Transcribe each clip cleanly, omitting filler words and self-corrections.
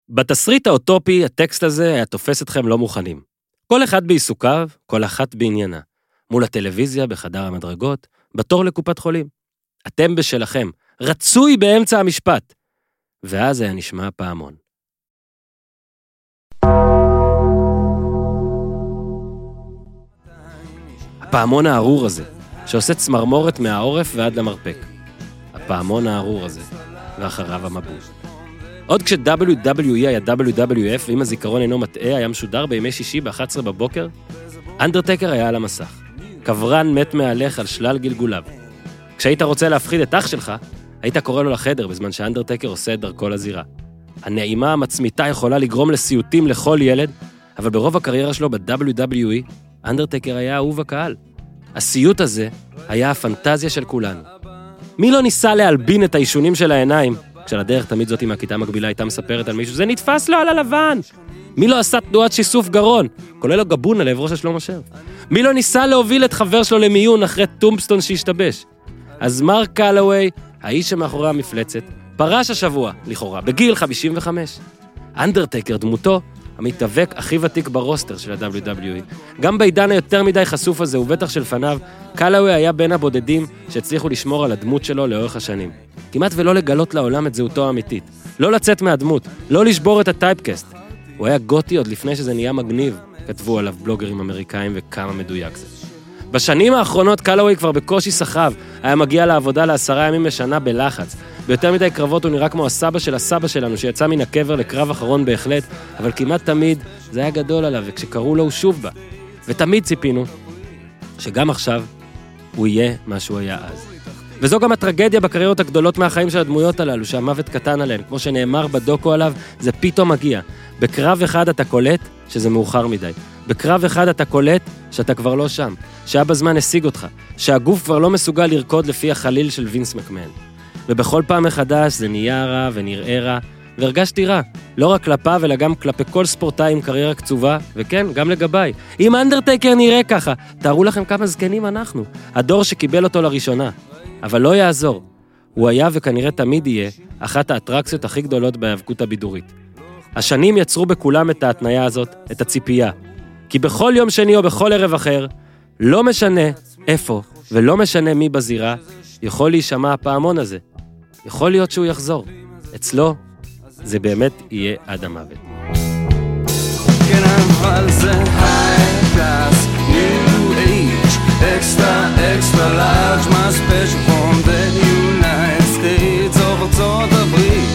בתסריט האוטופי, הטקסט הזה היה תופס אתכם לא מוכנים. כל אחד בעיסוקיו, כל אחת בעניינה. מול הטלוויזיה, בחדר המדרגות, בתור לקופת חולים. אתם בשלכם, רצוי באמצע המשפט. ואז היה נשמע פעמון. הפעמון הארור הזה, שעושה צמרמורת מהעורף ועד למרפק. הפעמון הארור הזה, ואחריו המבול. עוד כש-WWE היה WWF, ואם הזיכרון אינו מטעה, היה משודר בימי שישי ב-11 בבוקר, אנדרטקר היה על המסך. קברן מת מהלך על שלל גלגוליו. כשהיית רוצה להפחיד את אח שלך, היית קורא לו לחדר בזמן שאנדרטקר עושה את דרכו לזירה. הנעימה המצמיתה יכולה לגרום לסיוטים לכל ילד, אבל ברוב הקריירה שלו ב-WWE, אנדרטקר היה אהוב הקהל. הסיוט הזה היה הפנטזיה של כולנו. מי לא ניסה להלבין את האישונים של העיניים, כשלדרך תמיד זאת עם הכיתה המקבילה הייתה מספרת על מישהו, זה נתפס לו על הלבן. מי לא עשה תנועת שיסוף גרון, כולל הגבון על עברו של שלמה שרף. מי לא ניסה להוביל את חבר שלו למיון אחרי טומפסטון שהשתבש. אז מרק קלווי, האיש שמאחורי המפלצת, פרש השבוע, לכאורה, בגיל 55. אנדרטקר, דמותו, המתאבק הכי ותיק ברוסטר של ה-WWE. גם בעידן היותר מדי חשוף הזה, ובטח של פניו, קלווי היה בין הבודדים שהצליחו לשמור על הדמות שלו לאורך השנים. כמעט ולא לגלות לעולם את זהותו האמיתית. לא לצאת מהדמות, לא לשבור את הטייפקסט. הוא היה גותי עוד לפני שזה נהיה מגניב, כתבו עליו בלוגרים אמריקאים וכמה מדויק זה. בשנים האחרונות קלווי כבר בקושי סחב, היה מגיע לעבודה ל10 ימים בשנה בלחץ. ביותר מדי קרבות הוא נראה כמו הסבא של הסבא שלנו שיצא מן הקבר לקרב אחרון בהחלט, אבל כמעט תמיד זה היה גדול עליו, וכשקראו לו הוא שוב בא. ותמיד ציפינו שגם עכשיו הוא יהיה מה שהוא היה אז. וזו גם הטרגדיה בקריירות הגדולות מהחיים של הדמויות הללו, שהמוות קטן עליהן. כמו שנאמר בדוקו עליו, זה פתאום מגיע. בקרב אחד אתה קולט שזה מאוחר מדי. בקרב אחד אתה קולט שאתה כבר לא שם, שאבא זמן השיג אותך, שהגוף כבר לא מסוגל לרקוד לפי החליל של וינס מקמן. ובכל פעם מחדש זה נהיה רע ונראה רע, והרגשתי רע, לא רק כלפיו אלא גם כלפי כל ספורטאי עם קריירה קצובה, וכן, גם לגביי. אם אנדרטייקר נראה ככה, תארו לכם כמה זקנים אנחנו, הדור שקיבל אותו לראשונה. אבל לא יעזור, הוא היה וכנראה תמיד יהיה אחת האטרקציות הכי גדולות בהיאבקות הבידורית. השנים יצרו בכולם את ההתניה הזאת, את הציפייה. כי בכל יום שני או בכל ערב אחר, לא משנה איפה ולא משנה מי בזירה, יכול להישמע הפעמון הזה. יכול להיות שהוא יחזור. אצלו זה באמת יהיה עד המוות. כן, אבל זה high class, new age, extra, extra large, my special from the United States of ארצות הברית.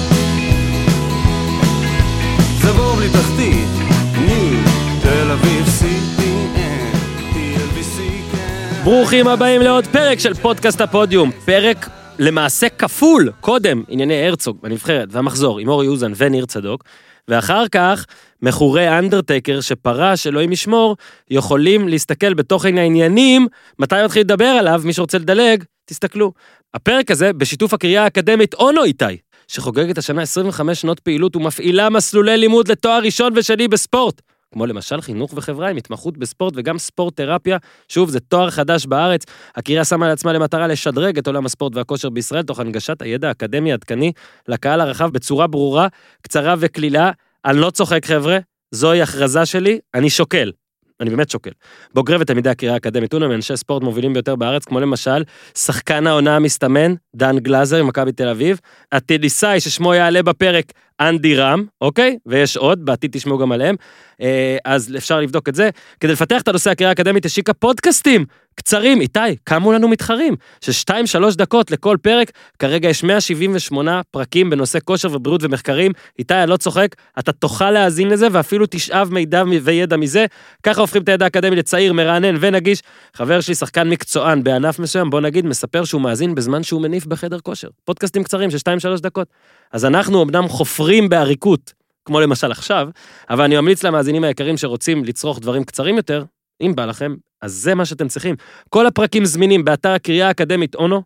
זה בור בלי תחתית, new, תל אביב, CTN, TLBC, כן. ברוכים הבאים לעוד פרק של פודקאסט הפודיום. פרק למעשה כפול, קודם ענייני הרצוג בנבחרת והמחזור עם אורי אוזן וניר צדוק, ואחר כך מחורי אנדרטייקר שפרש, אלוהים ישמור, יכולים להסתכל בתוכן העניינים, מתי מתחיל לדבר עליו, מי שרוצה לדלג, תסתכלו. הפרק הזה בשיתוף הקריה האקדמית אונו איתי, שחוגגת השנה 25 שנות פעילות ומפעילה מסלולי לימוד לתואר ראשון ושני בספורט, כמו למשל חינוך וחברה עם התמחות בספורט וגם ספורט תרפיה. שוב, זה תואר חדש בארץ. הקריה שמה לעצמה למטרה לשדרג את עולם הספורט והכושר בישראל, תוך הנגשת הידע האקדמי העדכני לקהל הרחב בצורה ברורה, קצרה וכלילה. אני לא צוחק חבר'ה, זוהי הכרזה שלי, אני שוקל. אני באמת שוקל. בוגרי ותלמידי הקריה האקדמית אונו מאנשי ספורט מובילים ביותר בארץ, כמו למשל, שחקן העונה המסתמן, דן גלזר ממכבי תל אביב, הטניסאי ששמו יעלה בפרק אנדי רם, אוקיי? ויש עוד, בעתיד תשמעו גם עליהם, אז אפשר לבדוק את זה. כדי לפתח את הנושא הקריה האקדמית, השיקה פודקאסטים קצרים, איתי, קמו לנו מתחרים, ש2-3 דקות לכל פרק, כרגע יש 178 פרקים בנושא כושר ובריאות ומחקרים. איתי, אני לא צוחק, אתה תוכל להאזין לזה, ואפילו תשאב מידע וידע מזה. ככה הופכים את הידע האקדמי לצעיר, מרענן ונגיש. חבר שלי, שחקן מקצוען בענף מסוים, בוא נגיד, מספר שהוא מאזין בזמן שהוא מניף בחדר כושר. פודקאסטים קצרים של 2-3 דקות. אז אנחנו אמנם חופרים בעריקות, כמו למשל עכשיו, אבל אני ממליץ למאזינים היקרים שרוצים לצרוך דברים קצרים יותר, אם בא לכם, אז זה מה שאתם צריכים. כל הפרקים זמינים באתר הקריה האקדמית אונו,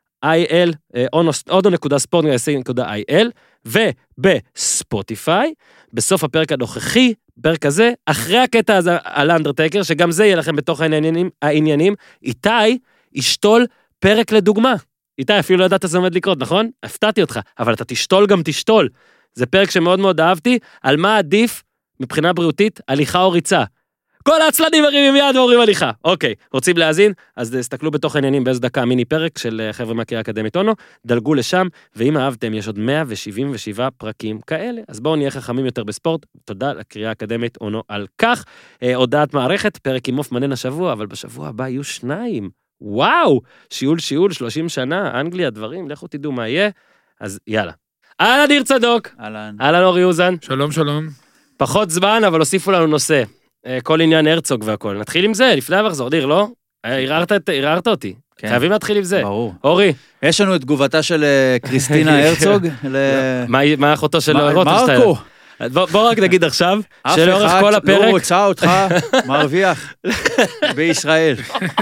ono.sport.il, ובספוטיפיי, בסוף הפרק הנוכחי, פרק הזה, אחרי הקטע הזה על אנדרטייקר, שגם זה יהיה לכם בתוך העניינים, איתי ישתול פרק לדוגמה. איתי, אפילו לא ידעת שזה עומד לקרות, נכון? הפתעתי אותך, אבל אתה תשתול גם תשתול. זה פרק שמאוד מאוד אהבתי, על מה עדיף מבחינה בריאותית, הליכה או ריצה. כל העצלנים מרימים יד ואומרים הליכה. אוקיי, רוצים להאזין? אז תסתכלו בתוך עניינים באיזו דקה מיני פרק של חבר'ה מהקריה האקדמית אונו, דלגו לשם, ואם אהבתם, יש עוד 177 פרקים כאלה. אז בואו נהיה חכמים יותר בספורט. תודה לקריה האקדמית אונו על כך. הודעת מערכת, פרק עם מוף מנן השבוע, אבל בשבוע הבא יהיו 2. וואו, שיעול, 30 שנה, אנגליה, דברים, לכו תדעו מה יהיה. אז יאללה. אהלן ניר צדוק. אהלן אורי אוזן. שלום. פחות זמן, אבל הוסיפו לנו נושא. כל עניין הרצוג והכל. נתחיל עם זה, לפני המחזור, דיר, לא? ערערת אותי. חייבים להתחיל עם זה. ברור. אורי. יש לנו את תגובתה של קריסטינה הרצוג. מה אחותו של רוטנשטיין? מרקו. בוא רק נגיד עכשיו, שלאורך כל הפרק... אף אחד לא רוצה אותך מרוויח בישראל.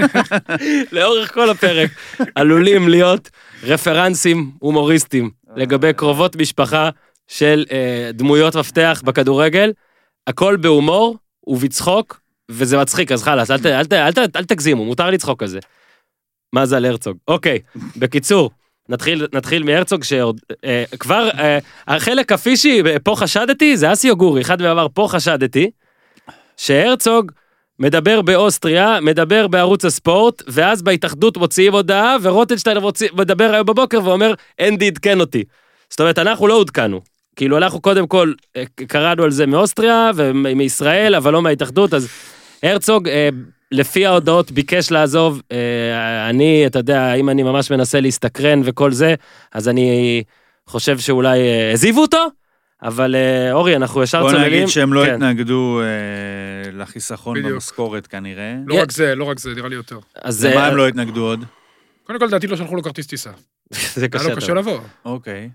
לאורך כל הפרק עלולים להיות רפרנסים הומוריסטיים לגבי קרובות משפחה של דמויות מפתח בכדורגל, הכל בהומור ובצחוק, וזה מצחיק, אז חלאס, אל תגזימו, מותר לצחוק על זה. מה זה על הרצוג? אוקיי, בקיצור, נתחיל מהרצוג, שכבר החלק הפישי, פה חשדתי, זה אסי אוגורי, אחד ואמר, פה חשדתי, שהרצוג מדבר באוסטריה, מדבר בערוץ הספורט, ואז בהתאחדות מוציאים הודעה, ורוטנשטיין מדבר היום בבוקר, ואומר, אנדי עדכן אותי. זאת אומרת, אנחנו לא עודכנו. כאילו אנחנו קודם כל קראנו על זה מאוסטריה ומישראל, אבל לא מההתאחדות, אז הרצוג, לפי ההודעות ביקש לעזוב, אני, אתה יודע, אם אני ממש מנסה להסתקרן וכל זה, אז אני חושב שאולי הזיבו אותו, אבל אורי, אנחנו ישר צוללים. בוא נגיד שהם לא התנגדו לחיסכון במשכורת כנראה. לא רק זה, נראה לי יותר. אז למה הם לא התנגדו עוד? קודם כל, דעתי לא שלחו לו כרטיס טיסה. זה קשה לבוא. אוקיי.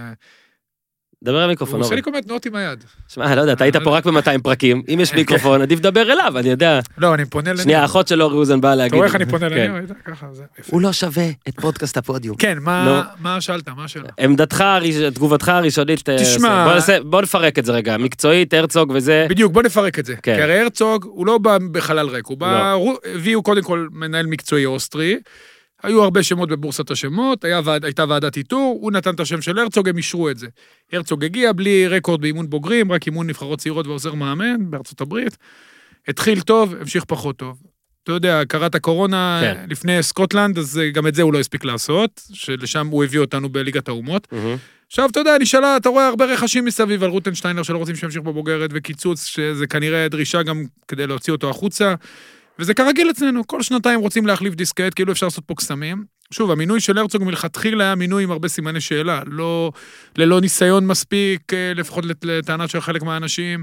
דבר המיקרופון. הוא עושה לי כל מיני תנועות עם היד. שמע, לא יודע, אתה היית פה רק ב-200 פרקים, אם יש מיקרופון, עדיף לדבר אליו, אני יודע. לא, אני פונה לניר. שנייה, האחות של אורי אוזן באה להגיד. אתה רואה איך אני פונה לניר? ככה, זה יפה. הוא לא שווה את פודקאסט הפודיום. כן, מה שאלת? מה השאלה? עמדתך, תגובתך הראשונית, תשמע... בוא נפרק את זה רגע, מקצועית, הרצוג וזה... בדיוק, בוא נפרק את זה. כי הרי הרצוג, הוא לא בא בחלל ריק, הוא בא... הביאו קודם כל מנהל מקצועי אוסטרי, היו הרבה שמות בבורסת השמות, הייתה ועדת איתור, הוא נתן את השם של הרצוג, הם אישרו את זה. הרצוג הגיע בלי רקורד באימון בוגרים, רק אימון נבחרות צעירות ועוזר מאמן בארצות הברית. התחיל טוב, המשיך פחות טוב. אתה יודע, קראת הקורונה לפני סקוטלנד, אז גם את זה הוא לא הספיק לעשות, שלשם הוא הביא אותנו בליגת האומות. עכשיו, אתה יודע, נשאלה, אתה רואה הרבה רכשים מסביב על רוטנשטיינר שלא רוצים שימשיך בבוגרת וקיצוץ, שזה כנראה דרישה גם כדי להוציא אותו החוצה. וזה כרגיל אצלנו, כל שנתיים רוצים להחליף דיסקט, כאילו אפשר לעשות פה קסמים. שוב, המינוי של הרצוג מלכתחילה היה מינוי עם הרבה סימני שאלה, ללא ניסיון מספיק, לפחות לטענה של חלק מהאנשים.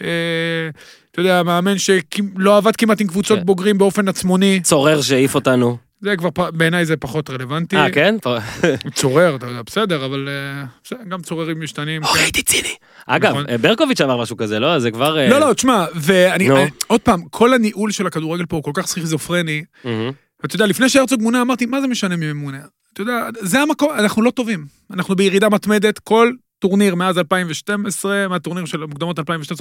אתה יודע, מאמן שלא עבד כמעט עם קבוצות בוגרים באופן עצמוני. צורר שהעיף אותנו. זה כבר, בעיניי זה פחות רלוונטי. כן? צורר, אתה יודע, בסדר, אבל גם צוררים משתנים. הייתי ציני. אגב, ברקוביץ' אמר משהו כזה, לא? זה כבר... לא, תשמע, ואני, עוד פעם, כל הניהול של הכדורגל פה הוא כל כך סכיזופרני, ואתה יודע, לפני שהרצוג מונה, אמרתי, מה זה משנה ממונה? אתה יודע, זה המקום, אנחנו לא טובים. אנחנו בירידה מתמדת, כל טורניר מאז 2012, מהטורניר של מוקדמות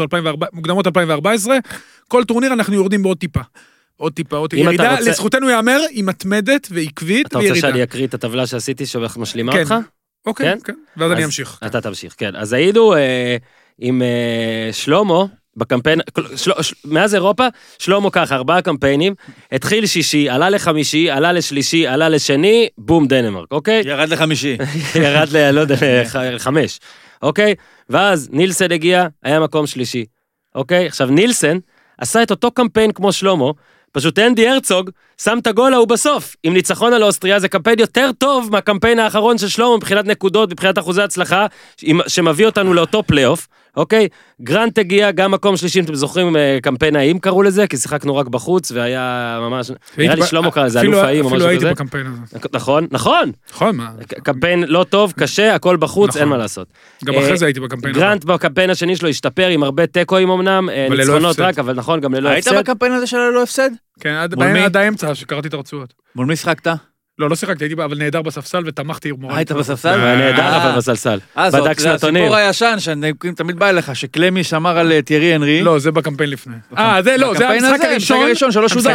2014, כל טורניר אנחנו יורדים בעוד טיפה. עוד טיפה, ירידה, לזכותנו יאמר, היא מתמדת ועקבית, אתה רוצה שאני אקריא את הטבלה שעשיתי, שמשלימה אותך? אוקיי, כן, ואז אני אמשיך. אתה תמשיך, כן. אז היינו עם שלומו, בקמפיין, מאז אירופה, שלומו ככה, 4 קמפיינים, התחיל שישי, עלה לחמישי, עלה לשלישי, עלה לשני, בום דנמרק, אוקיי? ירד לחמישי. ירד לא יודע, 5, אוקיי? ואז נילסן הגיע, היה מקום שלישי, אוקיי? עכשיו נילסן עשה את אותו קמפיין כמו שלומו, פשוט אנדי הרצוג שם את הגול ההוא בסוף, עם ניצחון על אוסטריה, זה קמפיין יותר טוב מהקמפיין האחרון של שלמה, מבחינת נקודות, מבחינת אחוזי הצלחה, שמביא אותנו לאותו פלייאוף, אוקיי? גרנט הגיע, גם מקום שלישי, אתם זוכרים, קמפיין האיים קראו לזה, כי שיחקנו רק בחוץ, והיה ממש, נראה לי שלמה קרא לזה, אלוף האיים או משהו כזה. אפילו הייתי בקמפיין הזה. נכון, נכון. נכון, מה? קמפיין לא טוב, קשה, הכל בחוץ, אין מה לעשות. גם אחרי זה הייתי בקמפיין. גרנט בקמפיין השני שלו השתפר עם הרבה טקואים אמנם, ניצחונות רק, אבל נכון, גם ללא הפסד. היית בקמפיין הזה של ללא הפסד? כן, עד האמצע שקראתי את הרצועות. מול מי שחקת? לא שיחקתי, הייתי אבל נהדר בספסל ותמכתי מורלית. היית בספסל? היה נהדר אבל בסלסל. בדק זה שנתונים. הסיפור הישן, שאני תמיד בא אליך, שקלמי שמר על טיירי הנרי. לא, זה בקמפיין לפני. זה לא, זה המשחק הראשון שלא שודר.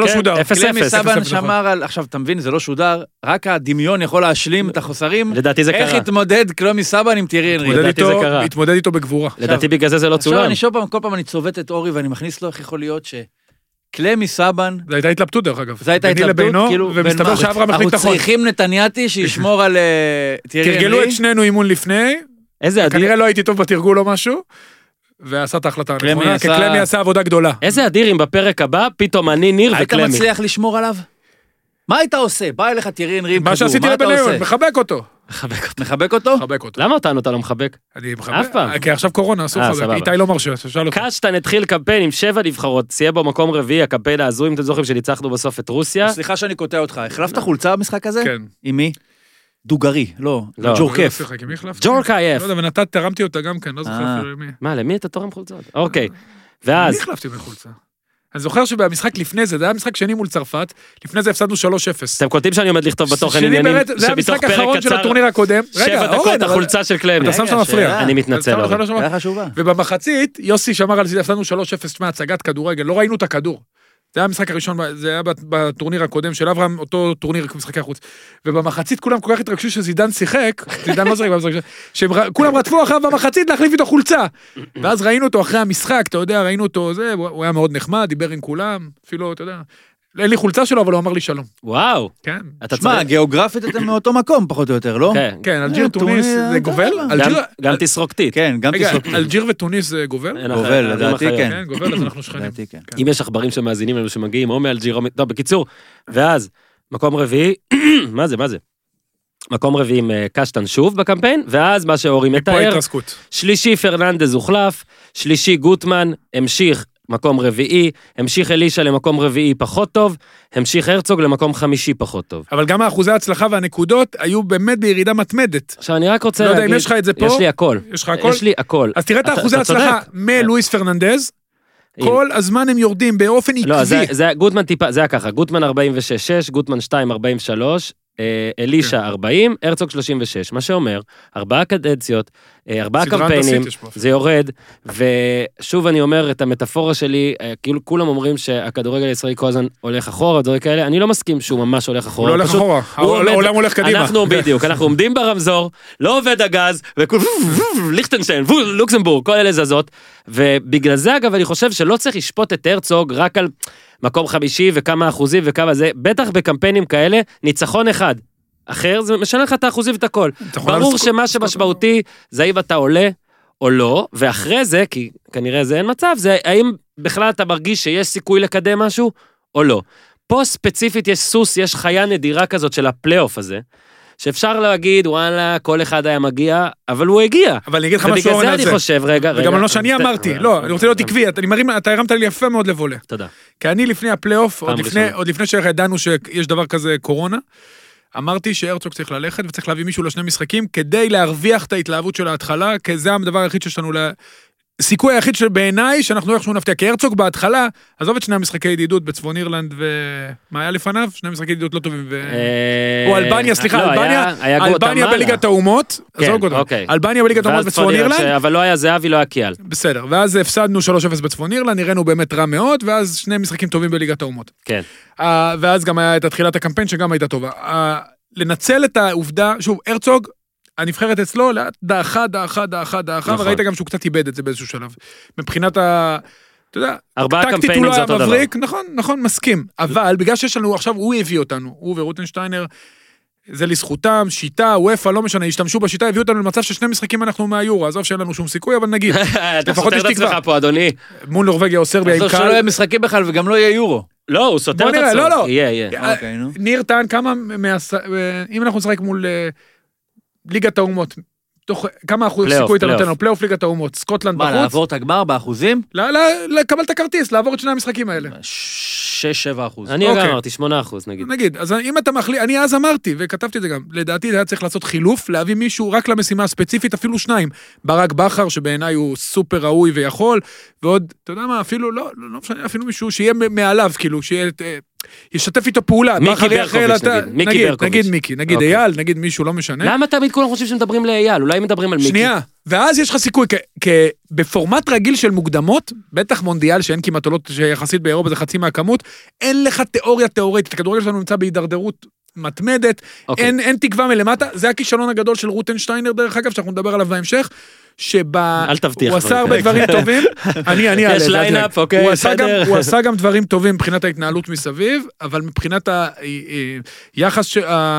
קלמי 0-0. סבן שמר על, עכשיו אתה מבין, זה לא שודר, רק הדמיון יכול להשלים את החוסרים. לדעתי זה קרה. איך התמודד קלמי סבן עם טיירי הנרי? לדעתי זה קרה. התמודד איתו בגבורה. לדעתי בגלל זה לא צולם. עכשיו אני כל פעם אני צובט את אורי ואני מכניס לו איך יכול להיות קלמי סבן... זו הייתה התלבטות דרך אגב. זו הייתה התלבטות, כאילו... ומסתבר שאברהם מחליט אנחנו צריכים נתניאתי שישמור על טיירי הנרי. תרגלו את שנינו אימון לפני. איזה אדיר. כנראה לא הייתי טוב בתרגול או משהו. ועשה את ההחלטה הנכונה, כי קלמי עשה עבודה גדולה. איזה אדיר אם בפרק הבא פתאום אני ניר וקלמי. היית מצליח לשמור עליו? מה היית עושה? בא אליך טיירי הנרי עם כדור, מה שעשיתי לבניון, מחבק אותו. מחבק אותו? מחבק אותו. למה אותנו אתה לא מחבק? אני מחבק. אף פעם. כי עכשיו קורונה, אסור לחבק. איתי לא מרשה, תשאל אותו. קשטן התחיל קמפיין עם 7 נבחרות, סייע בו מקום רביעי, הקמפיין ההזוי, אם אתם זוכרים שניצחנו בסוף את רוסיה. סליחה שאני קוטע אותך, החלפת חולצה במשחק הזה? כן. עם מי? דוגרי, לא, ג'ורקף. ג'ורקייף. לא יודע, ונתת, תרמתי אותה גם כן, לא זוכר אפילו למי. מה, למי אתה תורם חולצות? אוקיי. ואז... אני החלפתי מחולצה. אני זוכר שבמשחק לפני זה היה משחק שני מול צרפת, לפני זה הפסדנו 3-0. אתם קולטים שאני עומד לכתוב בתוכן עניינים, זה היה המשחק האחרון של הטורניר הקודם. 7 דקות החולצה של קלמי. אתה שם שם מפריע. אני מתנצל. היה חשובה. ובמחצית, יוסי שמר על זה, הפסדנו 3-0 מהצגת כדורגל, לא ראינו את הכדור. זה היה המשחק הראשון, זה היה בטורניר הקודם של אברהם, אותו טורניר משחקי החוץ. ובמחצית כולם כל כך התרגשו שזידן שיחק, זידן לא שיחק, שכולם רדפו אחריו במחצית להחליף איתו חולצה. ואז ראינו אותו אחרי המשחק, אתה יודע, ראינו אותו, הוא היה מאוד נחמד, דיבר עם כולם, אפילו, אתה יודע, אין לי חולצה שלו, אבל הוא אמר לי שלום. וואו. כן. תשמע, גיאוגרפית אתם מאותו מקום, פחות או יותר, לא? כן, אלג'יר, טוניס, זה גובל? גם תסרוקתית. כן, גם תסרוקתית. אלג'יר וטוניס זה גובל? גובל, לדעתי כן. כן, גובל, אז אנחנו שכנים. אם יש עכברים שמאזינים לנו שמגיעים, או מאלג'יר, או... טוב, בקיצור, ואז, מקום רביעי, מה זה? מקום רביעי עם קשטן שוב בקמפיין, ואז מה שאורי מתאר, שלישי פרננדז הוחלף, שלישי גוטמן, המשיך מקום רביעי, המשיך אלישה למקום רביעי פחות טוב, המשיך הרצוג למקום חמישי פחות טוב. אבל גם האחוזי ההצלחה והנקודות היו באמת בירידה מתמדת. עכשיו אני רק רוצה להגיד, לא יודע אם יש לך את זה פה. יש לי הכל. יש לך הכל? יש לי הכל. אז תראה את האחוזי ההצלחה מלואיס פרננדז, כל הזמן הם יורדים באופן עקבי. לא, זה גוטמן טיפה, זה היה ככה, גוטמן 46-6, גוטמן 2 43, אלישה 40, הרצוג 36, מה שאומר, 4 קדנציות, 4 קמפיינים, זה יורד, ושוב אני אומר את המטאפורה שלי, כאילו כולם אומרים שהכדורגל הישראלי כל הזמן הולך אחורה, דברים כאלה, אני לא מסכים שהוא ממש הולך אחורה. הוא לא הולך אחורה, העולם הולך קדימה. אנחנו בדיוק, אנחנו עומדים ברמזור, לא עובד הגז, ליכטנשטיין, לוקסמבורג, כל אלה זזות, ובגלל זה אגב אני חושב שלא צריך לשפוט את הרצוג רק על מקום חמישי וכמה אחוזים וכמה זה, בטח בקמפיינים כאלה, ניצחון אחד. אחר, זה משנה לך את האחוזים ואת הכל. ברור שמה שמשמעותי, זה האם אתה עולה או לא, ואחרי זה, כי כנראה זה אין מצב, זה האם בכלל אתה מרגיש שיש סיכוי לקדם משהו או לא. פה ספציפית יש סוס, יש חיה נדירה כזאת של הפלייאוף הזה, שאפשר להגיד, וואלה, כל אחד היה מגיע, אבל הוא הגיע. אבל אני אגיד לך משהו על זה. ובגלל זה אני חושב, רגע. וגם על מה שאני אמרתי, לא, אני רוצה להיות עקבי, אתה הרמת לי יפה מאוד לבולה. תודה. כי אני לפני הפלייאוף, עוד לפני שידענו שיש דבר כזה קורונה, אמרתי שהרצוג צריך ללכת וצריך להביא מישהו לשני משחקים, כדי להרוויח את ההתלהבות של ההתחלה, כי זה הדבר היחיד שיש לנו סיכוי היחיד שבעיניי, שאנחנו איכשהו נפתיע, כי הרצוג בהתחלה, עזוב את שני המשחקי ידידות בצפון אירלנד ומה היה לפניו? שני משחקי ידידות לא טובים או אלבניה, סליחה, אלבניה בליגת האומות, אלבניה בליגת האומות בצפון אירלנד, אבל לא היה זהבי, לא היה קיאל. בסדר, ואז הפסדנו 3-0 בצפון אירלנד, נראינו באמת רע מאוד, ואז שני משחקים טובים בליגת האומות. כן. ואז גם היה את התחילת הקמפיין שגם הייתה טובה. לנצל את העובדה, שוב, הרצוג הנבחרת אצלו, דאחה, וראית גם שהוא קצת איבד את זה באיזשהו שלב. מבחינת אתה יודע, טקטית הוא לא היה מבריק, נכון, מסכים. אבל בגלל שיש לנו, עכשיו הוא הביא אותנו, הוא ורוטנשטיינר, זה לזכותם, שיטה, וופא, לא משנה, השתמשו בשיטה, הביאו אותנו למצב ששני משחקים אנחנו מהיורו, עזוב שאין לנו שום סיכוי, אבל נגיד, לפחות יש תקווה פה, אדוני. מול נורווגיה או סרביה, עם קל. שלא יהיה משחקים בכלל וגם לא יהיה יורו. לא, הוא סותר את עצמו. לא. יהיה. ניר טען כמה, אם אנחנו נשחק מול ליגת האומות, כמה אחוז סיכוי אתה נותן לו, פלייאוף ליגת האומות, סקוטלנד בחוץ. מה, לעבור את הגמר באחוזים? לקבל את הכרטיס, לעבור את שני המשחקים האלה. 6-7%. אני גם אמרתי 8% נגיד. נגיד, אז אם אתה מחליט, אני אז אמרתי, וכתבתי את זה גם, לדעתי היה צריך לעשות חילוף, להביא מישהו רק למשימה הספציפית, אפילו 2. ברק בכר, שבעיניי הוא סופר ראוי ויכול, ועוד, אתה יודע מה, אפילו לא משנה, אפילו מישהו שיהיה מעליו, כאילו, שיהיה ישתף איתו פעולה. מיקי ברקוביץ' נגיד מיקי, נגיד אייל, נגיד מישהו, לא משנה. למה תמיד כולם חושבים שמדברים לאייל? אולי מדברים על מיקי? שנייה, ואז יש לך סיכוי, בפורמט רגיל של מוקדמות, בטח מונדיאל שאין כמעט עולות שיחסית באירופה זה חצי מהכמות, אין לך תיאוריה תיאורטית, הכדורגל שלנו נמצא בהידרדרות מתמדת, אין תקווה מלמטה, זה הכישלון הגדול של רוטנשטיינר דרך אגב, שאנחנו נדבר עליו בהמשך, הוא עשה הרבה דברים טובים, יש ליינאפ, אוקיי, בסדר. הוא עשה גם דברים טובים מבחינת ההתנהלות מסביב, אבל מבחינת היחס,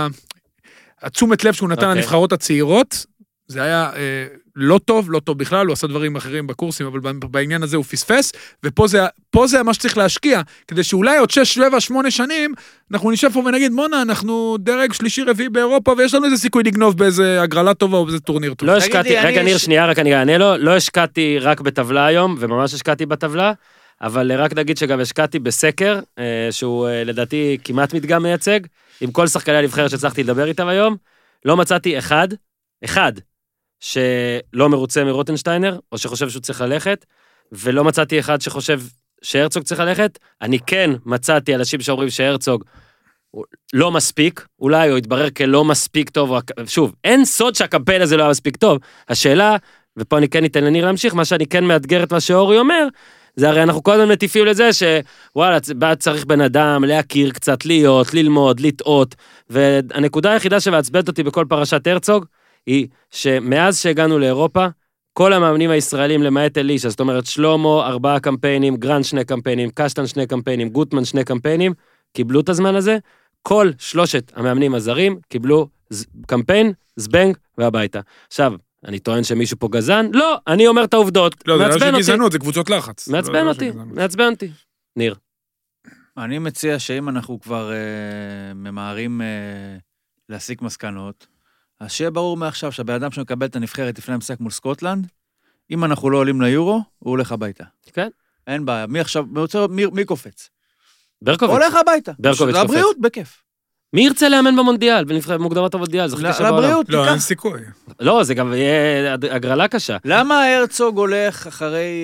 התשומת לב שהוא נתן לנבחרות הצעירות, זה היה לא טוב בכלל, הוא עשה דברים אחרים בקורסים, אבל בעניין הזה הוא פספס, ופה זה מה שצריך להשקיע, כדי שאולי עוד 6, 7, 8 שנים, אנחנו נשב פה ונגיד, מונה, אנחנו דרג שלישי רביעי באירופה, ויש לנו איזה סיכוי לגנוב באיזה הגרלה טובה או באיזה טורניר טוב. לא השקעתי, רגע ניר שנייה, רק אני אענה לו, לא השקעתי רק בטבלה היום, וממש השקעתי בטבלה, אבל רק נגיד שגם השקעתי בסקר, שהוא לדעתי כמעט מדגם מייצג, עם כל שחקני הנבחרת שהצלחתי לדבר איתם היום, לא מצאתי אחד שלא מרוצה מרוטנשטיינר, או שחושב שהוא צריך ללכת, ולא מצאתי אחד שחושב שהרצוג צריך ללכת. אני כן מצאתי אנשים שאומרים שהרצוג לא מספיק, אולי הוא יתברר כלא מספיק טוב, שוב, אין סוד שהקמפיין הזה לא היה מספיק טוב. השאלה, ופה אני כן ניתן לניר להמשיך, מה שאני כן מאתגר את מה שאורי אומר, זה הרי אנחנו קודם מטיפים לזה שוואלה, צריך בן אדם להכיר קצת, להיות, ללמוד, לטעות, והנקודה היחידה שמעצבנת אותי בכל פרשת הרצוג, היא שמאז שהגענו לאירופה, כל המאמנים הישראלים למעט אלישה, זאת אומרת שלמה 4 קמפיינים, גרנד 2 קמפיינים, קשטן 2 קמפיינים, גוטמן 2 קמפיינים, קיבלו את הזמן הזה, כל 3 המאמנים הזרים קיבלו קמפיין, זבנג והביתה. עכשיו, אני טוען שמישהו פה גזן, לא, אני אומר את העובדות, לא, זה לא שגזענות, זה קבוצות לחץ. מעצבן אותי. ניר. אני מציע שאם אנחנו כבר ממהרים להסיק מסקנות, אז שיהיה ברור מעכשיו שהבן אדם שמקבל את הנבחרת לפני המשחק מול סקוטלנד, אם אנחנו לא עולים ליורו, הוא הולך הביתה. כן. אין בעיה. מי עכשיו, מי קופץ? ברקוביץ'. הולך הביתה. ברקוביץ' קופץ. לבריאות, בכיף. מי ירצה לאמן במונדיאל, במוקדמות המונדיאל? זה הכי קשה בעולם. לבריאות, לא, אין סיכוי. לא, זה גם יהיה הגרלה קשה. למה הרצוג הולך אחרי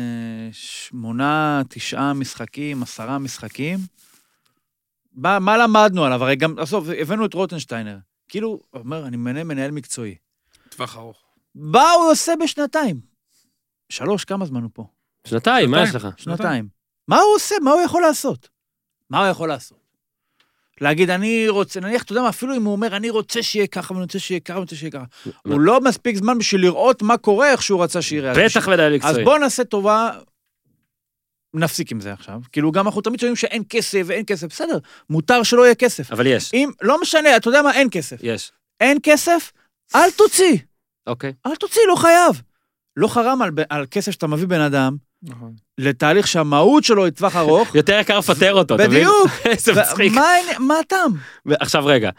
8, 9 משחקים, 10 משחקים? מה למדנו עליו? הרי גם, בסוף, הבאנו את רוטנשטיינר. כאילו, הוא אומר, אני מנהל מקצועי. טווח ארוך. מה הוא עושה בשנתיים? 3, כמה זמן הוא פה? שנתיים, מה יש לך? שנתיים. מה הוא עושה? מה הוא יכול לעשות? מה הוא יכול לעשות? להגיד, אני רוצה, נניח, אתה יודע מה, אפילו אם הוא אומר, אני רוצה שיהיה ככה, ואני רוצה שיהיה ככה, ואני רוצה שיהיה ככה. הוא לא מספיק זמן בשביל לראות מה קורה, איך שהוא רצה שיראה. בטח מנהל מקצועי. אז בוא נעשה טובה, נפסיק עם זה עכשיו. כאילו, גם אנחנו תמיד שומעים שאין כסף ואין כסף. בסדר, מותר שלא יהיה כסף. אבל יש. אם, לא משנה, אתה יודע מה, אין כסף. יש. אין כסף, אל תוציא. אוקיי. אל תוציא, לא חייב. לא חרם על כסף שאתה מביא בן אדם, לתהליך שהמהות שלו היא טווח ארוך. יותר יקר לפטר אותו, אתה מבין? בדיוק. איזה מצחיק. מה הטעם? עכשיו רגע,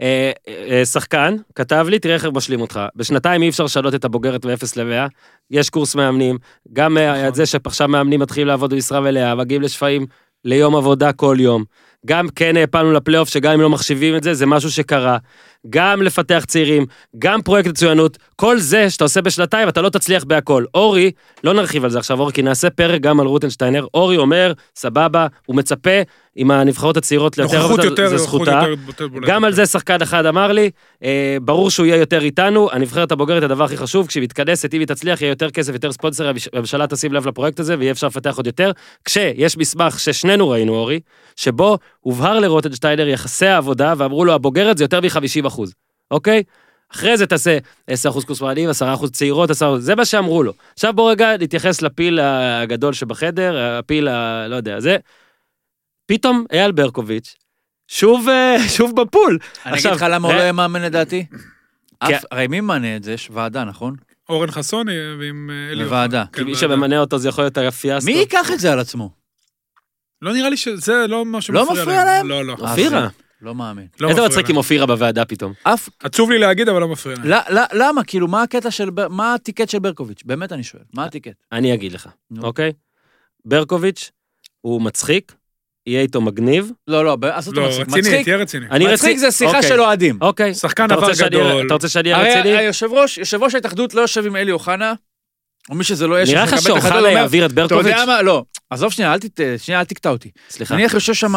שחקן כתב לי, תראה איך משלים אותך. בשנתיים אי אפשר לשנות את הבוגרת מ-0 ל-100, יש קורס מאמנים, גם את זה שעכשיו מאמנים מתחילים לעבוד במשרה מלאה, מגיעים לשפעים ליום עבודה כל יום. גם כן הפלנו לפלייאוף, שגם אם לא מחשיבים את זה, זה משהו שקרה. גם לפתח צעירים, גם פרויקט מצוינות, כל זה שאתה עושה בשנתיים, אתה לא תצליח בהכל. אורי, לא נרחיב על זה עכשיו, אורי, כי נעשה פרק גם על רוטנשטיינר. אורי אומר, סבבה, הוא מצפה עם הנבחרות הצעירות ליותר, זה זכותה. גם על זה שחקן אחד אמר לי, ברור שהוא יהיה יותר איתנו, הנבחרת הבוגרת הדבר הכי חשוב, כשהיא מתכנסת, אם היא תצליח, יהיה יותר כסף, יותר ספונסר, הממשלה תשים לב לפרויקט הזה, ויהיה אפשר לפתח עוד יותר. כשיש מסמך ששנינו ראינו, אורי, שבו הובהר לרוטנשטיינר יחסי העבודה, ואמרו לו, הבוגרת זה יותר מ-50%. אוקיי? אחרי זה תעשה 10% קורס מאמנים, 10% צעירות, 10%, זה מה שאמרו לו. עכשיו בוא רגע נתייחס לפיל הגדול שבחדר, הפיל לא יודע, זה. פתאום אייל ברקוביץ', שוב בפול. אני אגיד לך למה הוא לא יהיה מאמן לדעתי? הרי מי מאמן את זה? יש ועדה, נכון? אורן חסון ועם אליו. ועדה. כי מי שממנה אותו זה יכול להיות הפיאסקו. מי ייקח את זה על עצמו? לא נראה לי שזה לא משהו לא מפריע להם? לא. אופירה. לא מאמין. איזה מצחיק עם אופירה בוועדה פתאום. עצוב לי להגיד, אבל לא מפריע להם. למה? כאילו, מה הטיקט של ברקוביץ'? באמת אני שואל. מה הטיקט? אני אגיד לך, אוקיי? ברקוביץ' הוא מצחיק, יהיה איתו מגניב. לא, אז אותו מצחיק. רציני, תהיה רציני. מצחיק זה שיחה של אוהדים. אוקיי. שחקן עבר גדול. אתה רוצה שאני אהיה רציני? הרי יושב ראש ההתאחדות לא יושב עם אלי אוחנה, או מי שזה לא יש. נראה לך שאוחנה יעביר את ברקוביץ'? אתה יודע מה? לא. עזוב שנייה, אל תקטע אותי. סליחה. אני חושב שם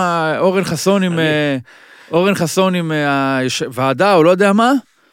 אורן חסון עם ועדה, או לא יודע מה,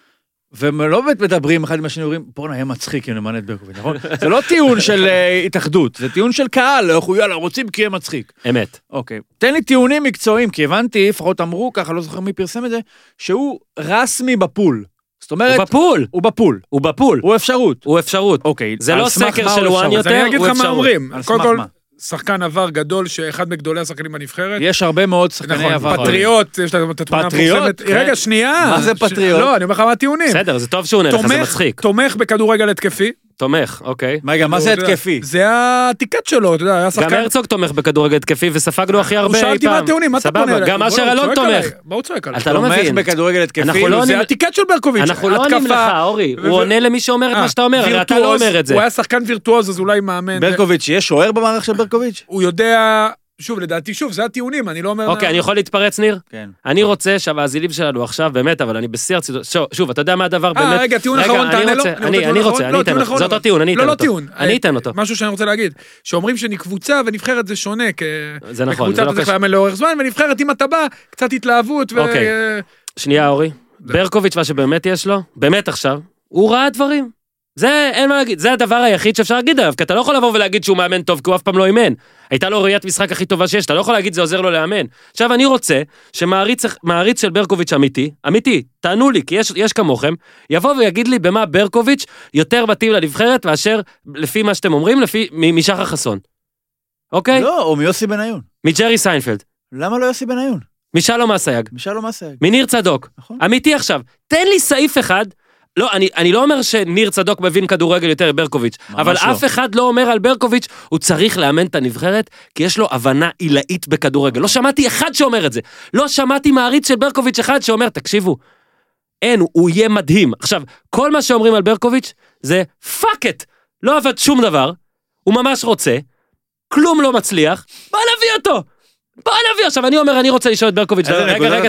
והם לא באמת מדברים אחד עם השני, אומרים, בוא נהיה מצחיק אם נמנה את ברקוביץ', נכון? זה לא טיעון של התאחדות, זה טיעון של קהל, אנחנו יאללה, רוצים כי יהיה מצחיק. אמת. אוקיי. תן לי טיעונים מקצועיים, כי הבנתי, לפחות אמרו ככה, לא זוכר מי פרסם את זה, שהוא רסמי בפול. זאת אומרת... הוא בפול. הוא אפשרות. הוא אפשרות. אוקיי. זה לא סקר של וואן יותר, אני אגיד לך מה אומרים. קודם כל, מה? שחקן עבר גדול, שאחד מגדולי השחקנים בנבחרת. יש הרבה מאוד שחקני עבר. נכון, פטריוט, יש את התמונה המפורסמת. רגע, שנייה. מה זה פטריוט? לא, אני אומר לך מה הטיעונים. בסדר, זה טוב שהוא עונה לך, זה מצחיק. תומך בכדורגל התקפי. תומך, אוקיי. מה זה התקפי? זה הטיקט שלו, אתה יודע, היה שחקן... גם הרצוג תומך בכדורגל התקפי, וספגנו הכי הרבה אי פעם. הוא שאלתי מה הטיעונים, מה אתה פונה אליי? גם אשר אלון תומך. מה הוא צועק עליי? אתה לא מבין. תומך בכדורגל התקפי, זה הטיקט של ברקוביץ'. אנחנו לא עונים לך, אורי. הוא עונה למי שאומר את מה שאתה אומר, הרי אתה לא אומר את זה. הוא היה שחקן וירטואוז, אז אולי מאמן. ברקוביץ', יש שוער במערך של ברקוביץ'? הוא יודע... שוב, לדעתי, זה הטיעונים, אני לא אומר... אוקיי, אני יכול להתפרץ, ניר? כן. אני רוצה שהמאזינים שלנו עכשיו, באמת, אבל אני בשיא הרצינות... שוב, אתה יודע מה הדבר באמת... רגע, טיעון אחרון, תענה לו. אני רוצה, אני אתן אותו. זה אותו טיעון, אני אתן אותו. לא טיעון. אני אתן אותו. משהו שאני רוצה להגיד, שאומרים שנקבוצה ונבחרת זה שונה, זה נכון, בקבוצה אתה צריך לאמן לאורך זמן, ונבחרת אם אתה בא, קצת התלהבות ו... אוקיי. שנייה, אורי. ברקוביץ', מה שבאמת יש לו, באמת עכשיו, הוא ראה דברים. זה, אין מה להגיד, זה הדבר היחיד שאפשר להגיד עליו, כי אתה לא יכול לבוא ולהגיד שהוא מאמן טוב, כי הוא אף פעם לא אימן. הייתה לו ראיית משחק הכי טובה שיש, אתה לא יכול להגיד זה עוזר לו לאמן. עכשיו אני רוצה שמעריץ של ברקוביץ' אמיתי, תענו לי, כי יש כמוכם, יבוא ויגיד לי במה ברקוביץ' יותר מתאים לנבחרת, מאשר לפי מה שאתם אומרים, משחר חסון. אוקיי? לא, או מיוסי בניון. מג'רי סיינפלד. למה לא יוסי בניון? משלום אסייג. אסייג. מניר צדוק. נכון. אמיתי עכשיו, תן לי סעיף אחד, לא, אני לא אומר שניר צדוק מבין כדורגל יותר ברקוביץ', אבל לא. אף אחד לא אומר על ברקוביץ', הוא צריך לאמן את הנבחרת, כי יש לו הבנה עילאית בכדורגל. לא שמעתי אחד שאומר את זה. לא שמעתי מעריץ של ברקוביץ' אחד שאומר, תקשיבו, אין, הוא יהיה מדהים. עכשיו, כל מה שאומרים על ברקוביץ' זה פאק את, לא עבד שום דבר, הוא ממש רוצה, כלום לא מצליח, בוא נביא אותו. עכשיו אני אומר, אני רוצה לשאול את ברקוביץ', רגע,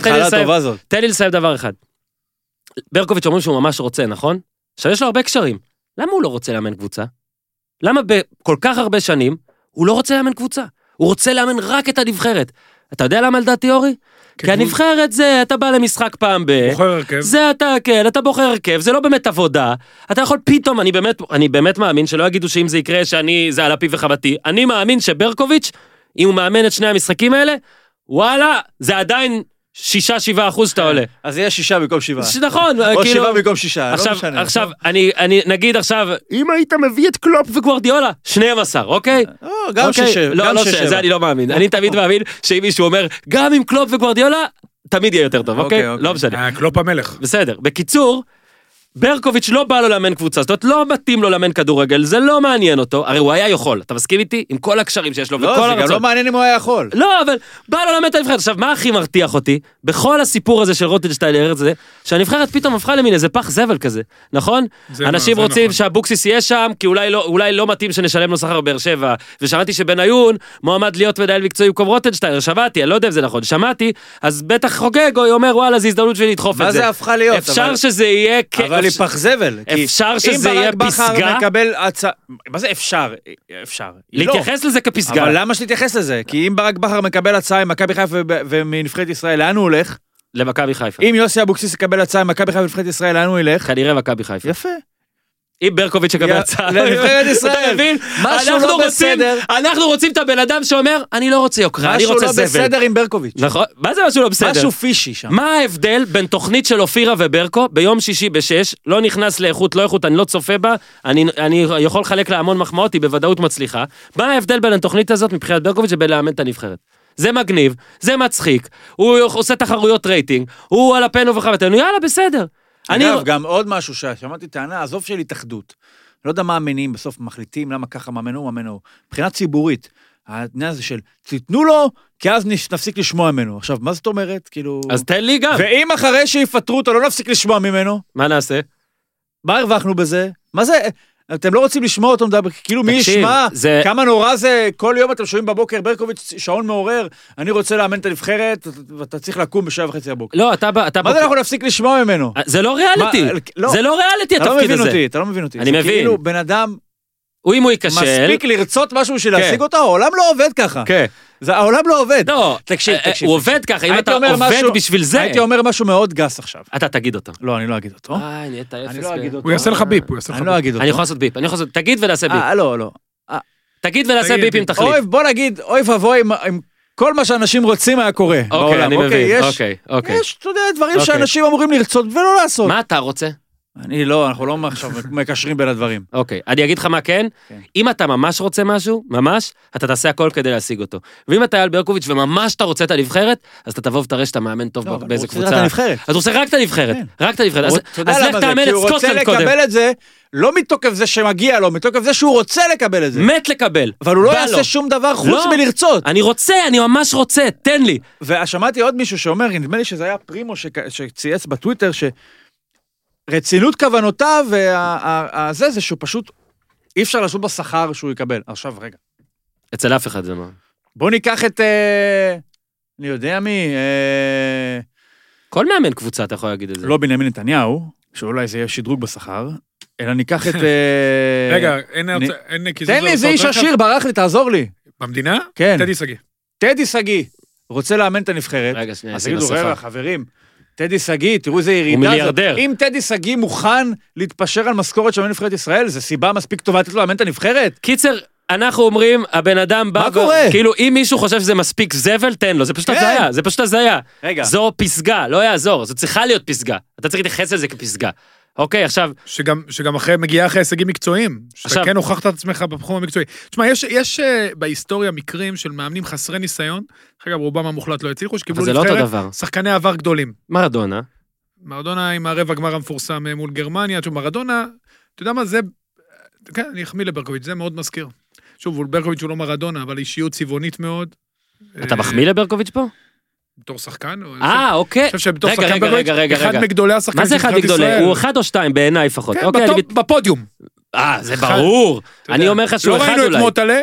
תן לי לסיים דבר אחד. ברקוביץ' אומרים שהוא ממש רוצה, נכון? עכשיו יש לו הרבה קשרים. למה הוא לא רוצה לאמן קבוצה? למה בכל כך הרבה שנים הוא לא רוצה לאמן קבוצה? הוא רוצה לאמן רק את הנבחרת. אתה יודע למה לדעתי אורי? כי הנבחרת זה, אתה בא למשחק פעם בוחר הרכב. זה אתה בוחר הרכב, זה לא באמת עבודה. אתה יכול פתאום, אני באמת מאמין שלא יגידו שאם זה יקרה זה על אפי וחבתי. אני מאמין שברקוביץ', אם הוא מאמן את שני המשחקים האלה, וואלה, זה עדיין 6-7% שאתה עולה. אז יהיה 6 במקום 7. נכון. או 7 במקום 6, לא משנה. עכשיו, אני נגיד עכשיו, אם היית מביא את קלופ וגוארדיולה, 12, אוקיי? גם 6. לא, זה אני לא מאמין. אני תמיד מאמין שאם מישהו אומר, גם עם קלופ וגוארדיולה, תמיד יהיה יותר טוב, אוקיי? לא משנה. קלופ המלך. בסדר. בקיצור, ברקוביץ' לא בא לו לאמן קבוצה, זאת אומרת, לא מתאים לו לאמן כדורגל, זה לא מעניין אותו, הרי הוא היה יכול, אתה מסכים איתי? עם כל הקשרים שיש לו וכל הרצון. לא, זה גם לא מעניין אם הוא היה יכול. לא, אבל בא לו לאמן את הנבחרת. עכשיו, מה הכי מרתיח אותי? בכל הסיפור הזה של רוטנשטיינר, שהנבחרת פתאום הפכה למין איזה פח זבל כזה, נכון? אנשים רוצים שהבוקסיס יהיה שם, כי אולי לא מתאים שנשלם לו שכר באר שבע, ושמעתי שבניון מועמד להיות מנהל מקצועי במקום רוטנשטיינר, שמעתי, אני לא יודע אם זה נכון, שמעתי, אז בטח חוגג או אומר, וואלה, זו הזדמנות שלי לדחוף את זה. מה זה הפכה להיות? אפשר שזה יהיה אבל היא פח זבל. אפשר שזה יהיה פסגה. מה זה אפשר? אפשר. להתייחס לזה כפסגה. אבל למה שתתייחס לזה? כי אם ברק בכר מקבל הצעה עם מכבי חיפה ומנבחרת ישראל, לאן הוא הולך? למכבי חיפה. אם יוסי אבוקסיס יקבל הצעה עם מכבי חיפה ונבחרת ישראל, לאן הוא ילך? כנראה מכבי חיפה. יפה. אם ברקוביץ' יקבל הצעה. לנבחרת ישראל. משהו לא בסדר. אנחנו רוצים את הבן אדם שאומר, אני לא רוצה יוקרה, אני רוצה זבל. משהו לא בסדר עם ברקוביץ'. נכון? מה זה משהו לא בסדר? משהו פישי שם. מה ההבדל בין תוכנית של אופירה וברקו, ביום שישי ב-6, לא נכנס לאיכות, לא איכות, אני לא צופה בה, אני יכול לחלק לה המון מחמאות, היא בוודאות מצליחה. מה ההבדל בין התוכנית הזאת מבחינת ברקוביץ' ובין לאמן את הנבחרת? זה מגניב, זה מצחיק, הוא עושה תחרויות רייטינג, הוא על הפנו וחבטנו, יאללה, בסדר. אגב, גם עוד משהו שמעתי טענה, עזוב של התאחדות. לא יודע מה המניעים, בסוף מחליטים למה ככה ממנו. מבחינה ציבורית, העניין הזה של, תיתנו לו, כי אז נפסיק לשמוע ממנו. עכשיו, מה זאת אומרת? כאילו... אז תן לי גם. ואם אחרי שיפטרו אותו, לא נפסיק לשמוע ממנו? מה נעשה? מה הרווחנו בזה? מה זה... אתם לא רוצים לשמוע אותו מדבר, כאילו מי ישמע, כמה נורא זה, כל יום אתם שומעים בבוקר, ברקוביץ' שעון מעורר, אני רוצה לאמן את הנבחרת, ואתה צריך לקום ב7:30 הבוקר. לא, אתה... מה זה אנחנו נפסיק לשמוע ממנו? זה לא ריאליטי, זה לא ריאליטי התפקיד הזה. אתה לא מבין אותי. אני מבין. כאילו בן אדם... אם הוא ייכשל... מספיק לרצות משהו בשביל להשיג אותו, העולם לא עובד ככה. כן. העולם לא עובד. לא, תקשיב. הוא עובד ככה, אם אתה עובד בשביל זה... הייתי אומר משהו מאוד גס עכשיו. אתה תגיד אותו. לא, אני לא אגיד אותו. נהיית אפס. אני לא אגיד אותו. הוא יעשה לך ביפ, אני לא אגיד אותו. אני יכול לעשות ביפ, תגיד ונעשה ביפ. לא. תגיד ונעשה ביפ אם תחליט. בוא נגיד, אוי ואבוי אם כל מה שאנשים רוצים היה קורה. אוקיי, אני מבין, אוקיי. יש, אתה יודע, דברים שאנשים אמורים לרצות ולא לעשות. מה אתה רוצה? אני לא, אנחנו לא עכשיו מקשרים בין הדברים. אוקיי, אני אגיד לך מה כן, אם אתה ממש רוצה משהו, ממש, אתה תעשה הכל כדי להשיג אותו. ואם אתה אייל ברקוביץ' וממש אתה רוצה את הנבחרת, אז אתה תבוא ותראה שאתה מאמן טוב באיזה קבוצה. אז הוא רוצה רק את הנבחרת, רק את הנבחרת. אז לך תאמן את סקוטלנד קודם. הוא רוצה לקבל את זה, לא מתוקף זה שמגיע לו, מתוקף זה שהוא רוצה לקבל את זה. מת לקבל. אבל הוא לא יעשה שום דבר חוץ מלרצות. אני רוצה, אני ממש רוצה, תן לי. ושמעתי עוד מישהו שאומר, נדמה לי שזה היה פרימו שצייץ בטוויטר, רצינות כוונותיו, זה שהוא פשוט, אי אפשר לעשות בשכר שהוא יקבל. עכשיו, רגע. אצל אף אחד זה מה. בוא ניקח את, אני יודע מי, כל מאמן קבוצה, אתה יכול להגיד את זה. לא בנימין נתניהו, שאולי זה יהיה שדרוג בשכר, אלא ניקח את... רגע, אין קיזוז... תן לי איזה איש עשיר, ברח לי, תעזור לי. במדינה? כן. טדי שגיא. טדי שגיא, רוצה לאמן את הנבחרת. רגע, שנייה, אז תגידו, רגע, חברים, טדי שגיא, תראו איזה ירידה. הוא מיליארדר. אם טדי שגיא מוכן להתפשר על משכורת של נבחרת ישראל, זה סיבה מספיק טובה לתת לו לאמן את הנבחרת? קיצר, אנחנו אומרים, הבן אדם בא... מה קורה? כאילו, אם מישהו חושב שזה מספיק זבל, תן לו, זה פשוט הזיה, זה פשוט הזיה. רגע. זו פסגה, לא יעזור, זו צריכה להיות פסגה. אתה צריך להתייחס לזה כפסגה. אוקיי, עכשיו... שגם מגיעה אחרי הישגים מקצועיים, שאתה כן הוכחת את עצמך בתחום המקצועי. תשמע, יש בהיסטוריה מקרים של מאמנים חסרי ניסיון, אגב, רובם המוחלט לא הצליחו, שקיבלו נבחרת שחקני עבר גדולים. מרדונה עם הרבע גמר המפורסם מול גרמניה, מרדונה, אתה יודע מה, זה, כן, אני אחמיא לברקוביץ', זה מאוד מזכיר. שוב, ברקוביץ' הוא לא מרדונה, אבל אישיות צבעונית מאוד. אתה מחמיא לברקוביץ' פה? בתור שחקן? אוקיי. אני חושב שבתור שחקן ברקוביץ', אחד מגדולי השחקנים של נבחרת ישראל. הוא אחד או שתיים, בעיניי לפחות. כן, בפודיום. זה ברור. אני אומר לך שהוא אחד אולי. לא ראינו את מוטלה,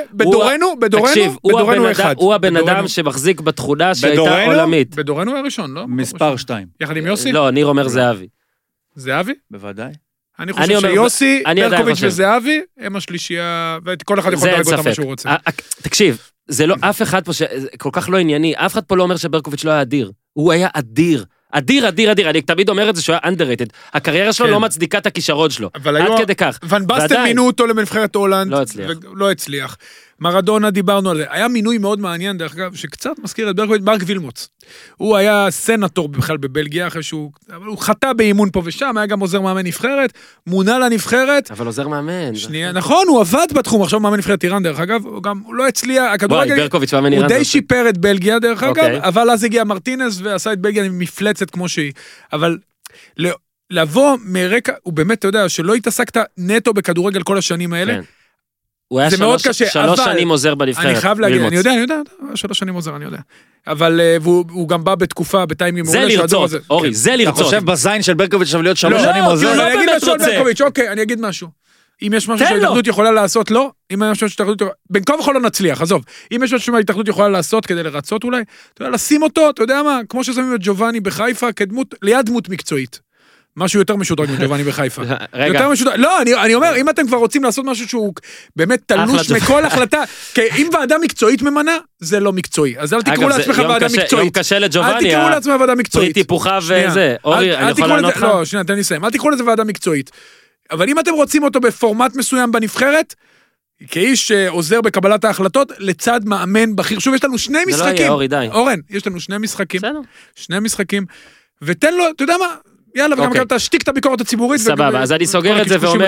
בדורנו אחד. הוא הבן אדם שמחזיק בתכונה שהייתה עולמית. בדורנו הוא הראשון, לא? מספר 2. יחד עם יוסי? לא, ניר אומר זהבי. זהבי? בוודאי. אני חושב שיוסי, ברקוביץ' וזהבי, הם השלישייה, וכל אחד יכול לדרג אותם מה שהוא רוצה. תקשיב, זה לא, אף אחד פה שכל כך לא ענייני, אף אחד פה לא אומר שברקוביץ' לא היה אדיר. הוא היה אדיר. אדיר. אני תמיד אומר את זה שהוא היה underrated. הקריירה שלו לא מצדיקה את הכישרון שלו. עד כדי כך. ון בסטן מינו אותו לנבחרת הולנד. לא הצליח. מרדונה דיברנו על זה. היה מינוי מאוד מעניין, דרך אגב, שקצת מזכיר את ברקוביץ', מרק וילמוץ. הוא היה סנטור בכלל בבלגיה, אחרי שהוא חטא באימון פה ושם, היה גם עוזר מאמן נבחרת, מונה לנבחרת. אבל עוזר מאמן. שנייה, נכון, הוא עבד בתחום, עכשיו מאמן נבחרת איראן, דרך אגב, הוא לא הצליח, הוא די שיפר את בלגיה, דרך אגב, אבל אז הגיע מרטינס ועשה את בלגיה עם מפלצת כמו שהיא. אבל לבוא מרקע, הוא באמת, אתה יודע, שלא התעסקת נטו בכדורגל כל השנים האלה. הוא היה 3 שנים עוזר בנבחרת. אני חייב להגיד, אני יודע, 3 שנים עוזר, אני יודע. אבל הוא גם בא בתקופה, בטיימים מעולה. זה לרצות, אורי, זה לרצות. אתה חושב בזין של ברקוביץ' עכשיו להיות 3 שנים עוזר? לא, אני אגיד משהו על ברקוביץ', אוקיי, אני אגיד משהו. אם יש משהו שההתאחדות יכולה לעשות, לא. אם יש משהו שההתאחדות, בין כה וכה לא נצליח, עזוב. אם יש משהו שההתאחדות יכולה לעשות כדי לרצות אולי, אתה יודע, לשים אותו, אתה יודע מה, כמו ששמים את ג'ובאני בחיפה, ליד דמות מקצועית. משהו יותר משודרג מג'ובאני בחיפה. יותר משודרג. לא, אני אומר, אם אתם כבר רוצים לעשות משהו שהוא באמת תלוש מכל החלטה, כי אם ועדה מקצועית ממנה, זה לא מקצועי. אז אל תקראו לעצמך ועדה מקצועית. יום קשה לג'ובאני. אל תקראו לעצמך ועדה מקצועית. פרי טיפוחה וזה. אורי, אני יכול לענות לך? לא, שנייה, תן לי לסיים. אל תקראו לזה ועדה מקצועית. אבל אם אתם רוצים אותו בפורמט מסוים בנבחרת, כאיש שעוזר בקבלת ההחלטות, לצד מאמן בכיר. שוב, יש לנו 2 משחקים. זה לא יהיה, אורי, די. אורן, יש לנו 2 משחקים. 2 משחקים. ותן לו, אתה יודע מה? יאללה, וגם אתה תשתיק את הביקורת הציבורית. סבבה, אז אני סוגר את זה ואומר,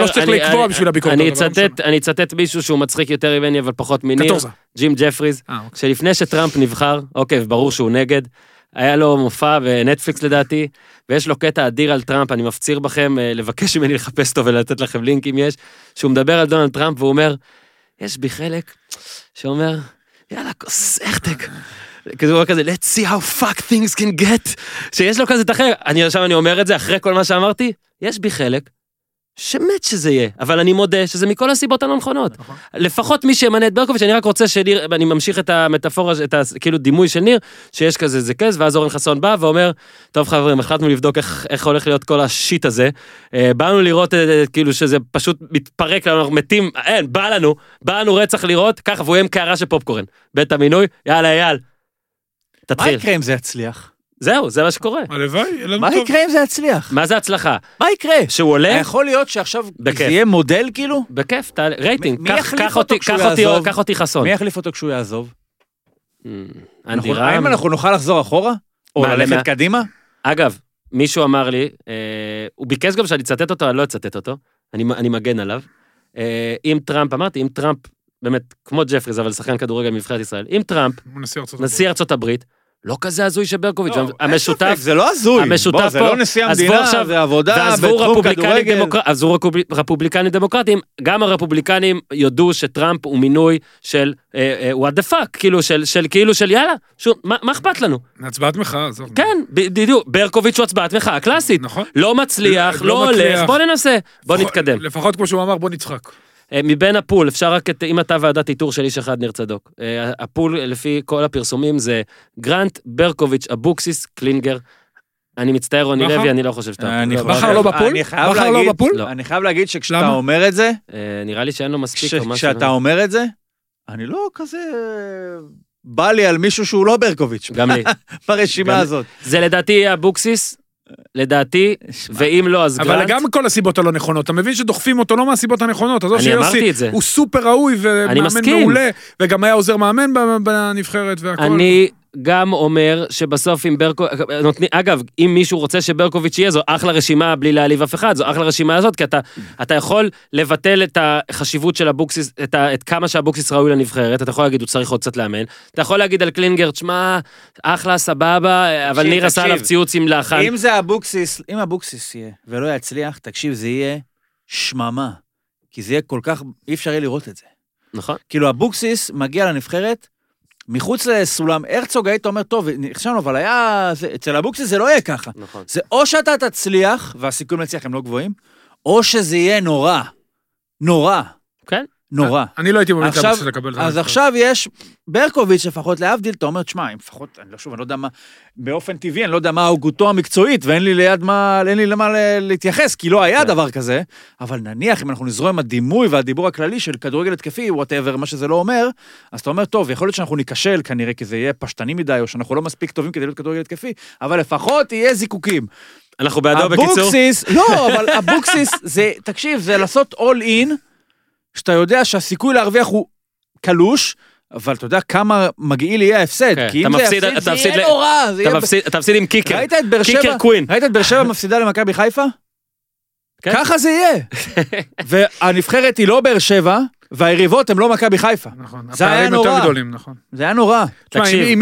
אני אצטט מישהו שהוא מצחיק יותר ממני, אבל פחות מניר, ג'ים ג'פריז, שלפני שטראמפ נבחר, אוקיי, ברור שהוא נגד, היה לו מופע בנטפליקס לדעתי, ויש לו קטע אדיר על טראמפ, אני מפציר בכם לבקש ממני לחפש אותו ולתת לכם לינק אם יש, שהוא מדבר על דונלד טראמפ, והוא אומר, יש בי חלק שאומר, יאללה, כוסכתק, כזה, let's see how fuck things can get, שיש לו כזה תחר, עכשיו אני אומר את זה, אחרי כל מה שאמרתי, יש בי חלק, שמת שזה יהיה, אבל אני מודה שזה מכל הסיבות הלא נכונות. לפחות מי שימנה את ברקוביץ', אני רק רוצה שניר, אני ממשיך את המטאפורה, את כאילו דימוי של ניר, שיש כזה זה כס, ואז אורן חסון בא ואומר, טוב חברים, החלטנו לבדוק איך הולך להיות כל השיט הזה, באנו לראות כאילו שזה פשוט מתפרק לנו, אנחנו מתים, אין, בא לנו רצח לראות, ככה, והוא יהיה קערה של פופקורן, בית המינוי, יאללה, יאללה. מה יקרה אם זה יצליח? זהו, זה מה שקורה. הלוואי, מה יקרה אם זה יצליח? מה זה הצלחה? מה יקרה? שהוא עולה? יכול להיות שעכשיו זה יהיה מודל כאילו? בכיף, רייטינג. מי יחליף אותו כשהוא יעזוב? קח אותי חסון. מי יחליף אותו כשהוא יעזוב? אנדי רם. האם אנחנו נוכל לחזור אחורה? או ללכת קדימה? אגב, מישהו אמר לי, הוא ביקש גם שאני אצטט אותו, אני לא אצטט אותו, אני מגן עליו. אם טראמפ, אמרתי, אם טראמפ, באמת, כמו ג'פריז, אבל שחקן כדורגל מנבחרת ישראל, אם טראמפ, נשיא ארצות הברית, לא כזה הזוי של ברקוביץ', המשותף, זה לא הזוי, המשותף זה לא נשיא המדינה, זה עבודה בתחום כדורגל. עזבו רפובליקנים דמוקרטיים, גם הרפובליקנים יודו שטראמפ הוא מינוי של what the fuck, כאילו של יאללה, מה אכפת לנו? הצבעת מחאה, עזוב. כן, בדיוק, ברקוביץ' הוא הצבעת מחאה קלאסית, לא מצליח, לא הולך, בוא ננסה, בוא נתקדם. לפחות כמו שהוא אמר, בוא נצחק. מבין הפול, אפשר רק אם אתה ועדת איתור של איש אחד ניר צדוק. הפול לפי כל הפרסומים זה גרנט, ברקוביץ', אבוקסיס, קלינגר. אני מצטער רוני לוי, אני לא חושב שאתה... בחר לא בפול? בחר לא בפול? אני חייב להגיד שכשאתה אומר את זה... נראה לי שאין לו מספיק. כשאתה אומר את זה, אני לא כזה... בא לי על מישהו שהוא לא ברקוביץ'. גם לי. ברשימה הזאת. זה לדעתי אבוקסיס, לדעתי, ואם לא, אז גרנט. אבל גם כל הסיבות הלא נכונות, אתה מבין שדוחפים אותו לא מהסיבות הנכונות, אני אמרתי את זה. הוא סופר ראוי ומאמן מעולה, וגם היה עוזר מאמן בנבחרת והכל. אני גם אומר שבסוף אם ברקוביץ', אגב, אם מישהו רוצה שברקוביץ' יהיה, זו אחלה רשימה בלי להעליב אף אחד, זו אחלה רשימה הזאת, כי אתה יכול לבטל את החשיבות של אבוקסיס, את כמה שאבוקסיס ראוי לנבחרת, אתה יכול להגיד, הוא צריך עוד קצת לאמן, אתה יכול להגיד על קלינגר, תשמע, אחלה, סבבה, אבל ניר עשה עליו ציוץ עם לחן. אם זה אבוקסיס, אם אבוקסיס יהיה, ולא יצליח, תקשיב, זה יהיה שממה, כי זה יהיה כל כך, אי אפשר יהיה לראות את זה. נכון. כאילו, אבוקסיס מגיע לנבחרת, מחוץ לסולם, הרצוג היית אומר, טוב, נכשלנו, אבל היה, אצל אבוקסיס זה לא יהיה ככה. נכון. זה או שאתה תצליח, והסיכויים להצליח הם לא גבוהים, או שזה יהיה נורא. נורא. כן? נורא. אני לא הייתי ממליץ לאבוקסיס לקבל את זה. אז עכשיו יש ברקוביץ' לפחות להבדיל, אתה אומר, תשמע, לפחות, אני לא יודע מה, באופן טבעי, אני לא יודע מה הוגותו המקצועית, ואין לי למה להתייחס, כי לא היה דבר כזה, אבל נניח, אם אנחנו נזרום עם הדימוי והדיבור הכללי של כדורגל התקפי, whatever, מה שזה לא אומר, אז אתה אומר, טוב, יכול להיות שאנחנו ניכשל כנראה, כי זה יהיה פשטני מדי, או שאנחנו לא מספיק טובים כדי להיות כדורגל התקפי, אבל לפחות יהיה זיקוקים. אנחנו בעדו בקיצור. לא, אבל אבוקסיס, זה, תקשיב, זה לעשות all in, שאתה יודע שהסיכוי להרוויח הוא קלוש, אבל אתה יודע כמה מגעיל יהיה ההפסד, כי אם זה יפסיד, זה יהיה נורא. אתה מפסיד עם קיקר. קיקר קווין. ראית את באר שבע מפסידה למכבי חיפה? ככה זה יהיה. והנבחרת היא לא באר שבע, והיריבות הן לא מכבי חיפה. נכון, זה היה נורא. זה היה נורא. תקשיב,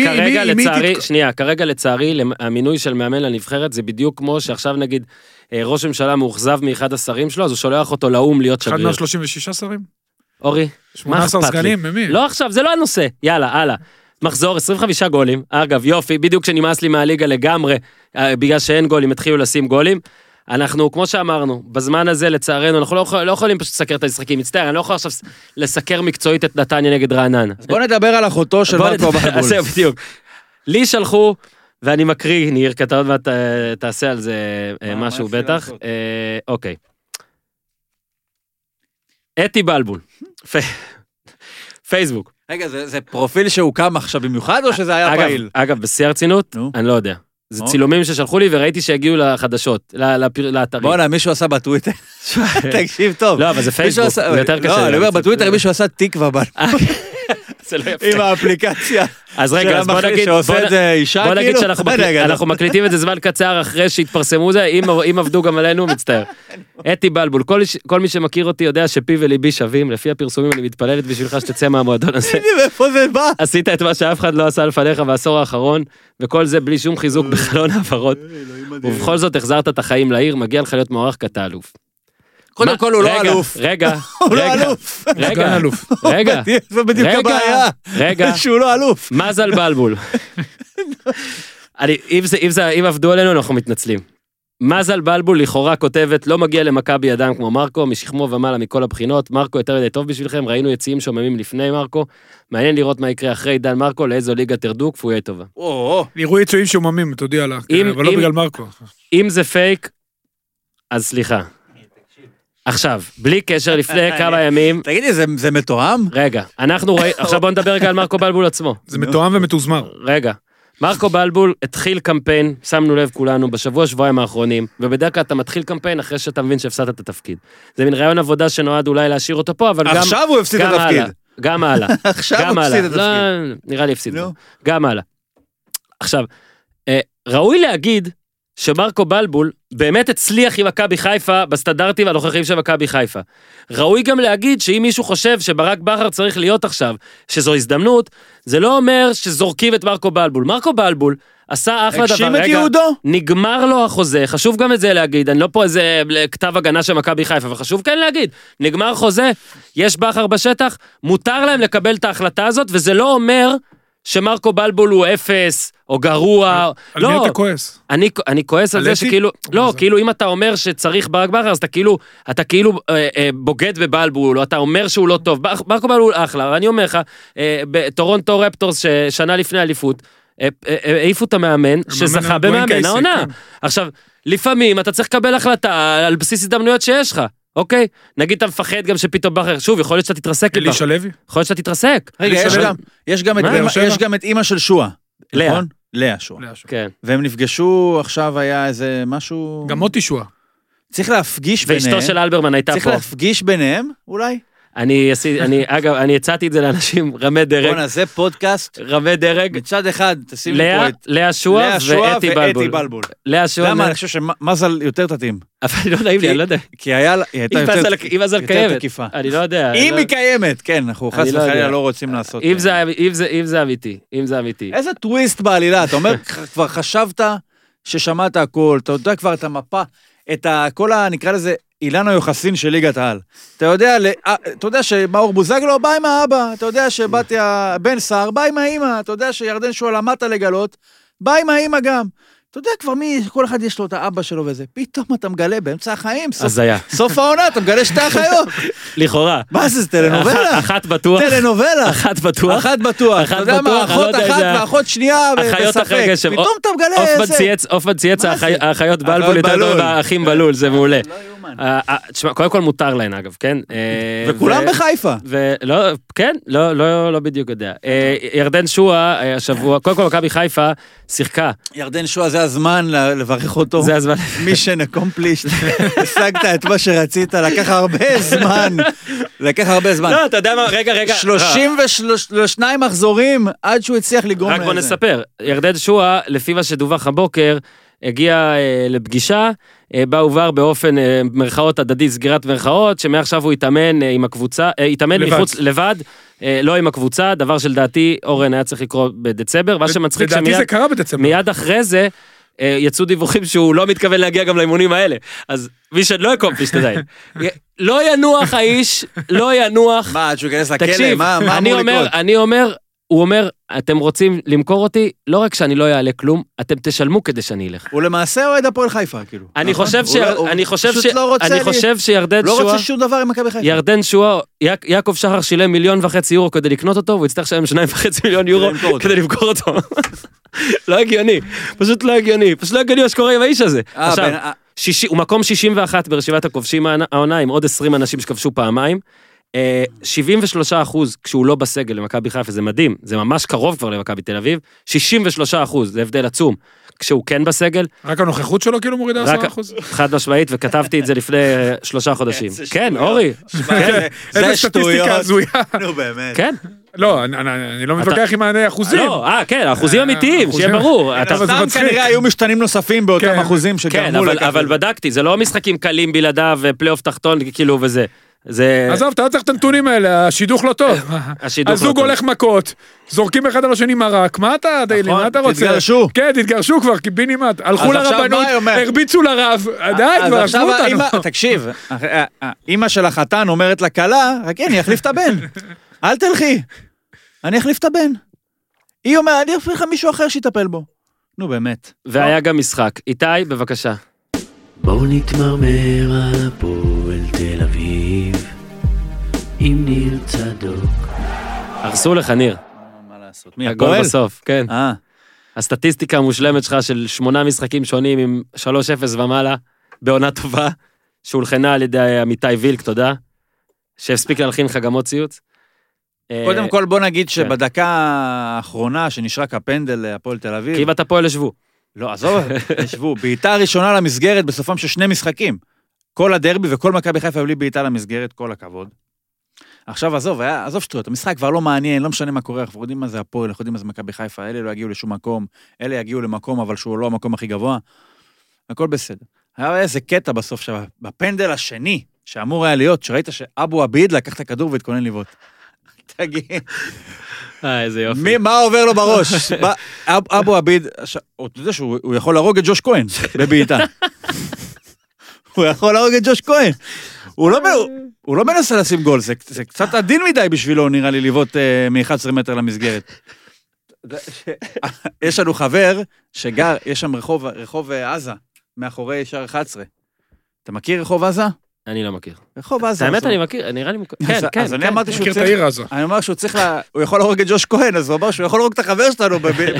כרגע לצערי, המינוי של מאמן לנבחרת זה בדיוק כמו שעכשיו נגיד ראש ממשלה מאוכזב מאחד השרים שלו, אז הוא שולח אותו לאום להיות שגריר. אחד מה-36 שרים? אורי, מה 18 אכפת לי? סגנים, ממי? לא עכשיו, זה לא הנושא. יאללה, הלאה. מחזור 25 גולים. אגב, יופי, בדיוק כשנמאס לי מהליגה לגמרי, בגלל שאין גולים, התחילו לשים גולים. אנחנו, כמו שאמרנו, בזמן הזה לצערנו, אנחנו לא יכולים פשוט לסקר את המשחקים, מצטער, אני לא יכול עכשיו לסקר מקצועית את נתניה נגד רעננה. אז בוא נדבר על אחותו של מרקו בחבול. בדיוק. לי שלחו, ואני מקריא, ניר, כי אתה עוד מעט תעשה על זה משהו בטח. אוקיי. אתי בלבול. פייסבוק. רגע, זה פרופיל שהוקם עכשיו במיוחד, או שזה היה פעיל? אגב, בשיא הרצינות, אני לא יודע. זה צילומים ששלחו לי וראיתי שהגיעו לחדשות, לאתרים. בוא'נה, מישהו עשה בטוויטר. תקשיב טוב. לא, אבל זה פייסבוק, זה יותר קשה. לא, אני אומר, בטוויטר מישהו עשה תקווה זה לא יפה. עם האפליקציה. אז רגע, אז בוא נגיד שאנחנו מקליטים את זה זמן קצר אחרי שהתפרסמו זה, אם עבדו גם עלינו, מצטער. אתי בלבול, כל מי שמכיר אותי יודע שפי וליבי שווים, לפי הפרסומים אני מתפללת בשבילך שתצא מהמועדון הזה. איפה זה בא? עשית את מה שאף אחד לא עשה לפניך בעשור האחרון, וכל זה בלי שום חיזוק בחלון העברות. ובכל זאת החזרת את החיים לעיר, מגיע לך להיות מוערך כתאלוף. קודם כל הוא לא אלוף. רגע, הוא לא אלוף. זה בדיוק הבעיה. שהוא לא אלוף. מזל בלבול. אם עבדו עלינו אנחנו מתנצלים. מזל בלבול לכאורה כותבת, לא מגיע למכבי אדם כמו מרקו, משכמו ומעלה מכל הבחינות, מרקו יותר מדי טוב בשבילכם, ראינו יציאים שוממים לפני מרקו, מעניין לראות מה יקרה אחרי דן מרקו, לאיזו ליגה תרדו, כפויה טובה. נראו יצואים שוממים, תודיע לך, אבל לא בגלל מרקו. אם זה פייק, אז סליחה. עכשיו, בלי קשר לפני כמה ימים... תגידי, זה מתואם? רגע, אנחנו רואים... עכשיו בוא נדבר רגע על מרקו בלבול עצמו. זה מתואם ומתוזמר. רגע. מרקו בלבול התחיל קמפיין, שמנו לב כולנו, שבועיים האחרונים, ובדרך כלל אתה מתחיל קמפיין אחרי שאתה מבין שהפסדת את התפקיד. זה מין רעיון עבודה שנועד אולי להשאיר אותו פה, אבל גם... עכשיו הוא הפסיד את התפקיד. גם הלאה. עכשיו הוא הפסיד את התפקיד. לא, נראה לי הפסיד. גם הלאה. עכשיו, ראוי להגיד שמרקו בלבול באמת הצליח עם מכבי חיפה בסטנדרטים הנוכחיים של מכבי חיפה. ראוי גם להגיד שאם מישהו חושב שברק בכר צריך להיות עכשיו, שזו הזדמנות, זה לא אומר שזורקים את מרקו בלבול. מרקו בלבול עשה אחלה דבר. רגע, נגמר לו החוזה, חשוב גם את זה להגיד, אני לא פה איזה כתב הגנה של מכבי חיפה, וחשוב כן להגיד, נגמר חוזה, יש בכר בשטח, מותר להם לקבל את ההחלטה הזאת, וזה לא אומר שמרקו בלבול הוא אפס, או גרוע. על מי אתה כועס? אני כועס על זה שכאילו, לא, כאילו אם אתה אומר שצריך ברק בכר, אז אתה כאילו בוגד בבלבול, או אתה אומר שהוא לא טוב. מרקו בלבול אחלה, אני אומר לך, בטורונטו רפטורס שנה לפני אליפות, העיפו את המאמן שזכה במאמן העונה. עכשיו, לפעמים אתה צריך לקבל החלטה על בסיס הזדמנויות שיש לך. אוקיי? נגיד אתה מפחד גם שפתאום בכר, שוב, יכול להיות שאתה תתרסק. אלישע לוי? יכול להיות שאתה תתרסק. רגע, יש גם את אמא של שואה. נכון? לאה שואה. כן. והם נפגשו, עכשיו היה איזה משהו... גם מוטי שואה. צריך להפגיש ביניהם. ואשתו של אלברמן הייתה פה. צריך להפגיש ביניהם, אולי? אגב, אני הצעתי את זה לאנשים רמי דרג. בוא נעשה פודקאסט. רמי דרג. מצד אחד, תשים לי פה את... לאה שואה ואתי בלבול. לאה שואה. למה? אני חושב שמזל יותר תתאים. אבל לא נעים לי, אני לא יודע. כי היא הייתה יותר תקיפה. אני לא יודע. אם היא קיימת, כן, אנחנו חס וחלילה לא רוצים לעשות. אם זה אמיתי, אם זה אמיתי. איזה טוויסט בעלילה, אתה אומר, כבר חשבת ששמעת הכל, אתה יודע כבר את המפה, את כל נקרא לזה, אילן היוחסין של ליגת העל. אתה יודע שמאור בוזגלו בא עם האבא, אתה יודע שבתיה בן סער בא עם האמא, אתה יודע שירדן שואל למדת לגלות, בא עם האמא גם. אתה יודע כבר כל אחד יש לו את האבא שלו וזה, פתאום אתה מגלה באמצע החיים, סוף העונה, אתה מגלה שתי אחיות. לכאורה. מה זה, טלנובלה? אחת בטוח. טלנובלה. אחת בטוח. אתה יודע מה, אחות אחת ואחות שנייה בספק. פתאום אתה מגלה איזה. אופן צייץ האחיות בלבול יותר טוב והאחים בלול, זה מעולה. קודם כל מותר להן אגב, כן? וכולם בחיפה. כן, לא בדיוק יודע. ירדן שואה, השבוע, קודם כל מכבי חיפה, שיחקה. ירדן שואה זה הזמן לברך אותו. זה הזמן. מישן אקומפלישט. השגת את מה שרצית, לקח הרבה זמן. לא, אתה יודע מה, רגע. 32 מחזורים עד שהוא הצליח לגרום לזה. רק בוא נספר. ירדן שואה, לפי מה שדווח הבוקר, הגיע לפגישה, בה הובר באופן מרכאות הדדי, סגירת מרכאות, שמעכשיו הוא יתאמן עם הקבוצה, יתאמן מחוץ לבד, לא עם הקבוצה, דבר שלדעתי אורן היה צריך לקרוא בדצמבר, מה שמצחיק שמיד אחרי זה, יצאו דיווחים שהוא לא מתכוון להגיע גם לאימונים האלה, אז מישן לא יקומפלישט עדיין. לא ינוח האיש, לא ינוח. מה, עד שהוא ייכנס לכלא, מה אמור לקרות? אני אומר, הוא אומר, אתם רוצים למכור אותי, לא רק שאני לא יעלה כלום, אתם תשלמו כדי שאני אלך. הוא למעשה אוהד הפועל חיפה, כאילו. אני חושב שירדן שואה... לא רוצה שום דבר עם מכבי חיפה. ירדן שואה, יעקב שחר שילם 1.5 מיליון יורו כדי לקנות אותו, והוא יצטרך לשלם 2.5 מיליון יורו כדי למכור אותו. לא הגיוני, פשוט לא הגיוני מה שקורה עם האיש הזה. עכשיו, הוא מקום 61 ברשיבת הכובשים העונה, עם עוד 20 אנשים שכבשו פעמיים, 73% כשהוא לא בסגל למכבי חיפה, זה מדהים, זה ממש קרוב כבר למכבי תל אביב, 63%, זה הבדל עצום, כשהוא כן בסגל. רק הנוכחות שלו כאילו מורידה 10%? חד משמעית, וכתבתי את זה לפני 3 חודשים. כן, אורי. איזה סטטיסטיקה הזויה. נו באמת. כן. לא, אני לא מתווכח עם האחוזים. לא, כן, האחוזים אמיתיים, שיהיה ברור. סתם כנראה היו משתנים נוספים באותם אחוזים שגרמו לכך. כן, אבל בדקתי, זה לא משחקים קלים בלעדיו ופלייאוף תחתון, כאילו, וזה. עזוב, אתה לא צריך את הנתונים האלה, השידוך לא טוב. הזוג הולך מכות, זורקים אחד על השני מרק, מה אתה, דיילי, מה אתה רוצה? תתגרשו. כן, תתגרשו כבר, קיבינימט, הלכו לרבנות, הרביצו לרב, די כבר, עזבו אותנו. תקשיב, אמא של החתן אומרת לכלה, רק אני אחליף את הבן, אל תלכי, אני אחליף את הבן. היא אומרת, אני אפריך מישהו אחר שיטפל בו. נו באמת. והיה גם משחק. איתי, בבקשה. בואו נתמרמר על הפועל תל אביב, עם ניר צדוק. הרסו לך, ניר. מה לעשות? מי, הגול הפועל? בסוף, כן. אה. הסטטיסטיקה המושלמת שלך של 8 משחקים שונים עם 3-0 ומעלה, בעונה טובה, שהולחנה על ידי עמיתי וילק, תודה, שהספיק להלחין לך גם עוד ציוץ. קודם כל בוא נגיד שבדקה האחרונה שנשרק הפנדל להפועל תל אביב. כי אתה פועל לשבו. לא, עזוב, ישבו. בעיטה ראשונה למסגרת בסופם של 2 משחקים. כל הדרבי וכל מכבי חיפה היו לי בעיטה למסגרת, כל הכבוד. עכשיו עזוב שטויות, המשחק כבר לא מעניין, לא משנה מה קורה, אנחנו יודעים מה זה הפועל, אנחנו יודעים מה זה מכבי חיפה, אלה לא יגיעו לשום מקום, אלה יגיעו למקום, אבל שהוא לא המקום הכי גבוה. הכל בסדר. היה איזה קטע בסוף, שבפנדל השני, שאמור היה להיות, שראית שאבו עביד לקח את הכדור והתכונן לבעוט. תגיד. איזה יופי. מה עובר לו בראש? אבו עביד, אתה יודע שהוא יכול להרוג את ג'וש כהן בבעיטה. הוא יכול להרוג את ג'וש כהן. הוא לא מנסה לשים גול, זה קצת עדין מדי בשבילו, נראה לי, לבעוט מ-11 מטר למסגרת. יש לנו חבר שגר, יש שם רחוב עזה, מאחורי שער 11. אתה מכיר רחוב עזה? אני לא מכיר. רחוב עזה. האמת אני מכיר, נראה לי... כן, כן. אז אני אמרתי שהוא מכיר את העיר עזה. אני אומר שהוא צריך הוא יכול להרוג את ג'וש כהן, אז הוא אמר שהוא יכול להרוג את החבר שלנו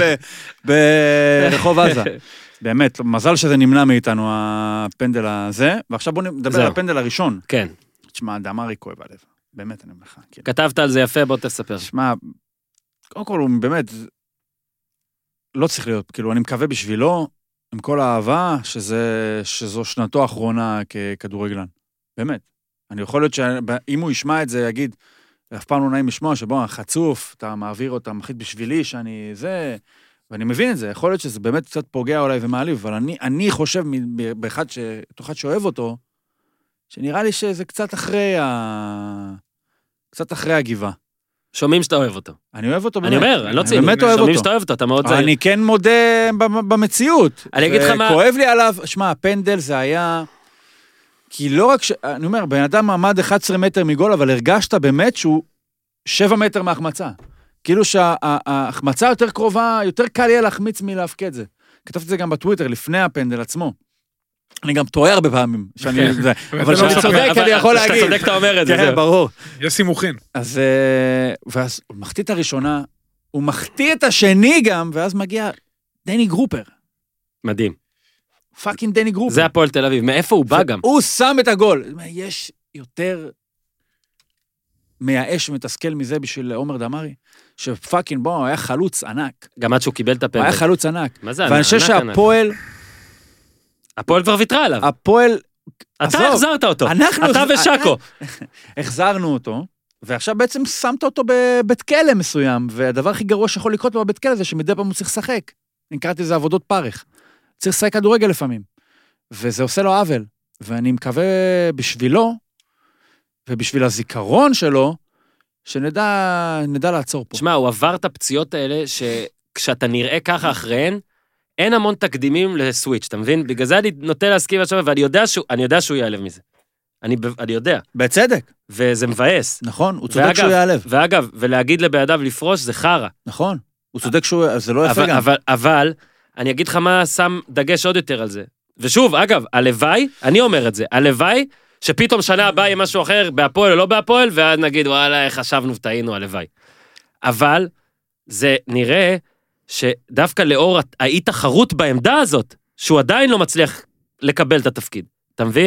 ברחוב עזה. באמת, מזל שזה נמנע מאיתנו, הפנדל הזה, ועכשיו בואו נדבר על הפנדל הראשון. כן. תשמע, דמרי כואב הלב. באמת, אני אומר לך. כתבת על זה יפה, בוא תספר. תשמע, קודם כל הוא באמת, לא צריך להיות, כאילו, אני מקווה בשבילו, עם כל האהבה, שזו שנתו האחרונה ככדורגלן. באמת. אני יכול להיות שאם הוא ישמע את זה, יגיד, אף פעם לא נעים לשמוע, שבוא, חצוף, אתה מעביר אותה, מחית בשבילי, שאני זה... ואני מבין את זה, יכול להיות שזה באמת קצת פוגע אולי ומעליב, אבל אני חושב באחד שאוהב אותו, שנראה לי שזה קצת אחרי הגבעה. שומעים שאתה אוהב אותו. אני אוהב אותו באמת. אני אומר, אני לא צעיר. באמת אוהב אותו. שומעים שאתה אוהב אותו, אתה מאוד צעיר. אני כן מודה במציאות. אני אגיד לך מה... כואב לי עליו, שמע, הפנדל זה היה... כי לא רק אני אומר, בן אדם עמד 11 מטר מגול, אבל הרגשת באמת שהוא 7 מטר מהחמצה. כאילו שההחמצה יותר קרובה, יותר קל יהיה להחמיץ מלהפקד זה. כתבתי את זה גם בטוויטר, לפני הפנדל עצמו. אני גם טועה הרבה פעמים, אבל שאני צודק, אני יכול להגיד. כשאתה צודק, אתה אומר את זה. כן, ברור. יש סימוכין. אז הוא מחטיא את הראשונה, הוא מחטיא את השני גם, ואז מגיע דני גרופר. מדהים. פאקינג דני גרופר. זה הפועל תל אביב, מאיפה הוא בא גם? הוא שם את הגול. יש יותר מייאש ומתסכל מזה בשביל עומר דמרי, שפאקינג בוא, היה חלוץ ענק. גם עד שהוא קיבל את הפנדל. היה חלוץ ענק. מה זה ענק? ואני חושב שהפועל... הפועל כבר ויתרה עליו. הפועל... אתה החזרת אותו. אתה ושקו. החזרנו אותו, ועכשיו בעצם שמת אותו בבית כלא מסוים, והדבר הכי גרוע שיכול לקרות בבית כלא זה שמדי פעם הוא צריך לשחק. אני קראתי לזה עבודות פרך. צריך לשחק כדורגל לפעמים. וזה עושה לו עוול. ואני מקווה בשבילו, ובשביל הזיכרון שלו, שנדע לעצור פה. תשמע, הוא עבר את הפציעות האלה, שכשאתה נראה ככה אחריהן, אין המון תקדימים לסוויץ', אתה מבין? בגלל זה אני נוטה להסכים עכשיו, ואני יודע שהוא יעלב מזה. אני יודע. בצדק. וזה מבאס. נכון, הוא צודק שהוא יעלב. ואגב, ולהגיד לבעדיו לפרוש זה חרה. נכון, הוא צודק זה לא יפה גם. אבל, אני אגיד לך מה שם דגש עוד יותר על זה. ושוב, אגב, הלוואי, אני אומר את זה, הלוואי, שפתאום שנה הבאה יהיה משהו אחר, בהפועל או לא בהפועל, ואז נגיד, וואלה, חשבנו ותהינו, הלוואי. אבל, זה נראה שדווקא לאור האי-תחרות בעמדה הזאת, שהוא עדיין לא מצליח לקבל את התפקיד. אתה מבין?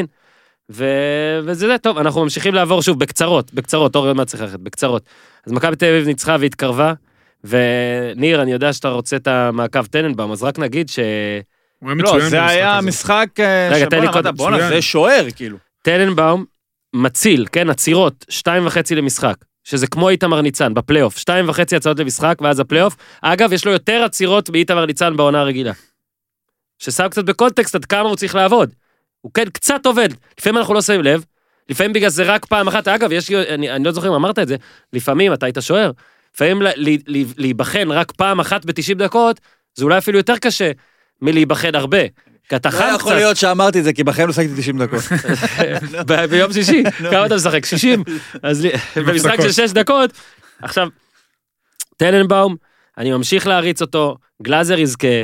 וזה טוב, אנחנו ממשיכים לעבור שוב בקצרות, אור מה צריך ללכת, בקצרות. אז מכבי תל אביב ניצחה והתקרבה, וניר, אני יודע שאתה רוצה את המעקב טננבאום, אז רק נגיד ש... לא, זה היה משחק... רגע, תן לי קודם. בוא'נה, זה שוער, כאילו. טננבאום מציל, כן, עצירות, 2.5 למשחק, שזה כמו איתמר ניצן, בפלייאוף, 2.5 הצעות למשחק, ואז הפלייאוף. אגב, יש לו יותר עצירות מאיתמר ניצן בעונה הרגילה. ששם קצת בקונטקסט עד כמה הוא צריך לעבוד. הוא כן קצת עובד, לפעמים אנחנו לא שמים לב, לפעמים בגלל זה רק פעם אחת, אגב, אני לא זוכר אם אמרת את זה, לפעמים אתה היית שוער, לפעמים להיבחן רק פעם אחת ב-90 דקות, זה אולי אפילו יותר קשה מלהיבחן הרבה. לא יכול להיות שאמרתי את זה, כי בחיים לא שחקתי 90 דקות. ביום שישי, כמה אתה משחק? 60? אז במשחק של 6 דקות, עכשיו, טננבאום, אני ממשיך להריץ אותו, גלאזר יזכה,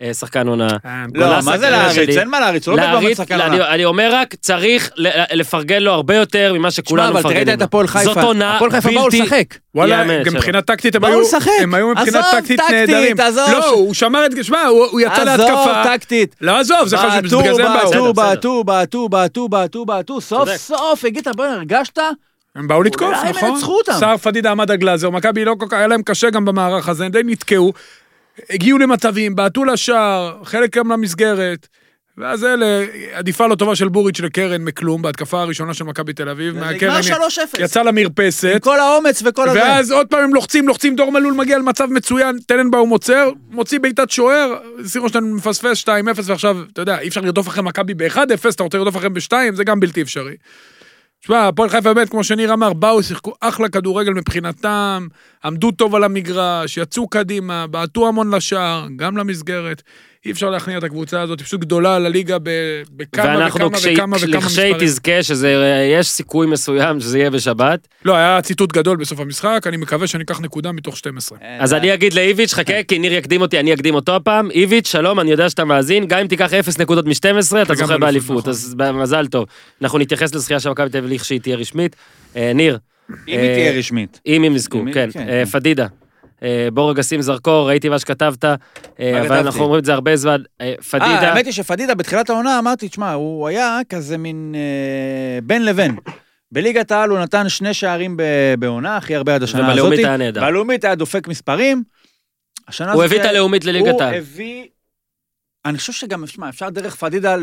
שחקן עונה. לא, מה זה להריץ? אין מה להריץ, הוא לא באמת שחקן עונה. אני אומר רק, צריך לפרגן לו הרבה יותר ממה שכולנו מפרגנים. אבל תראית את הפועל חיפה. זאת עונה בלתי... וואלה, גם מבחינת טקטית הם היו מבחינת טקטית נהדרים. לא, הוא שמר את... שמע, הוא יצא להתקפה. עזוב טקטית. לא, עזוב, זה חשוב, בגלל זה הם באו. בעטו, סוף, הגית, בוא, הרגשת? הם באו לתקוף, נכון? שר פדידה עמד על גלאזר, מכבי לא כל כך, היה להם קשה גם במערך הזה, הם די נתקעו, הגיעו למצבים, בעטו לשער, חלק גם למסגרת, ואז אלה, עדיפה לא טובה של בוריץ' לקרן מכלום, בהתקפה הראשונה של מכבי תל אביב, מהקרן יצא למרפסת, עם כל האומץ וכל הזה. ואז עוד פעם הם לוחצים, דור מלול מגיע למצב מצוין, טננבאום מוציא בעיטת שוער, סירו שאתה מפספס 2-0, ועכשיו, אתה יודע, אי אפשר לרדוף אחרי מכבי ב-1-0, אתה רוצה לרדוף אחרי ב-2, זה גם בלתי אפשרי. תשמע, הפועל חיפה באמת, כמו שניר אמר, באו, שיחקו אחלה כדורגל מבחינתם, עמדו טוב על המגרש, יצאו קדימה, בעטו המון לשער, גם למסגרת. אי אפשר להכניע את הקבוצה הזאת, היא פשוט גדולה לליגה בכמה וכמה לכשהיא תזכה, שיש סיכוי מסוים שזה יהיה בשבת. לא, היה ציטוט גדול בסוף המשחק, אני מקווה שאני אקח נקודה מתוך 12. אז אני אגיד לאיביץ', חכה, כי ניר יקדים אותי, אני אקדים אותו הפעם. איביץ', שלום, אני יודע שאתה מאזין, גם אם תיקח 0 נקודות מ-12, אתה זוכה באליפות, אז מזל טוב. אנחנו נתייחס לזכייה של מכבי תל אביב לכשהיא תהיה רשמית. ניר. אם היא תהיה רשמית. אם הם יזכו, כן. פדידה. בוא רגע שים זרקור, ראיתי מה שכתבת, אבל אנחנו אומרים את זה הרבה זמן, פדידה... האמת היא שפדידה בתחילת העונה אמרתי, תשמע, הוא היה כזה מין בין לבין. בליגת העל הוא נתן 2 שערים בעונה, הכי הרבה עד השנה הזאת. ובלאומית היה נהדר. בלאומית היה דופק מספרים. הוא הביא את הלאומית לליגת העל. הוא הביא... אני חושב שגם, תשמע, אפשר דרך פדידה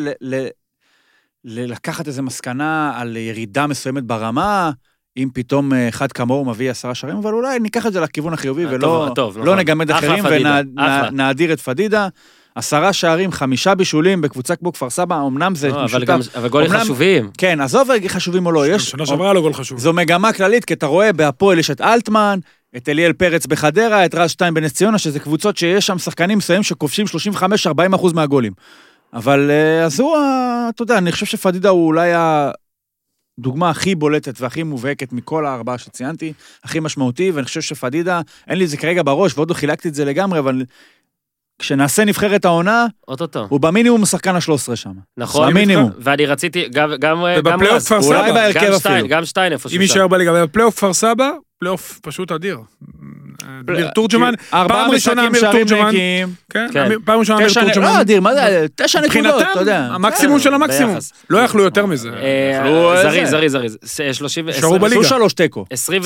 לקחת איזו מסקנה על ירידה מסוימת ברמה, אם פתאום אחד כמוהו מביא 10 שערים, אבל אולי ניקח את זה לכיוון החיובי, ולא נגמד אחרים, ונאדיר את פדידה. 10 שערים, 5 בישולים, בקבוצה כמו כפר סבא, אמנם זה משותף. אבל גולים חשובים. כן, עזוב חשובים או לא. שנה שעברה לו גול חשוב. זו מגמה כללית, כי אתה רואה בהפועל יש את אלטמן, את אליאל פרץ בחדרה, את רז שטיין בנס ציונה, שזה קבוצות שיש שם שחקנים מסוימים שכובשים 35-40% מהגולים. אבל אז הוא, אתה יודע, אני חושב שפדידה הוא אולי הדוגמה הכי בולטת והכי מובהקת מכל 4 שציינתי, הכי משמעותי, ואני חושב שפדידה, אין לי את זה כרגע בראש, ועוד לא חילקתי את זה לגמרי, אבל כשנעשה נבחרת העונה, הוא במינימום שחקן ה-13 שם. נכון, במינימום. ואני רציתי, גם ובפלייאוף כפר סבא, אולי בהרכב אפילו. גם שטיין איפה אם יישאר בליגה, בפלייאוף כפר סבא, פלייאוף פשוט אדיר. אמיר תורג'מן, פעם ראשונה אמיר תורג'מן, פעם ראשונה אמיר תורג'מן. לא אדיר, מה זה? 9 נקודות, אתה יודע. המקסימום של המקסימום. לא יכלו יותר מזה. זריז. 30... שרו בליגה. 3 תיקו.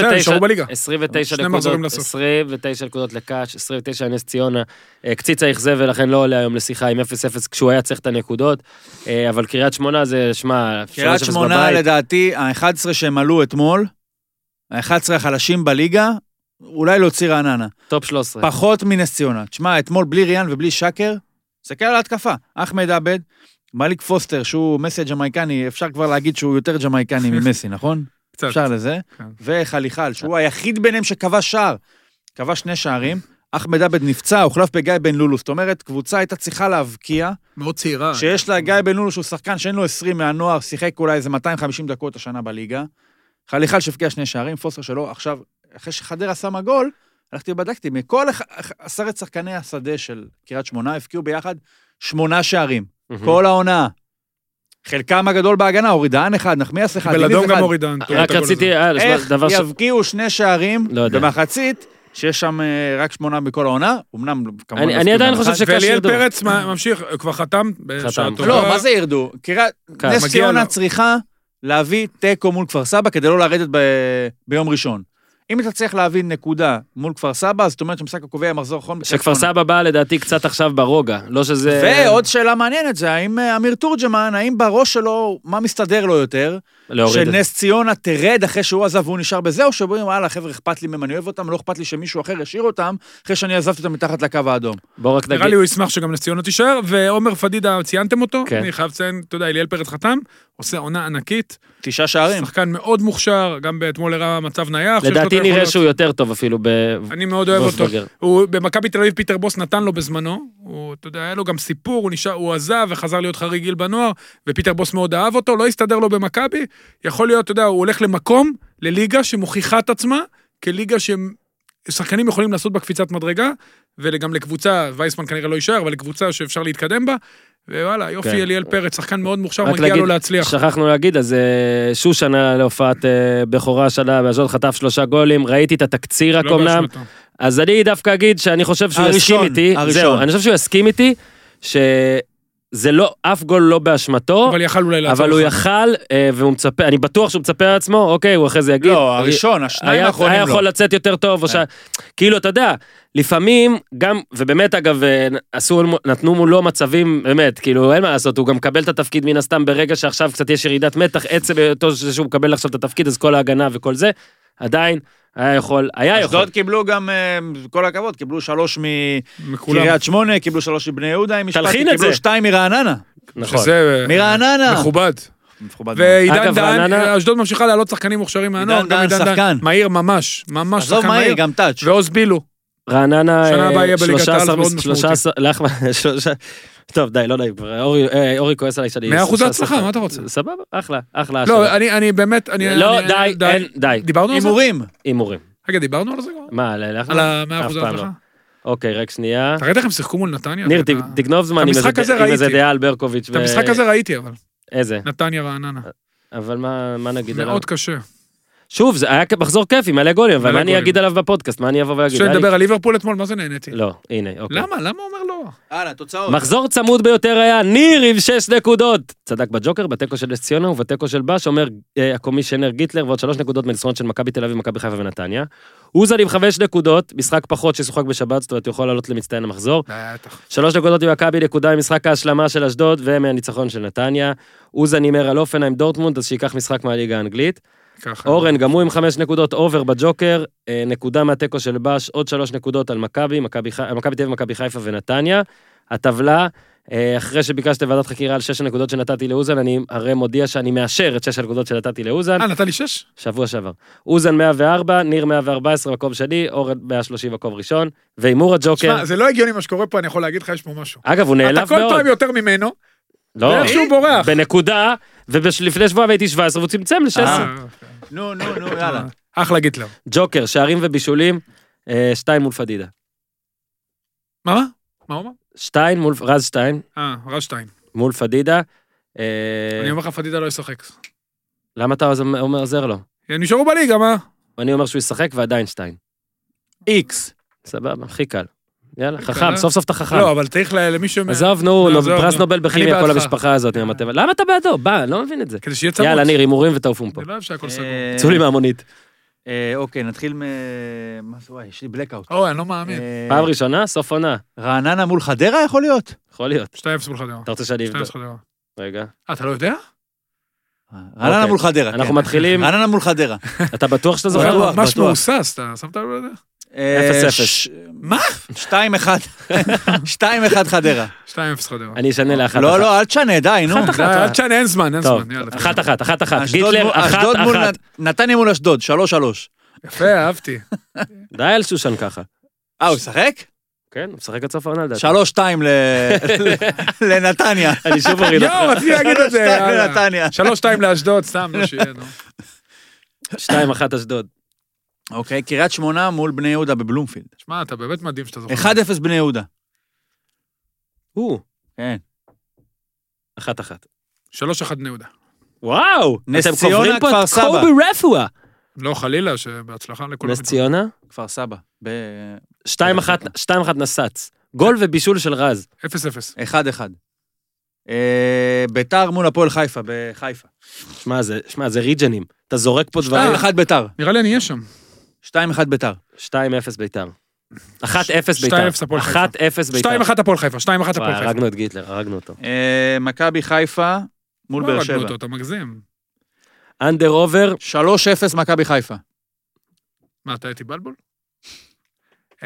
29 נקודות לקאץ', 29 נס ציונה. קציצה יחזה ולכן לא עולה היום לשיחה עם 0-0 כשהוא היה צריך את הנקודות. אבל קריית שמונה זה, שמה, 3-0 בבית. קריית שמונה לדעתי, ה-11 שהם עלו אתמול, ה-11 החלשים בליגה, אולי להוציא רעננה. טופ 13. פחות מנס ציונה. תשמע, אתמול בלי ריאן ובלי שקר, סתכל על ההתקפה. אחמד עבד, מליק פוסטר, שהוא מסי ג'מייקני, אפשר כבר להגיד שהוא יותר ג'מייקני ממסי, נכון? קצת. אפשר לזה. וחליחל, שהוא היחיד ביניהם שכבש שער. כבש 2 שערים. אחמד עבד נפצע, הוחלף בגיא בן לולו. זאת אומרת, קבוצה הייתה צריכה להבקיע. מאוד צעירה. שיש לה גיא בן לולו, שהוא שחקן שאין לו 20 מהנוער, שיחק אולי איזה 250 דקות השנה בליגה. חליחל שהבקיע 2 שערים, פוסטר שלו, עכשיו, אחרי שחדרה שמה גול, הלכתי ובדקתי, מכל 10 שחקני השדה של קריית שמונה, הבקיעו ביחד 8 שערים. כל העונה. חלקם הגדול בהגנה, אורידן אחד, נחמיאס אחד, בלדום גם אורידן. רק רציתי, איך יבקיעו 2 שערים במחצית, שיש שם רק 8 בכל העונה, אמנם כמובן... אני עדיין חושב שקשה ואליאל ירדו. פרץ ממשיך, כבר חתם בשעה טובה. לא, מה זה ירדו? נס ציונה צריכה להביא תיקו מול כפר סבא, כדי לא לרדת ביום ראשון. אם אתה צריך להביא נקודה מול כפר סבא, אז זאת אומרת שמשחק הקובע מחזור אחרון. שכפר סבא בא לדעתי קצת עכשיו ברוגע, לא שזה... ועוד שאלה מעניינת זה, האם אמיר תורג'מן, האם בראש שלו, מה מסתדר לו יותר? שנס ציונה תרד אחרי שהוא עזב והוא נשאר בזה, או שבואים, וואלה, חבר'ה, אכפת לי מהם, אני אוהב אותם, לא אכפת לי שמישהו אחר ישאיר אותם, אחרי שאני עזבתי אותם מתחת לקו האדום. נראה לי הוא ישמח שגם נס ציונה תישאר, ועומר פדידה, ציינתם אותו? אני חייב לציין, אתה יודע, אליאל פרץ חתם, עושה עונה ענקית. 9 שערים. שחקן מאוד מוכשר, גם אתמול הראה מצב נייח. לדעתי נראה שהוא יותר טוב אפילו אני מאוד אוהב אותו. הוא במכבי תל אביב פיטר בוס נתן לו בזמנו, אתה יודע, היה לו גם סיפור, הוא עזב וחזר להיות חריג בנוער, ופיטר בוס מאוד אהב אותו, לא הסתדר לו במכבי, יכול להיות, אתה יודע, הוא הולך למקום, לליגה שמוכיחה את עצמה, כליגה שחקנים יכולים לעשות בקפיצת מדרגה, וגם לקבוצה, וייסמן כנראה לא יישאר, אבל לקבוצה שאפשר להתקדם בה, ווואלה, יופי, אליאל פרץ, שחקן מאוד מוכשר, מגיע לו להצליח. שכחנו להגיד, אז שושנה להופעת בכורה שלה, באשדוד חטף 3 גולים, ראיתי את התקציר רק אמנם, אז אני דווקא אגיד שאני חושב שהוא יסכים איתי, זהו, אני חושב שהוא יסכים איתי, שזה לא, אף גול לא באשמתו, אבל יכל אולי לעצור. אבל הוא יכל, והוא מצפה, אני בטוח שהוא מצפה על עצמו, אוקיי, הוא אחרי זה יגיד. לא, הראשון, השניים האחרונים לא. היה יכול לצאת יותר טוב, כאילו, אתה יודע, לפעמים גם, ובאמת אגב, נתנו מולו מצבים, באמת, כאילו, אין מה לעשות, הוא גם מקבל את התפקיד מן הסתם ברגע שעכשיו קצת יש ירידת מתח, עצם אותו שהוא מקבל עכשיו את התפקיד, אז כל ההגנה וכל זה, עדיין, היה יכול. אשדוד קיבלו גם, כל הכבוד, קיבלו 3 מקריית 8, קיבלו 3 מבני יהודה, עם משפט, קיבלו 2 מרעננה. נכון. מרעננה. מכובד. ועידן דן, אשדוד ממשיכה לעלות שחקנים מוכשרים מהנוער, עידן דן שחקן. מהיר ממש, ממש שחקן מהיר. גם טאץ'. ועוז בילו. רעננה, שנה הבאה יהיה בליגת העל, ועוד משמעותי. טוב, די, לא נעים, אורי כועס עליי שאני... 100% הצלחה, מה אתה רוצה? סבבה, אחלה. לא, אני באמת... לא, די. דיברנו על זה? הימורים. רגע, דיברנו על זה? מה, על ה-100% הצלחה? אוקיי, רק שנייה. אתה ראית איך הם שיחקו מול נתניה? ניר, תגנוב זמן עם איזה דעה על ברקוביץ'. את המשחק הזה ראיתי, אבל. איזה? נתניה רעננה. אבל מה נגיד עליו? מאוד קשה. שוב, זה היה מחזור כיפי, מלא גולים, אבל מה אני אגיד עליו בפודקאסט? מה אני אבוא ואגיד? שנדבר על ליברפול אתמול, מה זה נהניתי? לא, הנה, אוקיי. למה? למה הוא אומר לא? הלאה, תוצאות. מחזור צמוד ביותר היה ניר עם 6 נקודות. צדק בג'וקר, בתיקו של נס ציונה ובתיקו של בש, אומר הקומישיונר גיטלר, ועוד 3 נקודות מניצחונות של מכבי תל אביב, מכבי חיפה ונתניה. אוזן עם 5 נקודות, משחק פחות ששוחק בשבת, זאת אומרת, יכול לעלות למצטיין המחזור. 3 נקודות עם מכבי, נקודה ממשחק ההשלמה של אשדוד ומהניצחון של נתניה. אוזן הימר על אופן עם דורטמונד, אז שייקח משחק מהליגה האנגלית. אורן, גם הוא עם 5 נקודות אובר בג'וקר, נקודה מהטקו של בש, עוד 3 נקודות על מכבי תל אביב, מכבי חיפה ונתניה. הטבלה, אחרי שביקשתי ועדת חקירה על 6 הנקודות שנתתי לאוזן, אני הרי מודיע שאני מאשר את 6 הנקודות שנתתי לאוזן. נתן לי 6? שבוע שעבר. אוזן 104, ניר 114 מקום שני, אורן 130 מקום ראשון, ואימור הג'וקר... שמע, זה לא הגיוני מה שקורה פה, אני יכול להגיד לך, יש פה משהו. אגב, הוא נעלב מאוד. אתה כל פעם יותר ממנו, ואיך שהוא בורח. בנקודה, ולפני שבוע הייתי 17, והוא צמצם ל-16. נו, יאללה. אחלה גיטלר. ג'וקר, שערים ובישולים, 2 מול פדידה. מה הוא אמר? 2 מול, רז 2. רז 2. מול פדידה. אני אומר לך, פדידה לא ישחק. למה אתה עוזר לו? הם נשארו בליגה, מה? אני אומר שהוא ישחק ועדיין 2. איקס. סבבה, הכי קל. יאללה, חכם, סוף סוף אתה חכם. לא, אבל צריך למישהו... עזוב, פרס נובל בכימיה, כל המשפחה הזאת. למה אתה בעדו? בא, לא מבין את זה. כדי שיהיה צמוד. יאללה, ניר, הימורים ותעופום פה. אני לא אוהב שהכל סגור. צאו לי מהמונית. אוקיי, נתחיל מה זה, וואי, יש לי בלקאוט. אני לא מאמין. פעם ראשונה, סוף עונה. רעננה מול חדרה יכול להיות? יכול להיות. 2-0 מול חדרה. אתה רוצה שאני אבדוק? 2-0 חדרה. רגע. אתה לא יודע? רעננה מול חדרה. אנחנו מתחילים. רעננה מול חדרה. אתה בטוח שאתה זוכר? הוא ממש מאוסס, אתה שמת לב לזה? 0-0. מה? 2-1 חדרה. 2-0 חדרה. אני אשנה ל-1-1. לא, אל תשנה, די, נו. אל תשנה, אין זמן. טוב, 1-1. גיטלר, 1-1. נתניה מול אשדוד, 3-3. יפה, אהבתי. די על שושן ככה. הוא ישחק? כן, הוא משחק עד סוף העונה לדעתי. 3-2 לנתניה. אני שוב מוריד אותך. רציתי להגיד את זה. 3-2 לנתניה. 3-2 לאשדוד, סתם, לא שיהיה, נו. 2-1 אשדוד. אוקיי, קריית שמונה מול בני יהודה בבלומפילד. שמע, אתה באמת מדהים שאתה זוכר. 1-0 בני יהודה. כן. 1-1. 3-1 בני יהודה. וואו! נס אתם ציונה, קוברים פה כפר את סבא. קובי רפואה. לא, חלילה, שבהצלחה לכולם. נס ציונה? כפר סבא. 2-1 נסץ. גול ובישול של רז. 0-0. 1-1. ביתר מול הפועל חיפה, בחיפה. שמע, זה ריג'נים. אתה זורק פה דברים. 2-1 ביתר. נראה לי אני אהיה שם. 2-1 ביתר. 2-0 ביתר. 1-0 ביתר. 2-0 הפועל חיפה. 1-0 ביתר. 2-1 הפועל חיפה. 2-1 הפועל חיפה. הרגנו את גיטלר, הרגנו אותו. מכבי חיפה מול באר שבע. אתה מגזים. אנדר אובר. 3-0 מכבי חיפה. מה, אתה הייתי בלבול? 3-0,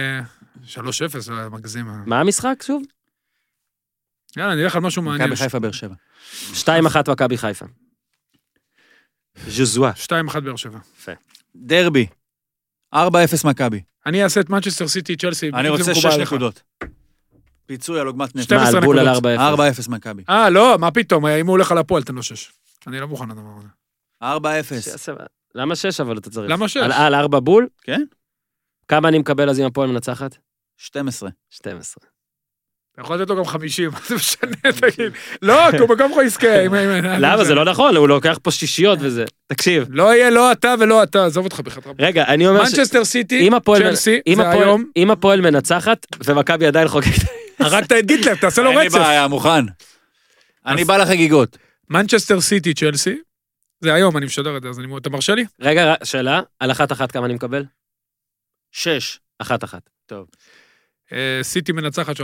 מגזים. מה המשחק שוב? יאללה, נלך על משהו מעניין. מכבי חיפה באר שבע. 2-1 מכבי חיפה. ז'זואה. 2-1 באר שבע. יפה. דרבי. 4-0 מכבי. אני אעשה את מנצ'סטר סיטי, צ'לסי. אני רוצה 6 נקודות. פיצוי על עוגמת נפש. 12 בול על נקודות. 4-0 מכבי. לא, מה פתאום, אם הוא הולך על הפועל, תן לו 6. אני לא מוכן לדבר הזה. 4-0. למה 6 אבל אתה צריך? למה 6? על 4 בול? כן. כמה אני מקבל אז אם הפועל מנצחת? 12. 12. אתה יכול לתת לו גם 50, מה זה משנה, תגיד. לא, כי הוא בקום לך יזכה. למה? זה לא נכון, הוא לוקח פה שישיות וזה. תקשיב. לא יהיה לא אתה ולא אתה, עזוב אותך בכלל. רגע, אני אומר מנצ'סטר סיטי, צ'לסי, זה היום. אם הפועל מנצחת, ומכבי עדיין חוגגת. הרגת את גיטלר, תעשה לו רצף. אין לי בעיה, מוכן. אני בא לחגיגות. מנצ'סטר סיטי, צ'לסי, זה היום, אני משדר את זה, אז אתה מרשה לי? רגע, שאלה, על 1-1 כמה אני מקבל? 6. 1-1. טוב. סיטי מנצחת 3-1.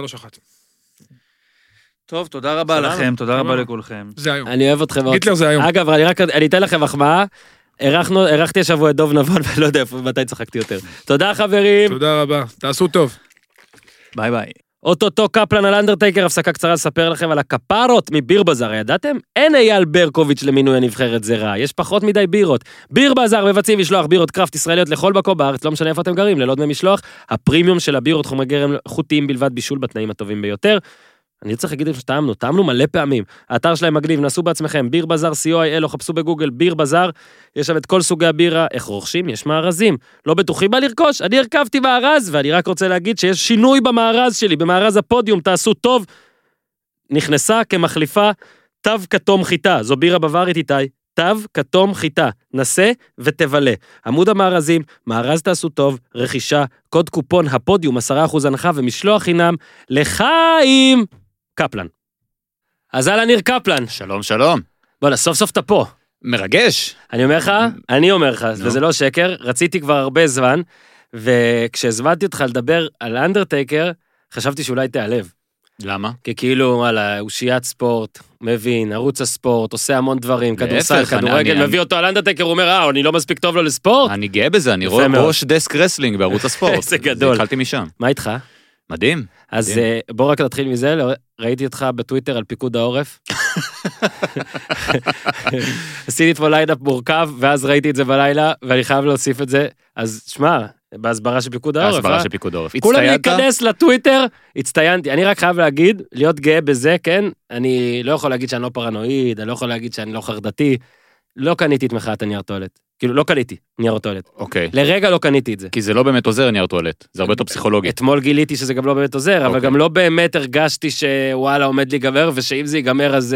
טוב, תודה רבה לכם, תודה רבה לכולכם. זה היום. אני אוהב אתכם. גיטלר זה היום. אגב, אני אתן לכם מחמאה. ערכתי השבוע את דוב נבון, ולא יודע מתי צחקתי יותר. תודה חברים. תודה רבה, תעשו טוב. ביי ביי. אוטוטו קפלן על אנדרטייקר, הפסקה קצרה לספר לכם על הכפרות מביר בזאר, ידעתם? אין אייל ברקוביץ' למינוי הנבחרת, זה רע, יש פחות מדי בירות. ביר בזאר מבצעים משלוח בירות קראפט ישראליות לכל מקום בארץ, לא משנה איפה אתם גרים, ללא דמי משלוח, הפרימיום של הבירות חומרי גרם חוטיים בלבד בישול בתנאים הטובים ביותר. אני צריך להגיד שטעמנו מלא פעמים. האתר שלהם מגניב, נסו בעצמכם, ביר בזאר, co.il, או חפשו בגוגל ביר בזאר, יש שם את כל סוגי הבירה, איך רוכשים? יש מארזים. לא בטוחים מה לרכוש? אני הרכבתי מארז, ואני רק רוצה להגיד שיש שינוי במארז שלי, במארז הפודיום, תעשו טוב. נכנסה כמחליפה תו כתום חיטה, זו בירה בווארית איתי, תו כתום חיטה, נסה ותבלה. עמוד המארזים, מארז תעשו טוב, רכישה, קוד קופון הפודיום, 10% הנחה ומשלוח חינם לחיים. קפלן. אז אהלן ניר קפלן. שלום, שלום. בוא'נה, סוף סוף אתה פה. מרגש. אני אומר לך, וזה לא שקר, רציתי כבר הרבה זמן, וכשהזמנתי אותך לדבר על אנדרטייקר, חשבתי שאולי תיעלב. למה? כי כאילו, וואלה, אושיית ספורט, מבין, ערוץ הספורט, עושה המון דברים, כדורסל, כדורגל, מביא אותו על אנדרטייקר, הוא אומר, אני לא מספיק טוב לו לספורט? אני גאה בזה, אני ראש דסק רסלינג בערוץ הספורט. זה גדול. התחלתי משם. מה איתך? מדהים. אז בוא רק נתחיל מזה, ראיתי אותך בטוויטר על פיקוד העורף. עשיתי אתמול ליינאפ מורכב, ואז ראיתי את זה בלילה, ואני חייב להוסיף את זה. אז שמע, בהסברה של פיקוד העורף. בהסברה של פיקוד העורף. כולם להיכנס לטוויטר, הצטיינתי. אני רק חייב להגיד, להיות גאה בזה, כן? אני לא יכול להגיד שאני לא פרנואיד, אני לא יכול להגיד שאני לא חרדתי. לא קניתי את מחאת הנייר טואלט. כאילו, לא קניתי נייר טואלט. אוקיי. לרגע לא קניתי את זה. כי זה לא באמת עוזר נייר טואלט, זה הרבה יותר פסיכולוגי. אתמול גיליתי שזה גם לא באמת עוזר, אבל גם לא באמת הרגשתי שוואלה עומד להיגמר, ושאם זה ייגמר אז...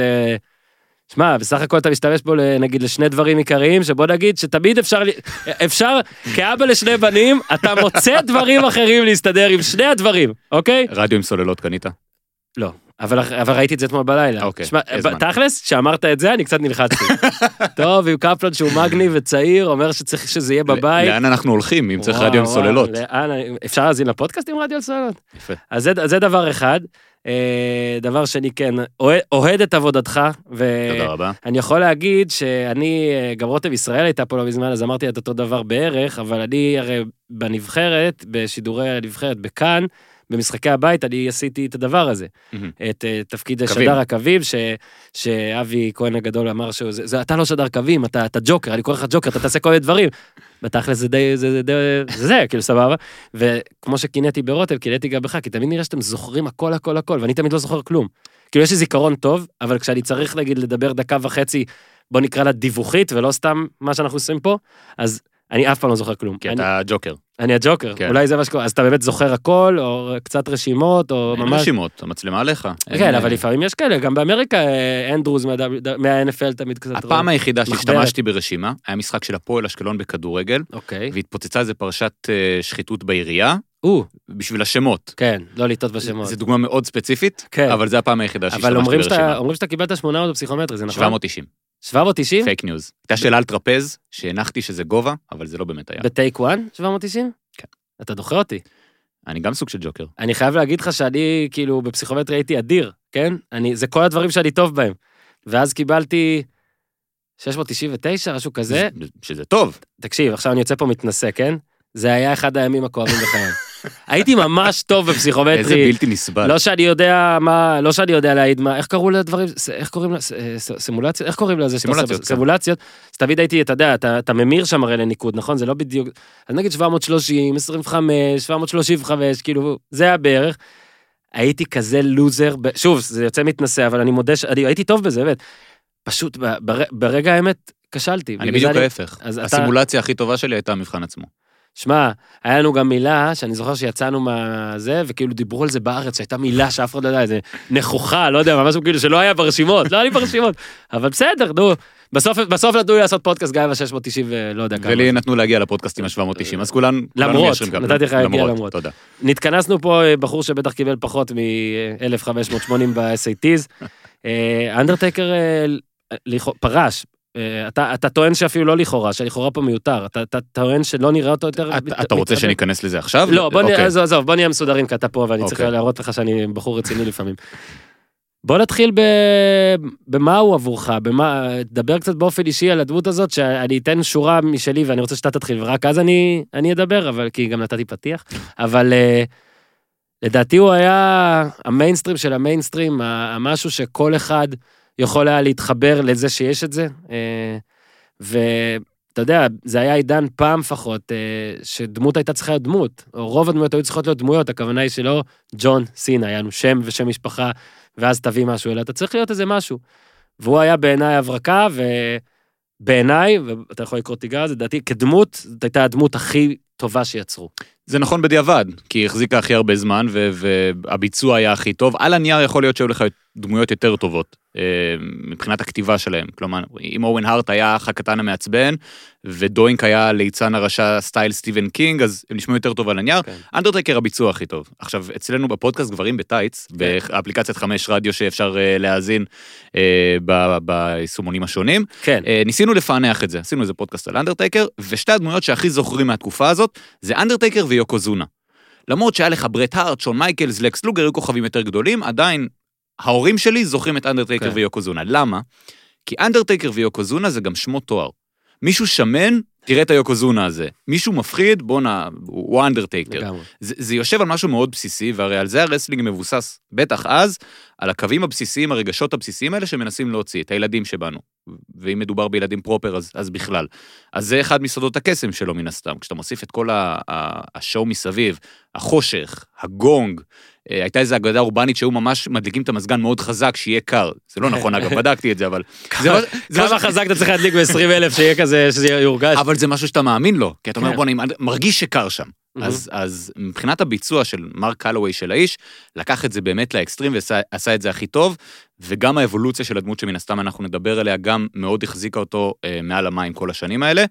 שמע, בסך הכל אתה משתמש בו נגיד לשני דברים עיקריים, שבוא נגיד שתמיד אפשר, כאבא לשני בנים, אתה מוצא דברים אחרים להסתדר עם שני הדברים, אוקיי? רדיו עם סוללות קנית? לא. אבל ראיתי את זה אתמול בלילה. אוקיי, תכלס, שאמרת את זה, אני קצת נלחצתי. טוב, עם קפלן שהוא מגניב וצעיר, אומר שצריך שזה יהיה בבית. לאן אנחנו הולכים, אם צריך רדיו עם סוללות? אפשר להזין לפודקאסט עם רדיו עם סוללות? יפה. אז זה דבר אחד. דבר שני, כן, אוהד את עבודתך. תודה רבה. אני יכול להגיד שאני, גם רותם ישראל הייתה פה לא בזמן, אז אמרתי את אותו דבר בערך, אבל אני הרי בנבחרת, בשידורי הנבחרת, בכאן, במשחקי הבית, אני עשיתי את הדבר הזה. את תפקיד שדר הקווים, שאבי כהן הגדול אמר אתה לא שדר קווים, אתה ג'וקר, אני קורא לך ג'וקר, אתה תעשה כל מיני דברים. בתכל'ס זה, כאילו סבבה. וכמו שקינאתי ברוטב, קינאתי גם בך, כי תמיד נראה שאתם זוכרים הכל, ואני תמיד לא זוכר כלום. כאילו יש לי זיכרון טוב, אבל כשאני צריך להגיד לדבר דקה וחצי, בוא נקרא לה דיווחית, ולא סתם מה שאנחנו עושים פה, אז אני אף פעם לא זוכר כלום. כי אתה ג'וקר. אני הג'וקר, אולי זה מה שקורה. אז אתה באמת זוכר הכל, או קצת רשימות, או ממש... אין רשימות, המצלמה עליך. כן, אבל לפעמים יש כאלה, גם באמריקה, אנדרוז מה-NFL תמיד כזה... הפעם היחידה שהשתמשתי ברשימה, היה משחק של הפועל אשקלון בכדורגל, אוקיי. והתפוצצה איזה פרשת שחיתות בעירייה, בשביל השמות. כן, לא לטעות בשמות. זו דוגמה מאוד ספציפית, אבל זה הפעם היחידה שהשתמשתי ברשימה. אבל אומרים שאתה קיבלת 800 בפסיכומטרי, זה נכון? 790. 790? פייק ניוז. הייתה שאלה על טרפז, שהנחתי שזה גובה, אבל זה לא באמת היה. בטייק 1, 790? כן. אתה דוחה אותי. אני גם סוג של ג'וקר. אני חייב להגיד לך שאני, כאילו, בפסיכומטרי הייתי אדיר, כן? זה כל הדברים שאני טוב בהם. ואז קיבלתי 699, משהו כזה. שזה טוב. תקשיב, עכשיו אני יוצא פה מתנסה, כן? זה היה אחד הימים הכואבים בחיי. הייתי ממש טוב בפסיכומטרי. איזה בלתי נסבל. לא שאני יודע להעיד מה, איך קראו לדברים, איך קוראים לה, סימולציות, איך קוראים לזה? סימולציות. אז תמיד הייתי, אתה יודע, אתה ממיר שם הרי לניקוד, נכון? זה לא בדיוק, אז נגיד 730, 25, 735, כאילו, זה היה בערך. הייתי כזה לוזר, שוב, זה יוצא מתנסה, אבל אני מודה, הייתי טוב בזה, באמת. פשוט, ברגע האמת, כשלתי. אני בדיוק ההפך. הסימולציה הכי טובה שלי הייתה המבחן עצמו. שמע, היה לנו גם מילה, שאני זוכר שיצאנו מהזה, וכאילו דיברו על זה בארץ, שהייתה מילה שאף אחד לא יודע, איזה נכוחה, לא יודע, משהו כאילו שלא היה ברשימות, לא היה לי ברשימות, אבל בסדר, נו, בסוף נתנו לי לעשות פודקאסט גיא ב-690 ולא יודע כמה. ולי נתנו להגיע לפודקאסטים ה-790, אז כולנו למרות, נתתי לך להגיע למרות. תודה. נתכנסנו פה בחור שבטח קיבל פחות מ-1580 ב-SATs, אנדרטייקר פרש, אתה טוען שאפילו לא לכאורה, שלכאורה פה מיותר, אתה טוען שלא נראה אותו יותר... אתה רוצה שניכנס לזה עכשיו? לא, בוא נהיה מסודרים, כי אתה פה ואני צריך להראות לך שאני בחור רציני לפעמים. בוא נתחיל במה הוא עבורך, דבר קצת באופן אישי על הדמות הזאת, שאני אתן שורה משלי ואני רוצה שאתה תתחיל, ורק אז אני אדבר, אבל כי גם נתתי פתיח, אבל לדעתי הוא היה המיינסטרים של המיינסטרים, המשהו שכל אחד יכול היה להתחבר לזה שיש את זה, ואתה יודע, זה היה עידן פעם פחות, שדמות הייתה צריכה להיות דמות, או רוב הדמויות היו צריכות להיות דמויות, הכוונה היא שלא ג'ון סינה, היה לנו שם ושם משפחה, ואז תביא משהו, אלא אתה צריך להיות איזה משהו. והוא היה בעיניי הברקה, ובעיניי, ואתה יכול לקרוא תיגר, זה דעתי, כדמות, זאת הייתה הדמות הכי טובה שיצרו. זה נכון בדיעבד, כי היא החזיקה הכי הרבה זמן, והביצוע היה הכי טוב. על הנייר יכול להיות שהיו לך דמויות יותר טובות, מבחינת הכתיבה שלהם. כלומר, אם אורן הארט היה אח הקטן המעצבן, ודוינק היה ליצן הרשע סטייל סטיבן קינג, אז הם נשמעו יותר טוב על הנייר. אנדרטייקר הביצוע הכי טוב. עכשיו, אצלנו בפודקאסט גברים בטייץ, באפליקציית 5 רדיו שאפשר להאזין ביישומונים השונים, ניסינו לפענח את זה. עשינו איזה פודקאסט על אנדרטייקר, ושתי הדמויות שהכי זוכרים מהתקופה הזאת, זה אנדרטייקר ויוקוזונה. למרות שהיה לך ברט הארט, שון מייקלס, לקס לוגר, היו כוכבים יותר גדולים, עדיין ההורים שלי זוכרים את אנדרטייקר ויוקוזונה. למה? כי אנדרטייקר ויוקוזונה זה גם שמו תואר. מישהו שמן, תראה את היוקוזונה הזה. מישהו מפחיד, בונה, הוא אנדרטייקר. זה יושב על משהו מאוד בסיסי, והרי על זה הרסלינג מבוסס, בטח אז, על הקווים הבסיסיים, הרגשות הבסיסיים האלה שמנסים להוציא, את הילדים שבנו. ואם מדובר בילדים פרופר, אז בכלל. אז זה אחד מסודות הקסם שלו מן הסתם. כשאתה מוסיף את כל השואו מסביב, החושך, הגונג, הייתה איזו אגדה אורבנית שהיו ממש מדליקים את המזגן מאוד חזק, שיהיה קר. זה לא נכון, אגב, בדקתי את זה, אבל... כמה חזק אתה צריך להדליק ב-20,000 שיהיה כזה, שזה יורגש. אבל זה משהו שאתה מאמין לו, כי אתה אומר, בוא, אני מרגיש שקר שם. אז מבחינת הביצוע של מרק קלווי של האיש, לקח את זה באמת לאקסטרים ועשה את זה הכי טוב, וגם האבולוציה של הדמות שמן הסתם אנחנו נדבר עליה, גם מאוד החזיקה אותו מעל המים כל השנים האלה.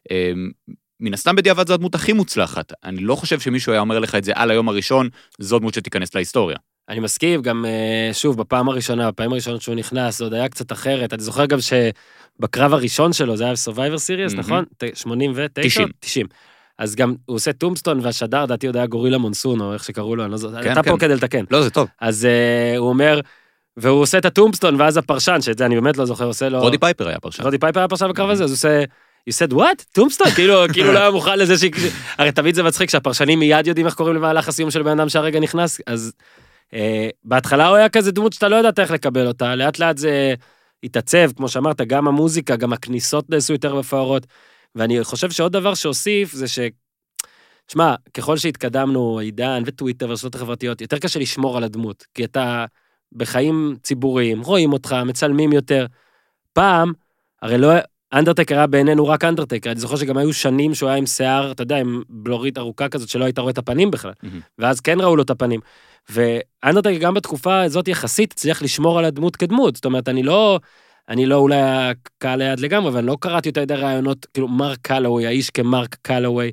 מן הסתם בדיעבד זו הדמות הכי מוצלחת. אני לא חושב שמישהו היה אומר לך את זה על היום הראשון, זו דמות שתיכנס להיסטוריה. אני מסכים, גם שוב, בפעם הראשונה שהוא נכנס, זה עוד היה קצת אחרת. אני זוכר גם שבקרב הראשון שלו, זה היה Survivor Series, נכון? 89? 90. אז גם הוא עושה טומסטון, והשדר, דעתי עוד היה גורילה מונסון, או איך שקראו לו, אתה פה כדי לתקן. לא, זה טוב. אז הוא אומר, והוא עושה את הטומסטון, ואז הפרשן, שאת זה אני באמת לא זוכר, עושה לו... רודי פייפר היה פרשן. רודי פייפר היה פרשן בקרב הזה, אז הוא עושה... You said what? טומסטון? כאילו לא היה מוכן לזה הרי תמיד זה מצחיק שהפרשנים מיד יודעים איך קוראים למהלך הסיום של בן אדם שהרגע נכנס, אז בהתחלה הוא היה כזה דמות שאתה לא יודעת איך לקבל אותה, לאט לאט זה התעצב, כמו שאמרת, גם המוזיקה, גם הכניסות נעשו יותר מפוארות, ואני חושב שעוד דבר שהוסיף זה שמע, ככל שהתקדמנו, עידן וטוויטר ורשתות החברתיות, יותר קשה לשמור על הדמות, כי אתה בחיים ציבוריים, רואים אותך, מצלמים יותר. פעם, הרי לא... אנדרטייקר היה בעינינו רק אנדרטייקר, אני זוכר שגם היו שנים שהוא היה עם שיער, אתה יודע, עם בלורית ארוכה כזאת, שלא היית רואה את הפנים בכלל, ואז כן ראו לו את הפנים, ואנדרטייקר גם בתקופה הזאת יחסית צריך לשמור על הדמות כדמות, זאת אומרת, אני לא אולי הקהל ליד לגמרי, אבל אני לא קראתי יותר ידי רעיונות, כאילו מרק קלווי, האיש כמרק קלווי,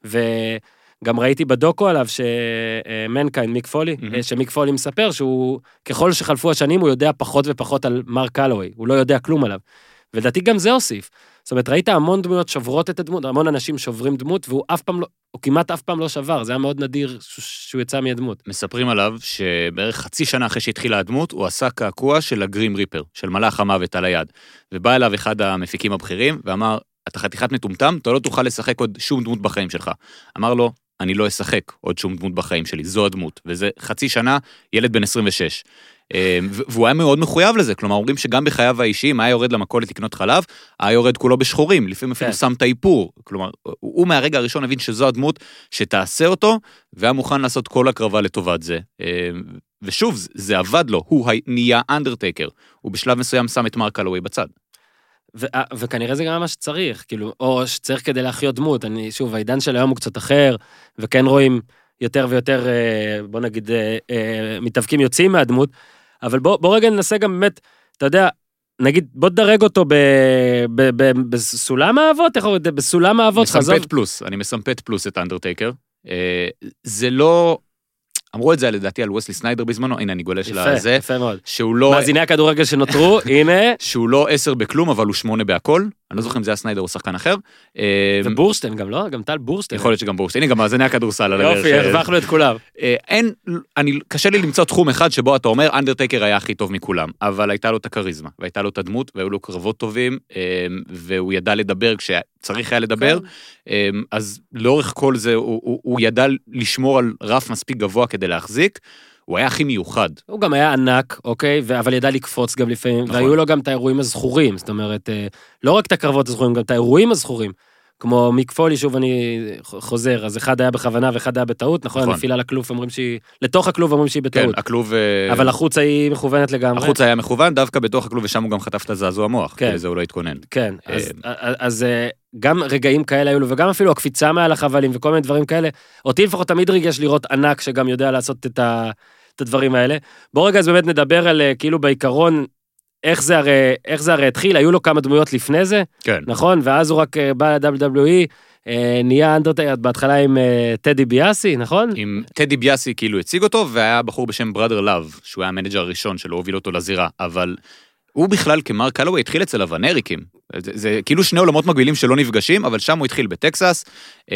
וגם ראיתי בדוקו עליו שמנקיין, מיק פולי, שמיק פולי מספר שהוא, ככל שחלפו השנים, הוא יודע פחות ופחות על מרק קלווי, הוא לא יודע כלום עליו. ולדעתי גם זה הוסיף. זאת אומרת, ראית המון דמויות שוברות את הדמות, המון אנשים שוברים דמות, והוא אף פעם לא, הוא כמעט אף פעם לא שבר, זה היה מאוד נדיר שהוא יצא מהדמות. מספרים עליו שבערך חצי שנה אחרי שהתחילה הדמות, הוא עשה קעקוע של הגרים ריפר, של מלאך המוות על היד. ובא אליו אחד המפיקים הבכירים, ואמר, אתה חתיכת מטומטם, אתה לא תוכל לשחק עוד שום דמות בחיים שלך. אמר לו, אני לא אשחק עוד שום דמות בחיים שלי, זו הדמות. וזה חצי שנה, ילד בן 26. והוא היה מאוד מחויב לזה, כלומר, אומרים שגם בחייו האישיים, היה יורד למכולת לקנות חלב, היה יורד כולו בשחורים, לפעמים אפילו שם את האיפור, כלומר, הוא מהרגע הראשון הבין שזו הדמות שתעשה אותו, והיה מוכן לעשות כל הקרבה לטובת זה. ושוב, זה עבד לו, הוא נהיה אנדרטייקר, הוא בשלב מסוים שם את מרק קלווי בצד. וכנראה זה גם מה שצריך, כאילו, או שצריך כדי להחיות דמות. שוב, העידן של היום הוא קצת אחר, וכן רואים יותר ויותר, בוא נגיד, מתאבקים יוצאים מהדמות, אבל בוא רגע ננסה גם באמת, אתה יודע, נגיד, בוא תדרג אותו בסולם האבות, איך אומרת, בסולם האבות חזור. מסמפת פלוס, אני מסמפת פלוס את אנדרטייקר. זה לא... אמרו את זה לדעתי על וסלי סניידר בזמנו, הנה אני גולש לזה. יפה מאוד. שהוא לא... מאזיני הכדורגל שנותרו, הנה. שהוא לא 10 בכלום, אבל הוא 8 בהכל. אני לא זוכר אם זה היה סניידר או שחקן אחר. ובורשטיין גם, לא? גם טל בורשטיין. יכול להיות שגם בורשטיין. הנה גם מאזיני הכדורסל על הדרך. יופי, הרווחנו את כולם. קשה לי למצוא תחום אחד שבו אתה אומר, אנדרטייקר היה הכי טוב מכולם, אבל הייתה לו את הכריזמה, והייתה לו את הדמות, והיו לו קרבות טובים, והוא ידע לדבר כשצריך היה לדבר, אז לאורך כל זה הוא ידע לשמור על רף מספיק גבוה כדי להחזיק, הוא היה הכי מיוחד. הוא גם היה ענק, אוקיי, אבל ידע לקפוץ גם לפעמים, והיו לו גם את האירועים הזכורים, זאת אומרת, לא רק את הקרבות הזכורים, גם את האירועים הזכורים, כמו מיק פולי, שוב אני חוזר, אז אחד היה בכוונה ואחד היה בטעות, נכון? נפילה לכלוב, אומרים שהיא, לתוך הכלוב אומרים שהיא בטעות. כן, הכלוב... אבל החוצה היא מכוונת לגמרי. החוצה היה מכוון, דווקא בתוך הכלוב, ושם הוא גם חטף את הזעזוע המוח, כי לזה הוא לא התכונן. כן, אז גם רגעים כאלה היו לו, וגם אפילו הקפיצה מעל החבלים וכל מיני דברים כאלה, אותי לפחות תמיד ריגש לראות ענק שגם יודע לעשות את הדברים האלה. בוא רגע אז באמת נדבר על כאילו בעיקרון, איך זה הרי התחיל, היו לו כמה דמויות לפני זה, כן. נכון? ואז הוא רק בא ל-WWE, נהיה אנדרטייקר בהתחלה עם טדי ביאסי, נכון? עם טדי ביאסי כאילו הציג אותו, והיה בחור בשם בראדר לאב, שהוא היה המנג'ר הראשון שלו, הוביל אותו לזירה, אבל הוא בכלל כמרק קלווי התחיל אצל הוונריקים. זה כאילו שני עולמות מקבילים שלא נפגשים, אבל שם הוא התחיל בטקסס.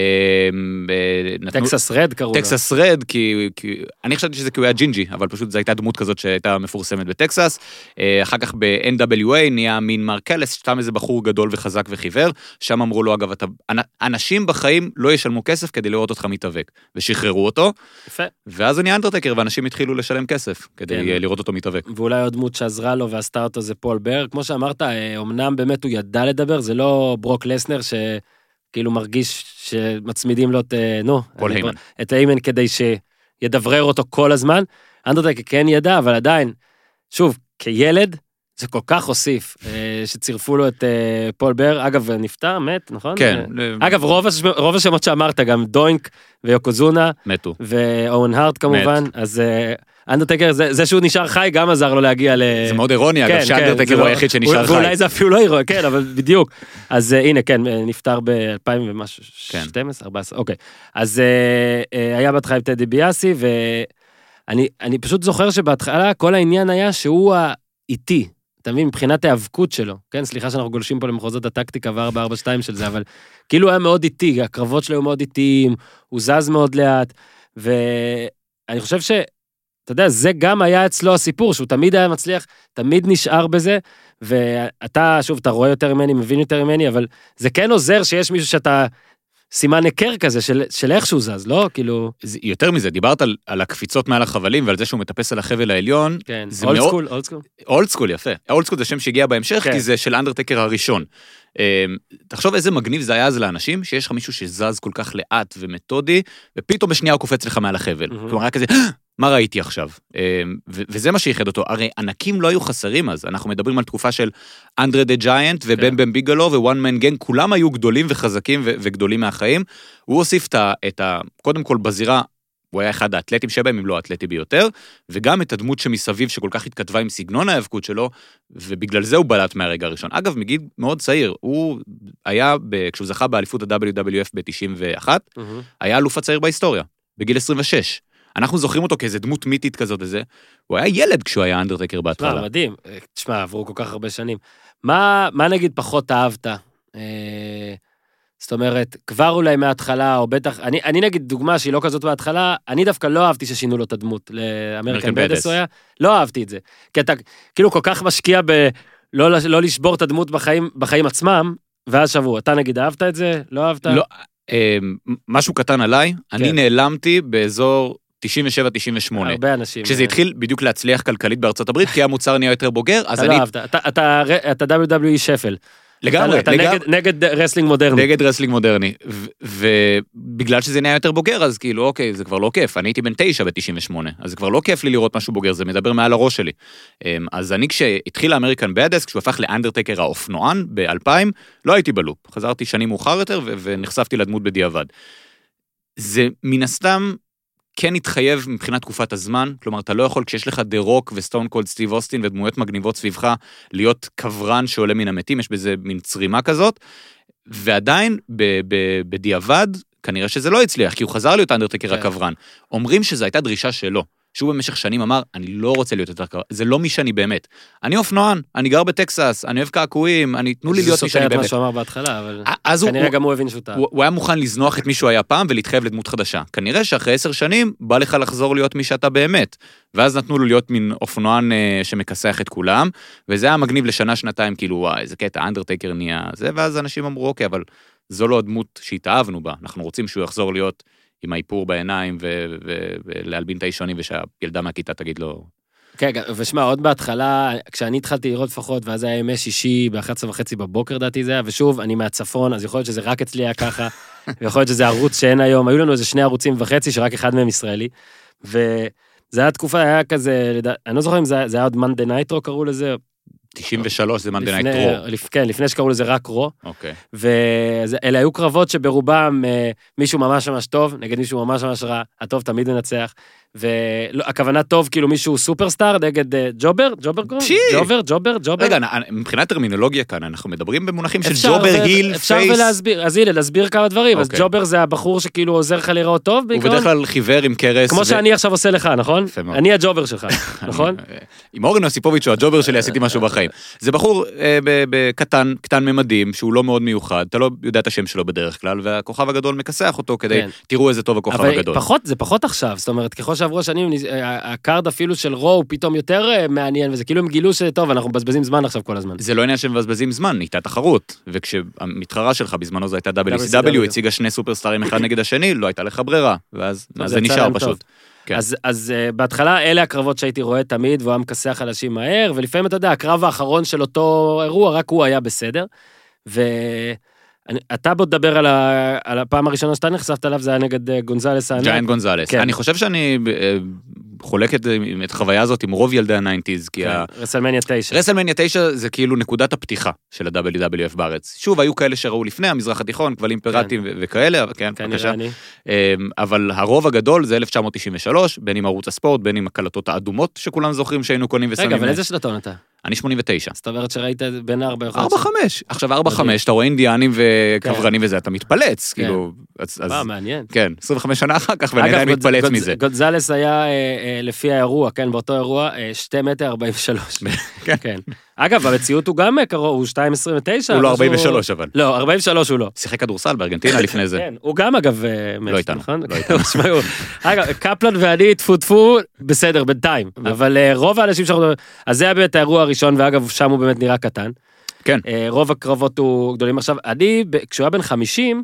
טקסס רד קראו לו. טקסס רד, כי אני חשבתי שזה כי הוא היה ג'ינג'י, אבל פשוט זו הייתה דמות כזאת שהייתה מפורסמת בטקסס. אחר כך ב-NWA נהיה מין מרקלס, שתם איזה בחור גדול וחזק וחיוור. שם אמרו לו, אגב, אנשים בחיים לא ישלמו כסף כדי לראות אותך מתאבק. ושחררו אותו. יפה. ואז הוא נהיה אנדרטייקר, ואנשים התחילו לשלם כסף כדי לראות אותו מתאבק. ואולי עוד דמות שעזרה לו ועשתה אותו זה פול בר. כמו שאמרת, אמנם באמת הוא ידע לדבר, זה לא ברוק לסנר שכאילו מרגיש שמצמידים לו את איימן כדי שידברר אותו כל הזמן. אנדרטייקר כן ידע, אבל עדיין, שוב, כילד, זה כל כך הוסיף, שצירפו לו את פול בר, אגב, נפטר, מת, נכון? כן. אגב, רוב השמות שאמרת, גם דוינק ויוקוזונה, מתו. ואון הארט כמובן, אז אנדרטייקר, זה שהוא נשאר חי, גם עזר לו להגיע זה מאוד אירוני, אגב, שאנדרטייקר הוא היחיד שנשאר חי. ואולי זה אפילו לא אירוע, כן, אבל בדיוק. אז הנה, כן, נפטר ב-2000 ומשהו, 12, 14, אוקיי. אז היה בהתחלה עם טדי ביאסי, ואני פשוט זוכר שבהתחלה כל העניין היה שהוא האיטי, אתה מבין, מבחינת ההיאבקות שלו, כן, סליחה שאנחנו גולשים פה למחוזות הטקטיקה ו-442 של זה, אבל כאילו הוא היה מאוד איטי, הקרבות שלו היו מאוד איטיים, הוא זז מאוד לאט, ואני חושב אתה יודע, זה גם היה אצלו הסיפור, שהוא תמיד היה מצליח, תמיד נשאר בזה, ואתה, שוב, אתה רואה יותר ממני, מבין יותר ממני, אבל זה כן עוזר שיש מישהו שאתה סימן היכר כזה, של איך שהוא זז, לא? כאילו... יותר מזה, דיברת על הקפיצות מעל החבלים, ועל זה שהוא מטפס על החבל העליון. כן, אולד סקול, אולד סקול. אולד סקול, יפה. אולד סקול זה שם שהגיע בהמשך, כי זה של אנדרטייקר הראשון. תחשוב איזה מגניב זה היה אז לאנשים, שיש לך מישהו שזז כל כך לאט ומתודי, ופתאום בשנייה הוא קופץ לך מעל החבל. כלומר, רק כזה, מה ראיתי עכשיו? וזה מה שייחד אותו. הרי ענקים לא היו חסרים אז. אנחנו מדברים על תקופה של אנדרה דה ג'יינט ובם ביגלו ווואן מן גנג, כולם היו גדולים וחזקים וגדולים מהחיים. הוא הוסיף קודם כל בזירה, הוא היה אחד האתלטים שבהם, אם לא האתלטי ביותר, וגם את הדמות שמסביב שכל כך התכתבה עם סגנון ההיאבקות שלו, ובגלל זה הוא בלט מהרגע הראשון. אגב, מגיד מאוד צעיר, הוא היה, כשהוא זכה באליפות ה-WWF ב-91, היה אלוף הצעיר בהיסטוריה, בגיל 26. אנחנו זוכרים אותו כאיזה דמות מיתית כזאת וזה, הוא היה ילד כשהוא היה אנדרטייקר בהתחלה. מדהים, תשמע, עברו כל כך הרבה שנים. מה נגיד פחות אהבת? זאת אומרת, כבר אולי מההתחלה, או בטח, אני נגיד דוגמה שהיא לא כזאת בהתחלה, אני דווקא לא אהבתי ששינו לו את הדמות לאמריקן בדס, לא אהבתי את זה. כי אתה כאילו כל כך משקיע לא לשבור את הדמות בחיים עצמם, ואז שבוע, אתה נגיד אהבת את זה? לא אהבת? לא, משהו קטן עליי, אני נעלמתי באזור 97-98. הרבה אנשים. כשזה התחיל בדיוק להצליח כלכלית בארצות הברית, כי המוצר נהיה יותר בוגר, אז אתה לא אהבת, אתה WWE שפל. לגמרי, אתה נגד רסלינג מודרני. נגד רסלינג מודרני, ובגלל שזה נהיה יותר בוגר, אז כאילו, אוקיי, זה כבר לא כיף. אני הייתי בן 9 ב-98, אז זה כבר לא כיף לי לראות משהו בוגר, זה מדבר מעל הראש שלי. אז אני כשהתחיל האמריקן בדאס, כשהוא הפך לאנדרטייקר האופנוען ב-2000, לא הייתי בלופ. חזרתי שנים מאוחר יותר, ונחשפתי לדמות בדיעבד. זה מן הסתם כן התחייב מבחינת תקופת הזמן, כלומר, אתה לא יכול כשיש לך דה רוק וסטון קולד סטיב אוסטין ודמויות מגניבות סביבך, להיות קברן שעולה מן המתים, יש בזה מין צרימה כזאת, ועדיין בדיעבד, כנראה שזה לא הצליח, כי הוא חזר להיות האנדרטייקר הקברן. אומרים שזו הייתה דרישה שלו, שהוא במשך שנים אמר, אני לא רוצה להיות יותר קברן, זה לא מי שאני באמת. אני אופנוען, אני גר בטקסס, אני אוהב קעקועים, תנו לי להיות מי שאני באמת. זה סותר את מה שהוא אמר בהתחלה, אבל כנראה גם הוא הבין שהוא טעה. הוא היה מוכן לזנוח את מי שהוא היה פעם ולהתחייב לדמות חדשה. כנראה שאחרי 10 שנים בא לך לחזור להיות מי שאתה באמת. ואז נתנו לו להיות מין אופנוען שמכסח את כולם, וזה היה מגניב לשנה, שנתיים, כאילו, וואי, איזה קטע, האנדרטייקר נהיה זה, ואז אנשים אמרו, אוקיי, אבל זו לא הדמות שהתאהבנו בה. אנחנו רוצים שהוא יחזור להיות עם האיפור בעיניים ולהלבין את האישונים, ושהילדה מהכיתה תגיד לו... כן, ושמע, עוד בהתחלה, כשאני התחלתי לראות לפחות, ואז היה ימי שישי, ב-11:30 בבוקר דעתי זה היה, ושוב, אני מהצפון, אז יכול להיות שזה רק אצלי היה ככה, ויכול להיות שזה ערוץ שאין היום, היו לנו איזה 2.5 ערוצים, שרק אחד מהם ישראלי, וזה היה תקופה, היה כזה, אני לא זוכר אם זה היה עוד מנדי נייטרו, קראו לזה, 93 זה מנדי נייטרו. כן, לפני שקראו לזה רק רו. אוקיי. ואלה היו קרבות שברובם מישהו ממש ממש טוב, נגד מישהו ממש ממש רע, הטוב תמיד מנצח. והכוונה טוב, כאילו מישהו סופרסטאר נגד ג'ובר, ג'ובר. רגע, מבחינת טרמינולוגיה כאן, אנחנו מדברים במונחים של ג'ובר, היל, פייס. אפשר ולהסביר, אז הנה, להסביר כמה דברים. אז ג'ובר זה הבחור שכאילו עוזר לך לראות טוב, הוא בדרך כלל חיוור עם קרס. כמו שאני עכשיו עושה לך, נכון? אני הג'ובר שלך, נכון? עם אורן יוסיפוביץ' הוא הג'ובר שלי, עשיתי משהו בחיים. זה בחור קטן ממדים, שהוא לא מאוד מיוחד, אתה לא יודע את השם שלו בדרך כלל, והכוכב הגדול מכסח אותו כדי, תראו איזה טוב הכוכב הגדול. זה פחות עכשיו, זאת אומרת, ככל שעברו השנים, הקארד אפילו של רו הוא פתאום יותר מעניין, וזה כאילו הם גילו שטוב, אנחנו מבזבזים זמן עכשיו כל הזמן. זה לא עניין שמבזבזים זמן, הייתה תחרות, וכשהמתחרה שלך בזמנו זו הייתה WCW, הציגה 2 סופרסטארים אחד נגד השני, לא הייתה לך ברירה, ואז זה נשאר פשוט. אז בהתחלה אלה הקרבות שהייתי רואה תמיד, והוא היה מכסח אנשים מהר, ולפעמים אתה יודע, הקרב האחרון של אותו אירוע, רק הוא היה בסדר, אתה בוא תדבר על הפעם הראשונה שאתה נחשפת עליו, זה היה נגד גונזלס הענק. ג'יינט גונזלס. אני חושב שאני חולק את החוויה הזאת עם רוב ילדי ה-90s, כי רסלמניה 9. רסלמניה 9 זה כאילו נקודת הפתיחה של ה-WWF בארץ. שוב, היו כאלה שראו לפני, המזרח התיכון, כבלים פיראטיים וכאלה, כן, בבקשה. אבל הרוב הגדול זה 1993, בין עם ערוץ הספורט, בין עם הקלטות האדומות, שכולם זוכרים שהיינו קונים ושמים. רגע, אבל איזה שנתון אתה? אני 89. זאת אומרת שראית בין 4-5. עכשיו 4-5, אתה רואה אינדיאנים וקברנים וזה, אתה מתפלץ, כאילו. מעניין. כן, 25 שנה אחר כך, ואני עדיין מתפלץ מזה. גונזלס היה, לפי האירוע, כן, באותו אירוע, 2.43 מטר. כן. אגב, במציאות הוא גם קרוב, הוא 2.29. הוא לא 43 אבל. לא, 43 הוא לא. שיחק כדורסל בארגנטינה לפני זה. כן, הוא גם אגב, לא איתנו. אגב, קפלן ואני טפו בסדר, בינתיים. אבל רוב האנשים שאנחנו... אז זה היה באמת האירוע הראשון, ואגב, שם הוא באמת נראה קטן. כן. רוב הקרבות הוא גדולים. עכשיו, אני, כשהוא היה בן 50,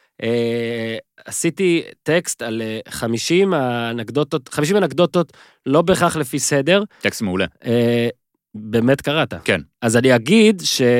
עשיתי טקסט על 50 אנקדוטות, לא בהכרח לפי סדר. טקסט מעולה. באמת קראת. כן. אז אני אגיד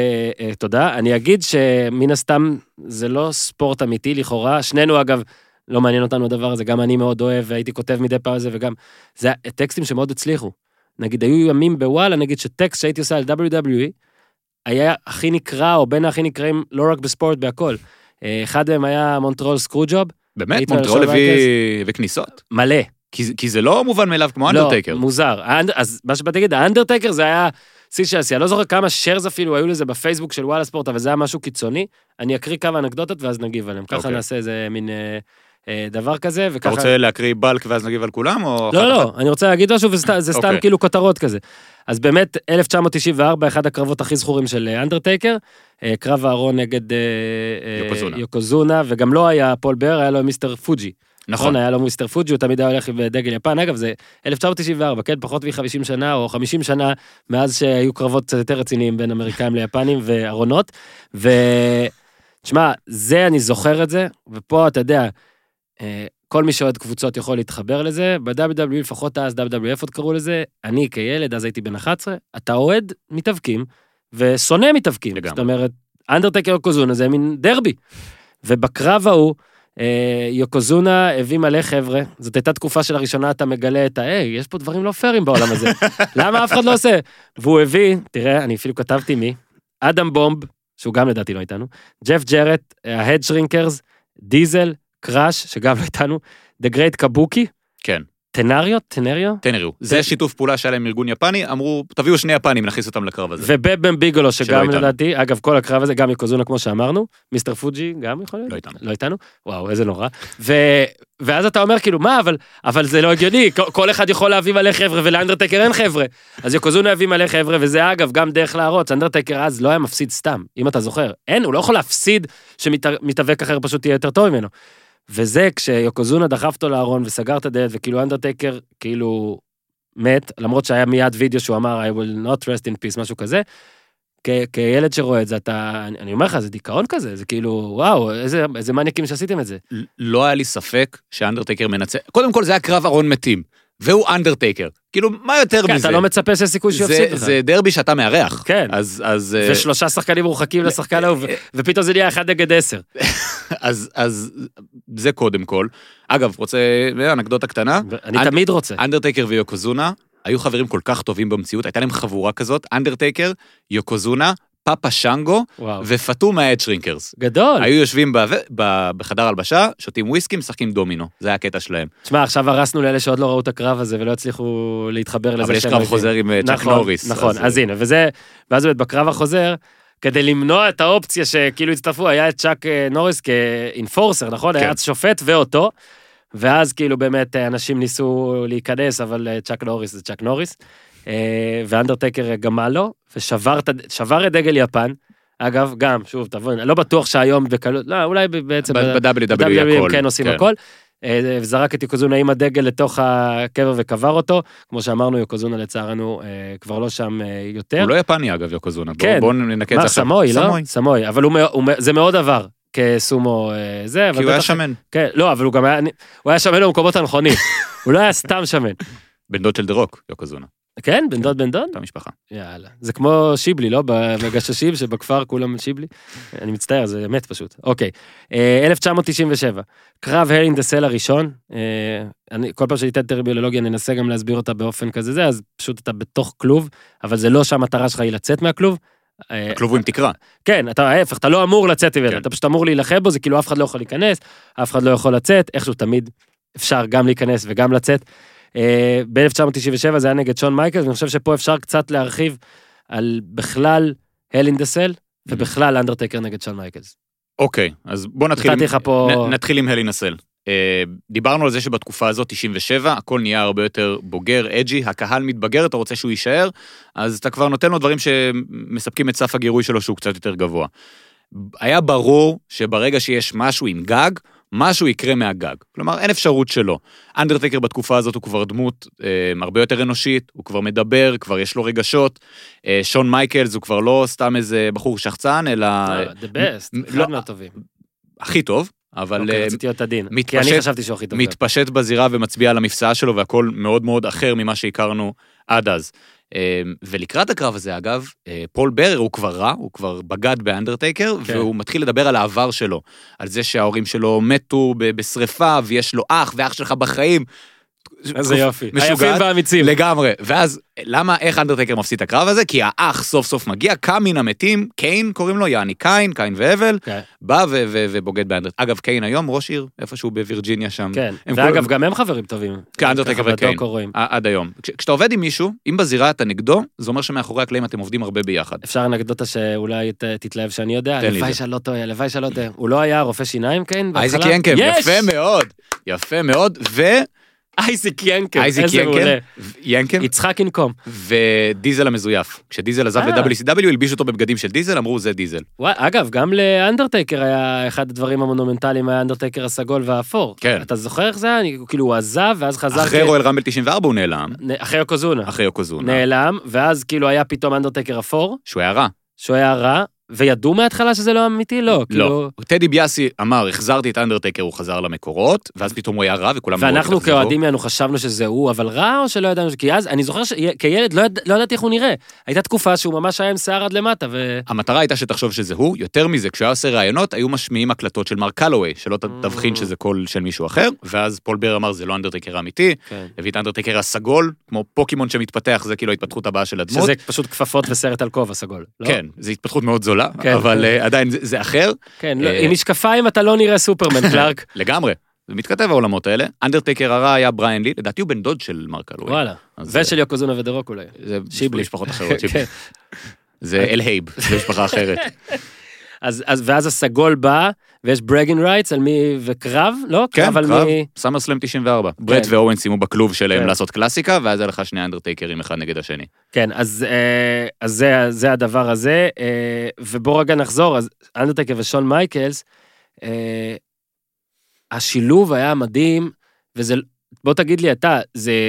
אני אגיד שמן הסתם זה לא ספורט אמיתי לכאורה, שנינו אגב, לא מעניין אותנו הדבר הזה, גם אני מאוד אוהב, והייתי כותב מדי פעם הזה, וגם, זה טקסטים שמאוד הצליחו. נגיד, היו ימים בוואלה, נגיד שטקסט שהייתי עושה על WWE, היה הכי נקרא, או בין הכי נקראים, לא רק בספורט, בהכל. אחד מהם היה מונטרול סקרוג'וב. באמת? מונטרול הביא כניסות? מלא. כי זה לא מובן מאליו כמו אנדרטייקר. לא, מוזר. אז מה שבאתי להגיד, האנדרטייקר זה היה שיא של עשייה. לא זוכר כמה שיירס אפילו היו לזה בפייסבוק של וואלה ספורט, אבל זה היה משהו קיצוני. אני אקריא כמה אנקדוטות ואז נגיב עליהם. ככה נעשה איזה מין דבר כזה. אתה רוצה להקריא בלק ואז נגיב על כולם? לא, אני רוצה להגיד משהו וזה סתם כאילו כותרות כזה. אז באמת, 1994, אחד הקרבות הכי זכורים של אנדרטייקר, קרב הארון נגד יוקוזונה, וגם לא היה פול בר, היה לו מיסטר פוג'י. נכון, היה לו מיסטר פוג'י, הוא תמיד היה הולך בדגל יפן, אגב, זה 1994, כן, פחות מ-50 שנה, או 50 שנה, מאז שהיו קרבות קצת יותר רציניים בין אמריקאים ליפנים וארונות, ותשמע, זה, אני זוכר את זה, ופה, אתה יודע, כל מי שעוד קבוצות יכול להתחבר לזה, ב-WWE לפחות אז, WWF עוד קראו לזה, אני כילד, אז הייתי בן 11, אתה אוהד מתאבקים, ושונא מתאבקים, זאת אומרת, אנדרטקר יוקוזונה זה מין דרבי. ובקרב ההוא, יוקוזונה הביא מלא חבר'ה, זאת הייתה תקופה של הראשונה, אתה מגלה את יש פה דברים לא פיירים בעולם הזה, למה אף אחד לא עושה? והוא הביא, תראה, אני אפילו כתבתי מי, אדם בומב, שהוא גם לדעתי לא איתנו, ג'ף ג'רט, ההד שרינקרס, דיזל, קראש, שגם לא איתנו, The Great Kabuki, כן. טנריו. זה שיתוף פעולה שהיה להם ארגון יפני, אמרו, תביאו 2 יפנים, נכניס אותם לקרב הזה. ובבם ביגולו, שגם לדעתי, אגב, כל הקרב הזה, גם יוקוזונה, כמו שאמרנו, מיסטר פוג'י, גם יכול להיות? לא איתנו. וואו, איזה נורא. ואז אתה אומר, כאילו, מה, אבל זה לא הגיוני, כל אחד יכול להביא מלא חבר'ה, ולאנדרטקר אין חבר'ה. אז יוקוזונה הביא מלא חבר'ה, וזה אגב, גם דרך להראות, אנדרטקר אז לא היה מפסיד סתם, אם אתה זוכר. אין, הוא לא יכול להפסיד שמתאבק אחר פשוט יהיה יותר טוב ממנו. וזה כשיוקוזונה דחף אותו לארון וסגר את הדלת, וכאילו אנדרטקר כאילו מת, למרות שהיה מיד וידאו שהוא אמר, I will not rest in peace, משהו כזה, כילד שרואה את זה, אני אומר לך, זה דיכאון כזה, זה כאילו, וואו, איזה מניאקים שעשיתם את זה. לא היה לי ספק שאנדרטקר מנצח, קודם כל זה היה קרב ארון מתים, והוא אנדרטקר, כאילו, מה יותר מזה? אתה לא מצפה שהסיכוי שיפסיד לך. זה דרבי שאתה מארח. כן, ו3 שחקנים מורחקים לשחקן ההוא, ופתאום זה נהיה 1 נגד 10. אז זה קודם כל. אגב, רוצה אנקדוטה קטנה? אני תמיד רוצה. אנדרטקר ויוקוזונה היו חברים כל כך טובים במציאות, הייתה להם חבורה כזאת, אנדרטקר, יוקוזונה, פאפה שנגו, ופתו מההד שרינקרס. גדול. היו יושבים בחדר הלבשה, שותים וויסקי, משחקים דומינו. זה היה הקטע שלהם. תשמע, עכשיו הרסנו לאלה שעוד לא ראו את הקרב הזה, ולא הצליחו להתחבר לזה. אבל יש קרב חוזר עם צ'אק נוריס. נכון, אז הנה, ואז בקרב החוזר, כדי למנוע את האופציה שכאילו הצטרפו, היה את צ'אק נוריס כאינפורסר, נכון? היה שופט ואותו, ואז כאילו באמת אנשים ניסו להיכנס, אבל צ'אק נוריס זה צ'אק נוריס, ואנדרטקר גמל לו, ושבר את דגל יפן, אגב, גם, שוב, תבואי, לא בטוח שהיום בקלות, לא, אולי בעצם ב-WWE כן עושים הכל, וזרק את יוקוזונה עם הדגל לתוך הקבר וקבר אותו, כמו שאמרנו, יוקוזונה לצערנו כבר לא שם יותר. הוא לא יפני אגב, יוקוזונה, בואו ננקה את זה עכשיו. סמוי, לא? סמוי, אבל זה מאוד עבר כסומו זה. כי הוא היה שמן. כן, לא, אבל הוא גם היה שמן במקומות הנכונים, הוא לא היה סתם שמן. בן דוד של דרוק, יוקוזונה. כן, בן דוד. את המשפחה. יאללה. זה כמו שיבלי, לא? בגששים שבכפר כולם שיבלי. אני מצטער, זה אמת פשוט. אוקיי. 1997. קרב הל אין דה סל הראשון. כל פעם שניתן טרביולוגיה, ננסה גם להסביר אותה באופן כזה זה, אז פשוט אתה בתוך כלוב, אבל זה לא שהמטרה שלך היא לצאת מהכלוב. הכלוב הוא עם תקרה. כן, ההפך, אתה לא אמור לצאת ממנו, אתה פשוט אמור להילחם בו, זה כאילו אף אחד לא יכול להיכנס, אף אחד לא יכול לצאת, איכשהו תמיד אפשר גם להיכנס וגם לצאת. ב-1997 זה היה נגד שון מייקלס, ואני חושב שפה אפשר קצת להרחיב על בכלל הל אין דה סל, ובכלל אנדרטקר נגד שון מייקלס. אוקיי, אז בוא נתחיל עם הל אין דה סל. דיברנו על זה שבתקופה הזאת, 97, הכל נהיה הרבה יותר בוגר, אג'י, הקהל מתבגר, אתה רוצה שהוא יישאר, אז אתה כבר נותן לו דברים שמספקים את סף הגירוי שלו שהוא קצת יותר גבוה. היה ברור שברגע שיש משהו עם גג, משהו יקרה מהגג. כלומר, אין אפשרות שלו. אנדרטקר בתקופה הזאת הוא כבר דמות הרבה יותר אנושית, הוא כבר מדבר, כבר יש לו רגשות. שון מייקלס הוא כבר לא סתם איזה בחור שחצן, אלא... The best, אחד מהטובים. הכי טוב, אבל... אוקיי, רציתי להיות עדין, כי אני חשבתי שהוא הכי טוב. מתפשט בזירה ומצביע על המפסעה שלו, והכל מאוד מאוד אחר ממה שהכרנו עד אז. ולקראת הקרב הזה, אגב, פול ברר הוא כבר רע, הוא כבר בגד באנדרטייקר, והוא מתחיל לדבר על העבר שלו, על זה שההורים שלו מתו בשריפה, ויש לו אח, ואח שלך בחיים. איזה יופי. היפים והאמיצים. לגמרי. ואז, איך אנדרטייקר מפסיד את הקרב הזה? כי האח סוף סוף מגיע, קם מן המתים, קיין קוראים לו, יעני קיין והבל, בא ובוגד באנדרטייקר. אגב, קיין היום ראש עיר, איפשהו בווירג'יניה שם. כן, ואגב, גם הם חברים טובים. אנדרטייקר וקיין, עד היום. כשאתה עובד עם מישהו, אם בזירה אתה נגדו, זה אומר שמאחורי הקלעים אתם עובדים הרבה ביחד. אפשר אנקדוטה שאולי תתלהב שאני יודע, לוואי שלא טועה. הוא לא היה רופא שיניים, קיין? אייזק ינקל, יפה מאוד. יפה מאוד, אייזק ינקל, איזה מעולה. ינקל? יצחק אינקום. ודיזל המזויף. כשדיזל עזב ל-WCW, הלביש אותו בבגדים של דיזל, אמרו זה דיזל. אגב, גם לאנדרטייקר היה אחד הדברים המונומנטליים, היה אנדרטייקר הסגול והאפור. כן. אתה זוכר איך זה היה? כאילו הוא עזב, ואז חזר... אחרי רואל רמבל 94 הוא נעלם. אחרי יוקוזונה. אחרי יוקוזונה. נעלם, ואז כאילו היה פתאום אנדרטייקר אפור. שהוא היה רע. שהוא היה רע, וידעו מההתחלה שזה לא אמיתי? לא, לא. טדי ביאסי אמר, החזרתי את אנדרטייקר, הוא חזר למקורות, ואז פתאום הוא היה רע, וכולם... ואנחנו כאוהדים יענו חשבנו שזה הוא, אבל רע או שלא ידענו? כי אז, אני זוכר שכילד לא ידעתי איך הוא נראה. הייתה תקופה שהוא ממש היה עם שיער עד למטה, המטרה הייתה שתחשוב שזה הוא, יותר מזה, כשהוא היה עושה רעיונות, היו משמיעים הקלטות של מרק קלווי, שלא תבחין שזה קול של מישהו אחר, ואז פול בר אמר, זה לא אנדרטייקר האמיתי, הביא את האנדרטייקר הסגול, כמו פוקימון שמתפתח, זה כאילו ההתפתחות הבאה של הדמות. שזה פשוט כפפות וסרט על כובע סגול. כן, זה התפתחות מאוד זולה, אבל עדיין זה אחר. כן, עם משקפיים אתה לא נראה סופרמן, קלארק. לגמרי. זה מתכתב העולמות האלה. אנדרטייקר הרע היה בריאן לי, לדעתי הוא בן דוד של מרק קלווי. וואלה. ושל יוקוזונה ודרוק אולי. זה משפחות אחרות, שיבלי. זה אל הייב, זה משפחה אחרת. ואז הסגול בא, ויש ברגין רייטס על מי, וקרב, לא? כן, קרב, סאמר סלאם 94. ברט ואורן סיימו בכלוב שלהם לעשות קלאסיקה, ואז היה לך שני אנדרטייקרים אחד נגד השני. כן, אז זה הדבר הזה, ובוא רגע נחזור, אז אנדרטייקר ושון מייקלס, השילוב היה מדהים, וזה, בוא תגיד לי אתה,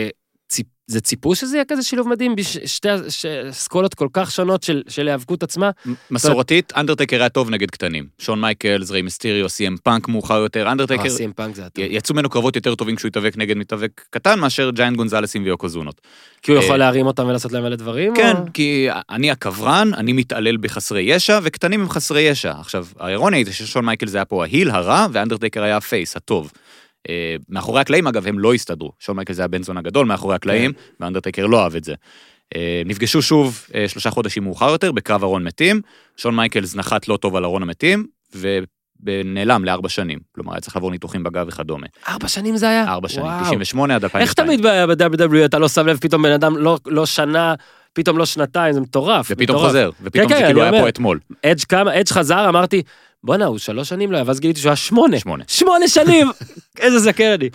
זה ציפו שזה יהיה כזה שילוב מדהים, בשתי סקולות כל כך שונות של היאבקות עצמה? מסורתית, אנדרטייקר היה טוב נגד קטנים. שון מייקלס, ריי מיסטריו, סי.אם פאנק מאוחר יותר, אנדרטייקר... סי.אם פאנק זה הטוב. יצאו ממנו קרבות יותר טובים כשהוא התאבק נגד מתאבק קטן, מאשר ג'יינט גונזלסים ויוקוזונות. כי הוא יכול להרים אותם ולעשות להם אלה דברים? כן, כי אני הקברן, אני מתעלל בחסרי ישע, וקטנים הם חסרי ישע. עכשיו, האירוניה היא ששון מייקלס היה פה ההיל הרע, ואנדרטייקר היה הפייס, הטוב. מאחורי הקלעים, אגב, הם לא הסתדרו. שון מייקלס זה הבן זון הגדול מאחורי הקלעים, ואנדרטייקר לא אהב את זה. נפגשו שוב 3 חודשים מאוחר יותר, בקרב ארון מתים. שון מייקלס נחת לא טוב על ארון המתים, ונעלם ל4 שנים. כלומר, היה צריך לעבור ניתוחים בגב וכדומה. 4 שנים זה היה? 4 שנים, 98 עד 2002. איך תמיד ב-WWE אתה לא שם לב, פתאום בן אדם לא שנה, פתאום לא שנתיים, זה מטורף. ופתאום חוזר, ופתאום זה כאילו היה פה אתמול. אדג' חזר, אמרתי, בוא'נה, הוא 3 שנים לא היה, ואז גיליתי שהוא היה 8. 8 שנים! איזה זקן אני.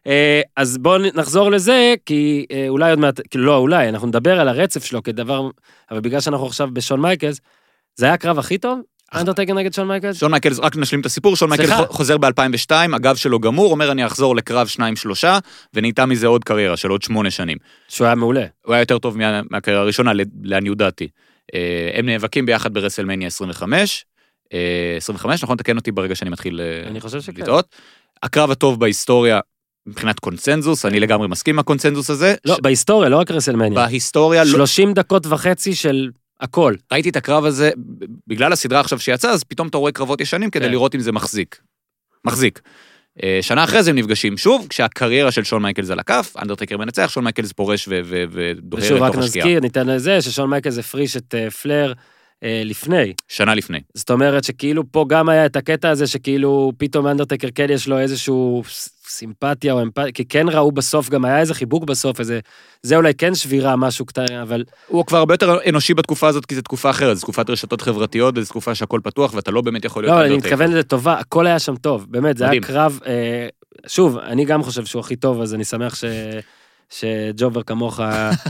אז בואו נחזור לזה, כי אולי עוד מעט, כאילו לא אולי, אנחנו נדבר על הרצף שלו כדבר, אבל בגלל שאנחנו עכשיו בשון מייקלס, זה היה הקרב הכי טוב? אנדרטייקר נגד שון מייקלס? שון מייקלס, רק נשלים את הסיפור, שון מייקלס חוזר ב-2002, הגב שלו גמור, אומר אני אחזור לקרב 2-3, ונהייתה מזה עוד קריירה של עוד 8 שנים. שהוא היה מעולה. הוא היה יותר טוב מהקריירה הראשונה, לעניות דעתי. הם נאבקים ביחד ברסלמניה 25, נכון? תקן אותי ברגע שאני מתחיל לטעות. הקרב הטוב בהיסטוריה, מבחינת קונצנזוס, אני לגמרי מסכים עם הקונצנזוס הזה. לא, בהיסטוריה, לא רק רסלמניה. בהיסטוריה... 30 דקות וחצי של הכל. ראיתי את הקרב הזה, בגלל הסדרה עכשיו שיצא, אז פתאום אתה רואה קרבות ישנים כדי לראות אם זה מחזיק. שנה אחרי זה הם נפגשים שוב, כשהקריירה של שון מייקלס על הכף, אנדרטייקר מנצח, שון מייקלס פורש ודוהר לתוך השקיעה. ושוב, רק נזכיר, ניתן לזה, ששון מייקלס הפריש את פלר לפני. שנה לפני. זאת אומרת שכאילו פה גם היה את הקטע הזה, שכאילו פתאום אנדרטייקר כן יש לו איזשהו סימפתיה או אמפתיה, כי כן ראו בסוף, גם היה איזה חיבוק בסוף, זה אולי כן שבירה, משהו קטן, אבל... הוא כבר הרבה יותר אנושי בתקופה הזאת, כי זו תקופה אחרת, זו תקופת רשתות חברתיות, זו תקופה שהכל פתוח, ואתה לא באמת יכול להיות... לא, אני מתכוון לזה טובה, הכל היה שם טוב, באמת, זה היה קרב, שוב, אני גם חושב שהוא הכי טוב, אז אני שמח שג'ובר כמוך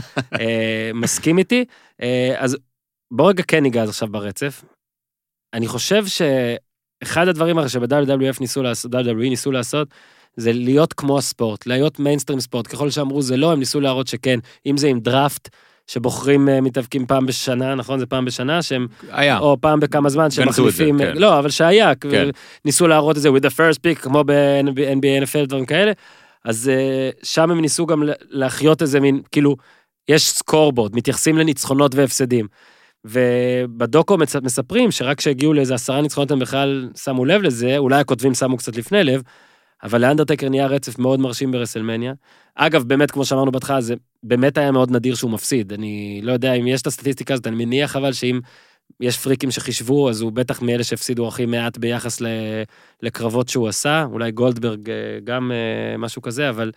מסכים איתי, אז בוא רגע כן ניגע עכשיו ברצף, אני חושב שאחד הדברים הרי שב-WWF ניסו לעשות, זה להיות כמו הספורט, להיות מיינסטרים ספורט, ככל שאמרו זה לא, הם ניסו להראות שכן, אם זה עם דראפט, שבוחרים מתאבקים פעם בשנה, נכון? זה פעם בשנה, שהם, היה. או פעם בכמה זמן, שהם מחליפים, כן. לא, אבל שהיה, כן. ניסו להראות את זה with the first pick, כמו ב-NBA, NFL, דברים כאלה, אז שם הם ניסו גם להחיות איזה מין, כאילו, יש סקורבורד, מתייחסים לניצחונות והפסדים, ובדוקו מספרים שרק כשהגיעו לאיזה 10 ניצחונות הם בכלל שמו לב לזה, אולי הכותבים שמו קצת לפני לב, אבל לאנדרטייקר נהיה רצף מאוד מרשים ברסלמניה. אגב, באמת, כמו שאמרנו בהתחלה, זה באמת היה מאוד נדיר שהוא מפסיד. אני לא יודע אם יש את הסטטיסטיקה הזאת, אני מניח אבל שאם יש פריקים שחישבו, אז הוא בטח מאלה שהפסידו הכי מעט ביחס לקרבות שהוא עשה, אולי גולדברג גם משהו כזה, אבל...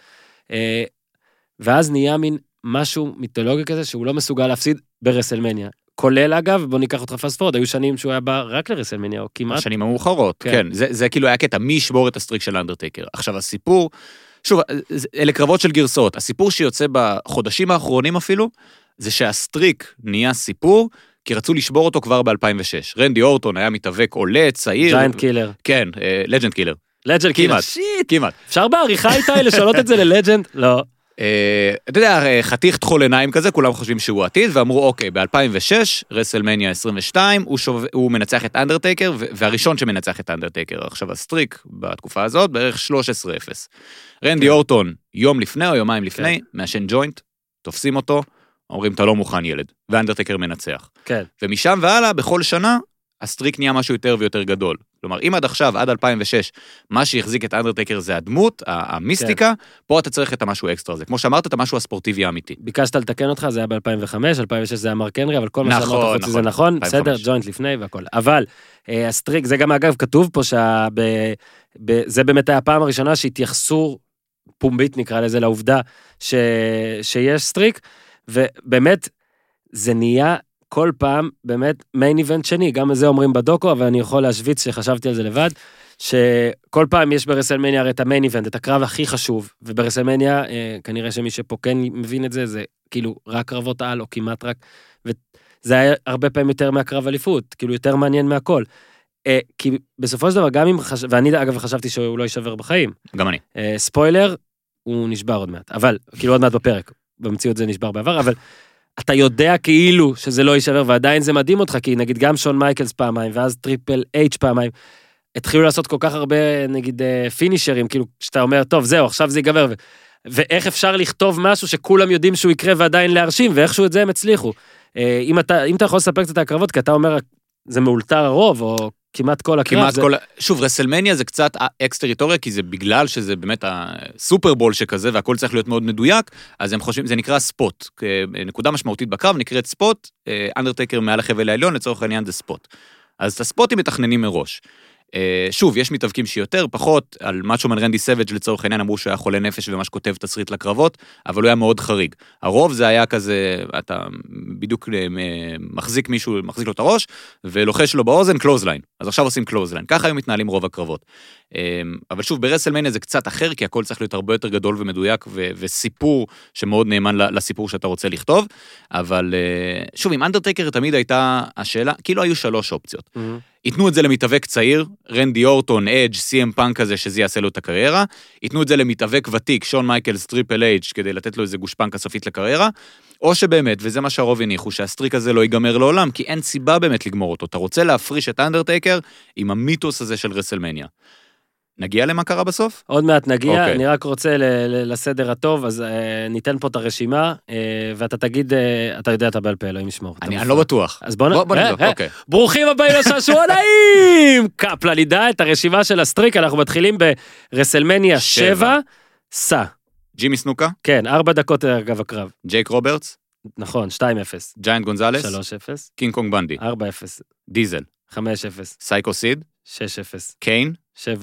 ואז נהיה מין משהו מיתולוגי כזה, שהוא לא מסוגל להפסיד ברסלמניה. כולל אגב, בוא ניקח אותך פסט פורד, היו שנים שהוא היה בא רק לרסלמניה, או כמעט. השנים המאוחרות, כן. זה כאילו היה קטע, מי ישבור את הסטריק של אנדרטייקר. עכשיו הסיפור, שוב, אלה קרבות של גרסאות, הסיפור שיוצא בחודשים האחרונים אפילו, זה שהסטריק נהיה סיפור, כי רצו לשבור אותו כבר ב-2006. רנדי אורטון היה מתאבק עולה, צעיר. ג'יינט קילר. כן, לג'נד קילר. לג'נד קילר, שיט. כמעט. אפשר בעריכה איתי לשנות את זה ללג'נד? לא. אתה יודע, חתיך תחול עיניים כזה, כולם חושבים שהוא עתיד, ואמרו, אוקיי, ב-2006, רסלמניה 22, הוא מנצח את אנדרטייקר, והראשון שמנצח את אנדרטייקר. עכשיו, הסטריק בתקופה הזאת, בערך 13-0. רנדי אורטון, יום לפני או יומיים לפני, מעשן ג'וינט, תופסים אותו, אומרים, אתה לא מוכן ילד, ואנדרטייקר מנצח. כן. ומשם והלאה, בכל שנה, הסטריק נהיה משהו יותר ויותר גדול. כלומר, אם עד עכשיו, עד 2006, מה שהחזיק את אנדרטייקר זה הדמות, המיסטיקה, פה אתה צריך את המשהו האקסטרה הזה. כמו שאמרת, את המשהו הספורטיבי האמיתי. ביקשת לתקן אותך, זה היה ב-2005, 2006 זה היה מרק הנרי, אבל כל מה שאמרת חוץ זה נכון, בסדר, ג'וינט לפני והכל. אבל הסטריק, זה גם אגב כתוב פה, זה באמת היה הפעם הראשונה שהתייחסו פומבית, נקרא לזה, לעובדה שיש סטריק, ובאמת, זה נהיה כל פעם, באמת, מיין איבנט שני, גם זה אומרים בדוקו, אבל אני יכול להשוויץ שחשבתי על זה לבד, שכל פעם יש ברסלמניה את המיין איבנט, את הקרב הכי חשוב, וברסלמניה, כנראה שמי שפה כן מבין את זה, זה כאילו רק קרבות על, או כמעט רק, וזה היה הרבה פעמים יותר מהקרב אליפות, כאילו יותר מעניין מהכל. כי בסופו של דבר, גם אם, ואני אגב חשבתי שהוא לא יישבר בחיים. גם אני. ספוילר, הוא נשבר עוד מעט, אבל, כאילו עוד מעט בפרק, במציאות זה נשבר בעבר, אבל אתה יודע כאילו שזה לא יישבר, ועדיין זה מדהים אותך, כי נגיד גם שון מייקלס פעמיים, ואז טריפל אייץ' פעמיים, התחילו לעשות כל כך הרבה, נגיד, פינישרים, כאילו, שאתה אומר, טוב, זהו, עכשיו זה ייגבר, ואיך אפשר לכתוב משהו שכולם יודעים שהוא יקרה ועדיין להרשים, ואיכשהו את זה הם הצליחו. אם אתה יכול לספק את הקרבות, כי אתה אומר, זה מאולתר הרוב, או כמעט כל הקרב. כמעט כל... שוב, רסלמניה זה קצת אקס-טריטוריה, כי זה בגלל שזה באמת הסופרבול שכזה, והכל צריך להיות מאוד מדויק, אז הם חושבים, זה נקרא ספוט. נקודה משמעותית בקרב נקראת ספוט, אנדרטייקר מעל החבל העליון, לצורך העניין זה ספוט. אז את הספוטים מתכננים מראש. שוב, יש מתאבקים שיותר, פחות, על משהו רנדי סאביג' לצורך העניין, אמרו שהוא היה חולה נפש ומש כותב תסריט לקרבות, אבל הוא היה מאוד חריג. הרוב זה היה כזה, אתה בדיוק מחזיק מישהו, מחזיק לו את הראש, ולוחש לו באוזן קלוזליין. אז עכשיו עושים קלוזליין. ככה היו מתנהלים רוב הקרבות. אבל שוב, ברסלמניה זה קצת אחר, כי הכל צריך להיות הרבה יותר גדול ומדויק, וסיפור שמאוד נאמן לסיפור שאתה רוצה לכתוב. אבל שוב, עם אנדרטייקר תמיד הייתה השאלה, כאילו היו 3 אופציות. ייתנו את זה למתאבק צעיר, רנדי אורטון, אדג', סי.אם פאנק כזה, שזה יעשה לו את הקריירה, ייתנו את זה למתאבק ותיק, שון מייקלס, טריפל אייץ', כדי לתת לו איזה גושפנקה סופית לקריירה, או שבאמת, וזה מה שהרוב הניחו, שהסטריק הזה לא ייגמר לעולם, כי אין סיבה באמת לגמור אותו. אתה רוצה להפריש את אנדרטייקר עם המיתוס הזה של רסלמניה. נגיע למה קרה בסוף? עוד מעט נגיע, אני רק רוצה לסדר הטוב, אז ניתן פה את הרשימה, ואתה תגיד, אתה יודע, אתה בעל פה, אלוהים ישמור. אני לא בטוח. אז בוא נבדוק, אוקיי. ברוכים הבאים לשעשועונים! קפלן ידע את הרשימה של הסטריק, אנחנו מתחילים ברסלמניה 7, סע. ג'ימי סנוקה? כן, 4 דקות אגב הקרב. ג'ייק רוברטס? נכון, 2-0. ג'יינט גונזלס? 3-0. קינג קונג בנדי? 4-0. דיזל? 5-0. סייקו סיד? 6-0. קיין?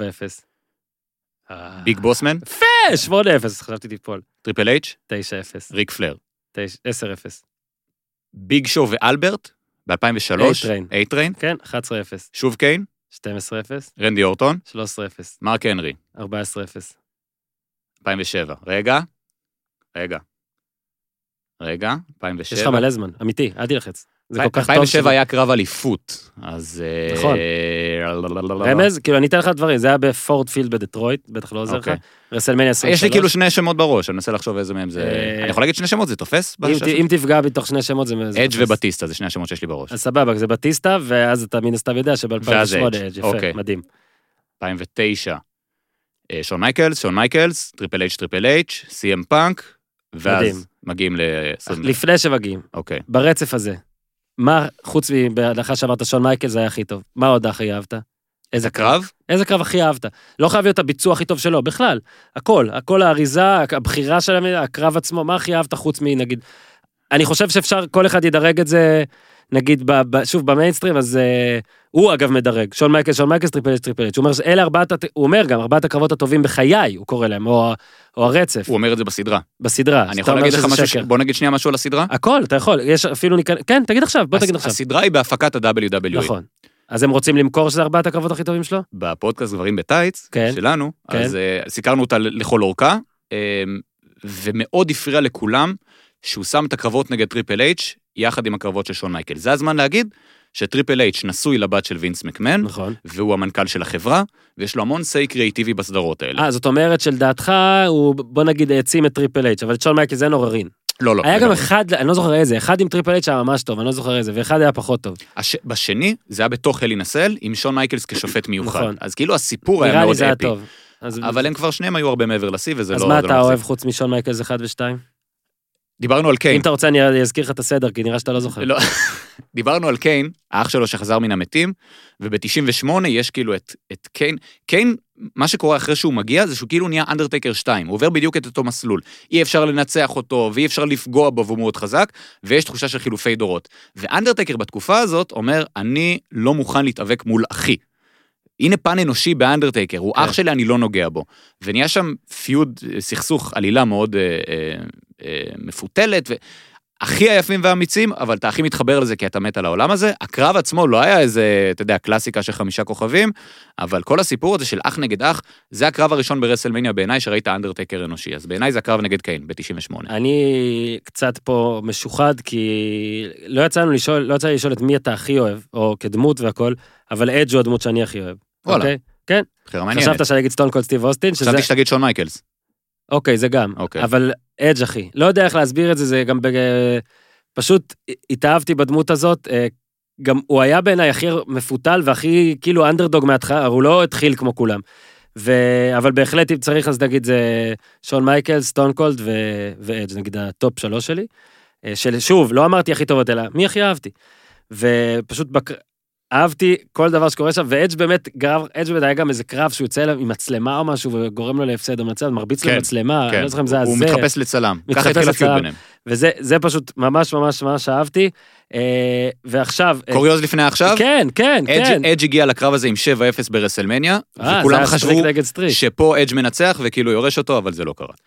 7-0. ביג בוסמן? יפה, 8-0, חשבתי תיפול. טריפל אייץ'? 9-0. ריק פלר? 10-0. ביג שואו ואלברט? ב-2003? A-Train? כן, 11-0. שוב קיין? 12-0. רנדי אורטון? 13-0. מרק הנרי? 14-0. 2007. רגע. 2007. יש לך מלא זמן, אמיתי, אל תלחץ. זה כל כך טוב. 2007 היה קרב אליפות, אז... נכון. רמז, כאילו אני אתן לך דברים, זה היה בפורד פילד בדטרויט, בטח לא עוזר לך. רסלמניה 23. יש לי כאילו 2 שמות בראש, אני מנסה לחשוב איזה מהם זה... אני יכול להגיד 2 שמות, זה תופס? אם תפגע בתוך 2 שמות זה תופס. אדג' ובטיסטה, זה 2 השמות שיש לי בראש. אז סבבה, זה בטיסטה, ואז אתה מן הסתם יודע שב-2008 אדג', יפה, מדהים. 2009, שון מייקלס, טריפל אייץ', סי.אם פאנק, ואז מגיעים לפני שמגיעים. אוקיי. ברצף הזה. מה, חוץ בהלכה שאמרת שון מייקלס, זה היה הכי טוב. מה עוד הכי אהבת? איזה קרב? איזה קרב הכי אהבת? לא חייב להיות הביצוע הכי טוב שלו, בכלל. הכל האריזה, הבחירה שלהם, הקרב עצמו, מה הכי אהבת חוץ מנגיד... אני חושב שאפשר, כל אחד ידרג את זה, נגיד, שוב, במיינסטרים, אז הוא אגב מדרג. שון מייקלס, טריפל אייץ'. הוא אומר גם, 4 הקרבות הטובים בחיי, הוא קורא להם, או הרצף. הוא אומר את זה בסדרה. אני יכול להגיד לך משהו, בוא נגיד שנייה משהו על הסדרה? הכל, אתה יכול, יש אפילו, כן, תגיד עכשיו, בוא תגיד עכשיו. הסדרה היא בהפקת ה-WWE. נכון. אז הם רוצים למכור שזה 4 הקרבות הכי טובים שלו? בפודקאסט גברים בטייץ, שלנו, אז סיקרנו אותה לכל אורכה, ומאוד הפריע לכולם, שהוא שם את הקרבות נגד טריפל אייץ' יחד עם הקרבות של שון מייקל. זה הזמן להגיד שטריפל אייץ' נשוי לבת של וינס מקמן, נכון. והוא המנכ"ל של החברה, ויש לו המון סי קריאיטיבי בסדרות האלה. זאת אומרת שלדעתך הוא, בוא נגיד, העצים את טריפל אייץ', אבל את שון מייקלס אין עוררין. לא. היה גם אחד, אני לא זוכר איזה, אחד עם טריפל אייץ' היה ממש טוב, אני לא זוכר איזה, ואחד היה פחות טוב. בשני, זה היה בתוך הלי נסל, עם שון מייקלס כשופט מיוחד. נכון. אז כאילו הסיפור היה נראה לי מאוד זה היה אפי. טוב. אבל הם כבר שניהם היו הרבה מעבר לשיא, וזה לא... אז מה אתה אוהב חוץ משון מייקלס 1 ו-2? דיברנו על קיין. אם אתה רוצה, אני אזכיר לך את הסדר, כי נראה שאתה לא זוכר. לא, דיברנו על קיין, האח שלו שחזר מן המתים, וב-98 יש כאילו את קיין. קיין, מה שקורה אחרי שהוא מגיע, זה שהוא כאילו נהיה אנדרטייקר 2, הוא עובר בדיוק את אותו מסלול. אי אפשר לנצח אותו, ואי אפשר לפגוע בו, והוא מאוד חזק, ויש תחושה של חילופי דורות. ואנדרטייקר בתקופה הזאת אומר, אני לא מוכן להתאבק מול אחי. הנה פן אנושי באנדרטייקר, הוא אח שלי, אני לא נוגע בו. ונהיה שם פיוד, סכסוך, עלילה מאוד מפותלת, הכי היפים והאמיצים, אבל אתה הכי מתחבר לזה כי אתה מת על העולם הזה. הקרב עצמו לא היה איזה, אתה יודע, קלאסיקה של 5 כוכבים, אבל כל הסיפור הזה של אח נגד אח, זה הקרב הראשון ברסלמניה בעיניי שראית אנדרטייקר אנושי, אז בעיניי זה הקרב נגד קיין ב-98. אני קצת פה משוחד, כי לא יצא לי לשאול את מי אתה הכי אוהב, או כדמות והכל, אבל אדג' הוא הדמות שאני הכי אוהב. וואלה. כן? חשבת שאני אגיד סטון קולד סטיב אוסטין? חשבתי שתגיד שון מייקלס. אוקיי, זה גם. אבל אדג' אחי. לא יודע איך להסביר את זה, זה גם פשוט התאהבתי בדמות הזאת, גם הוא היה בעיניי הכי מפותל והכי כאילו אנדרדוג מהתחלה, הוא לא התחיל כמו כולם. אבל בהחלט אם צריך אז נגיד זה שון מייקל, סטון קולד ואדג' נגיד הטופ 3 שלי. שוב, לא אמרתי הכי טובות אלא מי הכי אהבתי. ופשוט אהבתי כל דבר שקורה שם, ואדג' באמת היה גם איזה קרב שהוא יוצא עם מצלמה או משהו, וגורם לו להפסד, מרביץ לו מצלמה, אני לא זוכר אם זה הזה. הוא מתחפש לצלם, ככה התחיל הפיוט ביניהם. וזה פשוט ממש ממש ממש אהבתי, ועכשיו... קוריוז לפני עכשיו? כן. אדג' הגיע לקרב הזה עם 7-0 ברסלמניה, וכולם חשבו שפה אדג' מנצח, וכאילו יורש אותו, אבל זה לא קרה.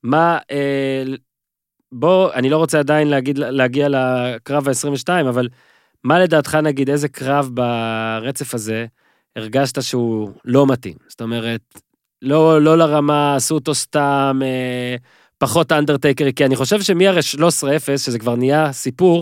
בוא, אני לא רוצה עדיין להגיע לקרב ה-22, אבל מה לדעתך נגיד, איזה קרב ברצף הזה הרגשת שהוא לא מתאים? זאת אומרת, לא לרמה, עשו אותו סתם, פחות האנדרטייקר, כי אני חושב שמי 13-0, שזה כבר נהיה סיפור,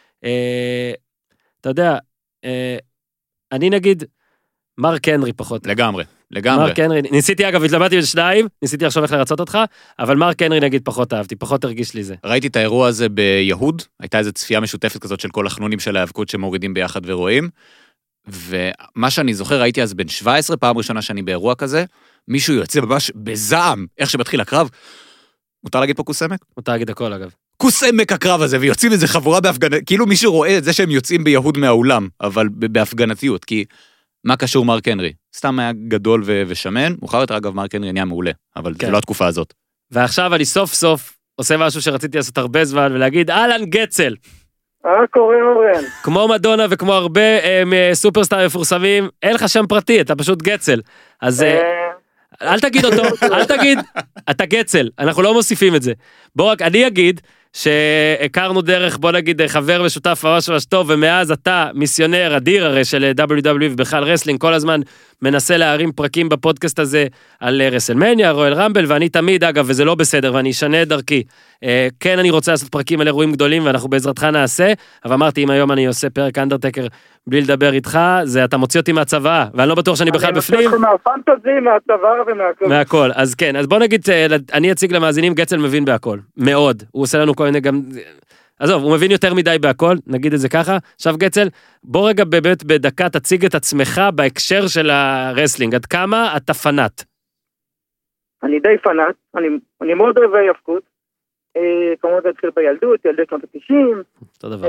אתה יודע, אני נגיד, מרק הנרי פחות. לגמרי. מרק הנרי, ניסיתי אגב, התלבטתי בשניים, ניסיתי עכשיו איך לרצות אותך, אבל מרק הנרי נגיד פחות אהבתי, פחות הרגיש לי זה. ראיתי את האירוע הזה ביהוד, הייתה איזו צפייה משותפת כזאת של כל החנונים של ההיאבקות שמורידים ביחד ורואים, ומה שאני זוכר, ראיתי אז בן 17, פעם ראשונה שאני באירוע כזה, מישהו יוצא ממש בזעם, איך שמתחיל הקרב, מותר להגיד פה קוסמק? מותר להגיד הכל אגב. קוסמק הקרב הזה, ויוצאים איזה חבורה בהפגנת, כאילו מישהו רואה את זה שהם יוצאים ביהוד מהאולם, אבל בהפגנתיות, כי מה קשור מרק הנרי? סתם היה גדול ושמן, מאוחר יותר אגב מרק הנרי נהיה מעולה, אבל זה לא התקופה הזאת. ועכשיו אני סוף סוף עושה משהו שרציתי לעשות הרבה זמן, ולהגיד, אלן גצל. קורא אורן. כמו מדונה וכמו הרבה סופרסטאר מפורסמים, אין לך שם פרטי, אתה פשוט גצל. אז אל תגיד אותו, אל תגיד, אתה גצל, אנחנו לא מוסיפים את זה. בוא רק, אני אגיד, שהכרנו דרך, בוא נגיד, חבר ושותף ממש טוב, ומאז אתה מיסיונר אדיר הרי של WWE ובכלל רסלינג, כל הזמן מנסה להרים פרקים בפודקאסט הזה על רסלמניה, רויאל רמבל, ואני תמיד, אגב, וזה לא בסדר, ואני אשנה את דרכי. כן, אני רוצה לעשות פרקים על אירועים גדולים, ואנחנו בעזרתך נעשה, אבל אמרתי, אם היום אני עושה פרק אנדרטייקר בלי לדבר איתך, זה אתה מוציא אותי מהצבא, ואני לא בטוח שאני בכלל בפנים. אני מוציא אותך מהפנטזי, מהצבא ומהכל. מהכל, אז כן, אז בוא נגיד, אני אציג למאזינים, גצל מבין בהכל, מאוד. הוא עושה לנו כל מיני גם, עזוב, הוא מבין יותר מדי בהכל, נגיד את זה ככה. עכשיו גצל, בוא רגע באמת בדקה תציג את עצמך בהקשר של הרסלינג, עד כמה אתה פנאט? אני די פנאט, אני מאוד אוהב ההיאבקות, כמובן זה התחיל בילדות, ילדי שנות ה-90. אותו דבר.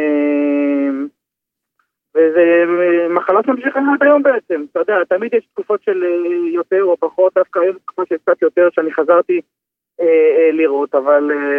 וזה מחלות ממשיכה עד היום בעצם, אתה יודע, תמיד יש תקופות של יותר או פחות, דווקא היום תקופה של קצת יותר שאני חזרתי לראות, אבל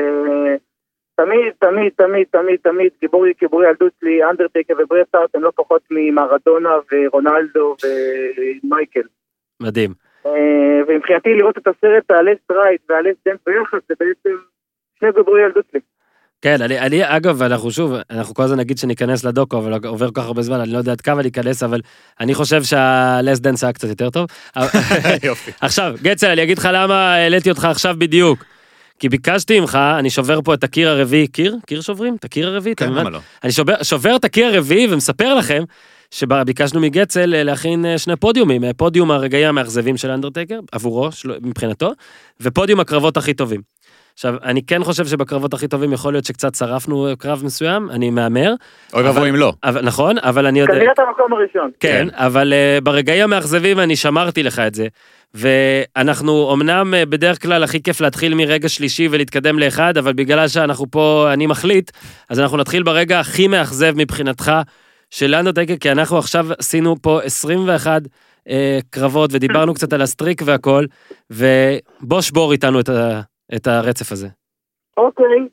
תמיד גיבורי ילדות לי, אנדרטייקר וברט הארט הם לא פחות ממרדונה ורונלדו ומייקל. מדהים. ומבחינתי לראות את הסרט הלסט רייט והלסט דנס ביחד, זה בעצם שני גיבורי ילדות לי. כן, אני אגב, אנחנו כל הזמן נגיד שניכנס לדוקו, אבל עובר כל כך הרבה זמן, אני לא יודע עד כמה להיכנס, אבל אני חושב שהלס דנס היה קצת יותר טוב. יופי. עכשיו, גצל, אני אגיד לך למה העליתי אותך עכשיו בדיוק. כי ביקשתי ממך, אני שובר פה את הקיר הרביעי, קיר שוברים? את הקיר הרביעי? כן, למה לא? אני שובר את הקיר הרביעי ומספר לכם, שביקשנו מגצל להכין 2 פודיומים, פודיום הרגעים המאכזבים של אנדרטייקר, עבורו, מבחינתו, ופודיום הקרבות הכי טובים. עכשיו, אני כן חושב שבקרבות הכי טובים יכול להיות שקצת שרפנו קרב מסוים, אני מאמר. אוי ואבוי אם לא. נכון, אבל אני יודע... כנראה את המקום הראשון. כן, אבל ברגעים המאכזבים אני שמרתי לך את זה, ואנחנו אמנם בדרך כלל הכי כיף להתחיל מרגע שלישי ולהתקדם לאחד, אבל בגלל שאנחנו פה, אני מחליט, אז אנחנו נתחיל ברגע הכי מאכזב מבחינתך של אנדרטייקר, כי אנחנו עכשיו עשינו פה 21 קרבות, ודיברנו קצת על הסטריק והכל, ובוא שבור איתנו את הרצף הזה. אוקיי,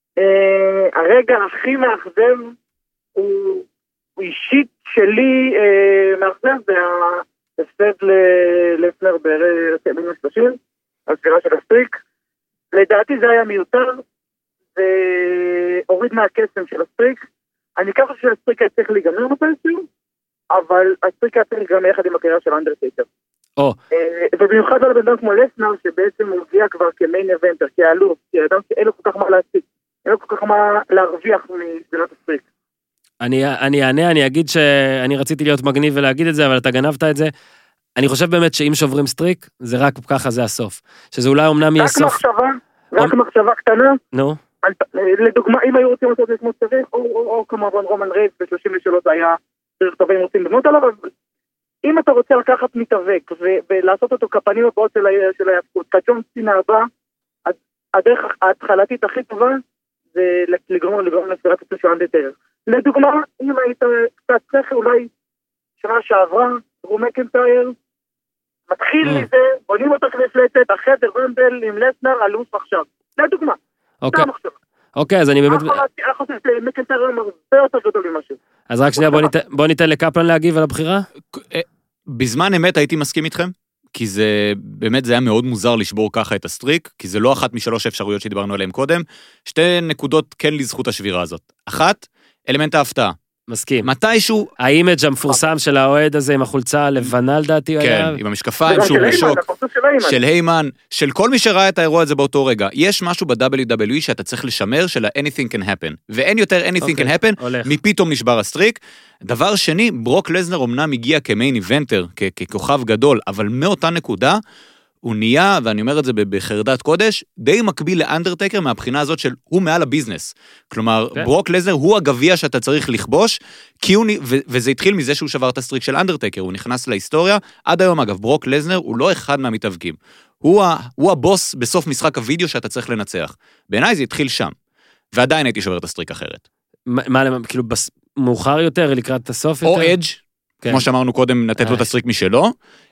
הרגע הכי מאכזב הוא אישית שלי מאכזב, זה ההפסד לפלר במינוס 30, הספירה של הסטריק. לדעתי זה היה מיותר, זה הוריד מהקסם של הסטריק. אני ככה שהסטריק היה צריך להיגמר מתישהו, אבל הסטריק היה צריך להיגמר יחד עם הקריירה של אנדרטייקר. ובמיוחד על אדם כמו לסנר, שבעצם הוא הגיע כבר כמיין איבנטר, כאלוף, כאדם שאין לו כל כך מה להציג, אין לו כל כך מה להרוויח מסדרת הסטריק. אני אגיד שאני רציתי להיות מגניב ולהגיד את זה, אבל אתה גנבת את זה. אני חושב באמת שאם שוברים סטריק, זה רק ככה זה הסוף. שזה אולי אמנם יהיה סוף. רק מחשבה קטנה. נו. לדוגמה, אם היו רוצים לעשות את זה כמו שצריך, או כמובן רומן רייס ב-33 היה דרך טובים רוצים לבנות עליו, אבל אם אתה רוצה לקחת מתאבק ולעשות אותו כפנים הבאות של היאבקות, כג'ון סינה הבא, הדרך ההתחלתית הכי טובה זה לגרום לספירת הסטריק של אנדרטייקר. לדוגמה, אם היית קצת צריך אולי שנה שעברה, דרו מקנטייר, מתחיל מזה, בונים אותו כמפלצת, אחרי זה רמבל עם לסנר, אלוף עכשיו. לדוגמה. אוקיי, אז אני באמת... אני חושב שמקנטייר הרבה יותר גדול ממשהו. אז רק שנייה, בוא ניתן לקפלן להגיב על הבחירה. בזמן אמת הייתי מסכים איתכם, כי זה, באמת זה היה מאוד מוזר לשבור ככה את הסטריק, כי זה לא אחת משלוש אפשרויות שדיברנו עליהן קודם. 2 נקודות כן לזכות השבירה הזאת. 1, אלמנט ההפתעה. מסכים. מתישהו... האימג' המפורסם של האוהד הזה עם החולצה הלבנה לדעתי היה... כן, עם המשקפיים, שהוא בשוק, של היימן, של כל מי שראה את האירוע הזה באותו רגע. יש משהו ב-WWE שאתה צריך לשמר של ה-anything can happen, ואין יותר anything can happen, מפתאום נשבר הסטריק. דבר שני, ברוק לזנר אמנם הגיע כמיין איבנטר, ככוכב גדול, אבל מאותה נקודה, הוא נהיה, ואני אומר את זה בחרדת קודש, די מקביל לאנדרטייקר מהבחינה הזאת של הוא מעל הביזנס. כלומר, ברוק לזנר הוא הגביע שאתה צריך לכבוש, וזה התחיל מזה שהוא שבר את הסטריק של אנדרטייקר, הוא נכנס להיסטוריה. עד היום, אגב, ברוק לזנר הוא לא אחד מהמתאבקים. הוא הבוס בסוף משחק הוידאו שאתה צריך לנצח. בעיניי זה התחיל שם. ועדיין הייתי שובר את הסטריק אחרת. מה, כאילו, מאוחר יותר, לקראת הסוף יותר? או אדג', כמו שאמרנו קודם, נתת לו את הסטריק משלו,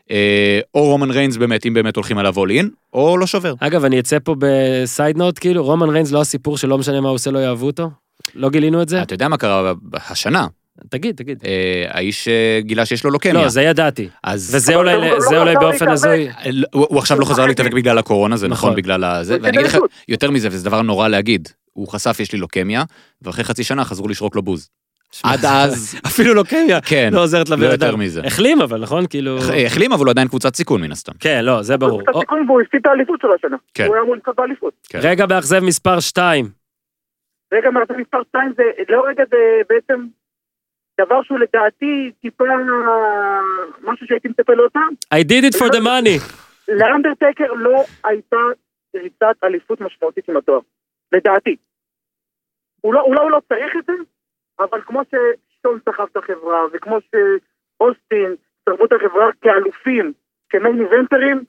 או רומן ריינס באמת, אם באמת הולכים עליו אול-אין, או לא שובר. אגב, אני אצא פה בסייד נוט, כאילו, רומן ריינס לא הסיפור שלא משנה מה הוא עושה, לא יאהבו אותו? לא גילינו את זה? אתה יודע מה קרה השנה? תגיד. האיש גילה שיש לו לוקמיה. לא, זה ידעתי. וזה אולי באופן הזוי. הוא עכשיו לא חזר להתאבק בגלל הקורונה, זה נכון, בגלל זה. ואני אגיד לך, יותר מזה, וזה דבר נורא להגיד, הוא חשף, יש לי לוקמיה, ואחרי חצי שנה חזרו לשרוק לו בוז. עד אז... אפילו לוקמיה, לא עוזרת לבן אדם. לא יותר מזה. החלים אבל, נכון? כאילו... החלים, אבל הוא עדיין קבוצת סיכון מן הסתם. כן, לא, זה ברור. קבוצת סיכון והוא הפסיד את האליפות שלו השנה. הוא היה אמור לזכות באליפות. רגע מאכזב מספר 2. רגע מאכזב מספר 2 זה, לא רגע זה בעצם דבר שהוא לדעתי טיפה משהו שהייתי מצפה לו אותם. I did it for the money. לאנדרטייקר לא הייתה ריצת אליפות משמעותית עם התואר. לדעתי. אולי הוא לא צריך את זה, אבל כמו ששון סחב את החברה, וכמו שאוסטין סחבו את החברה כאלופים, כמיין איבנטרים,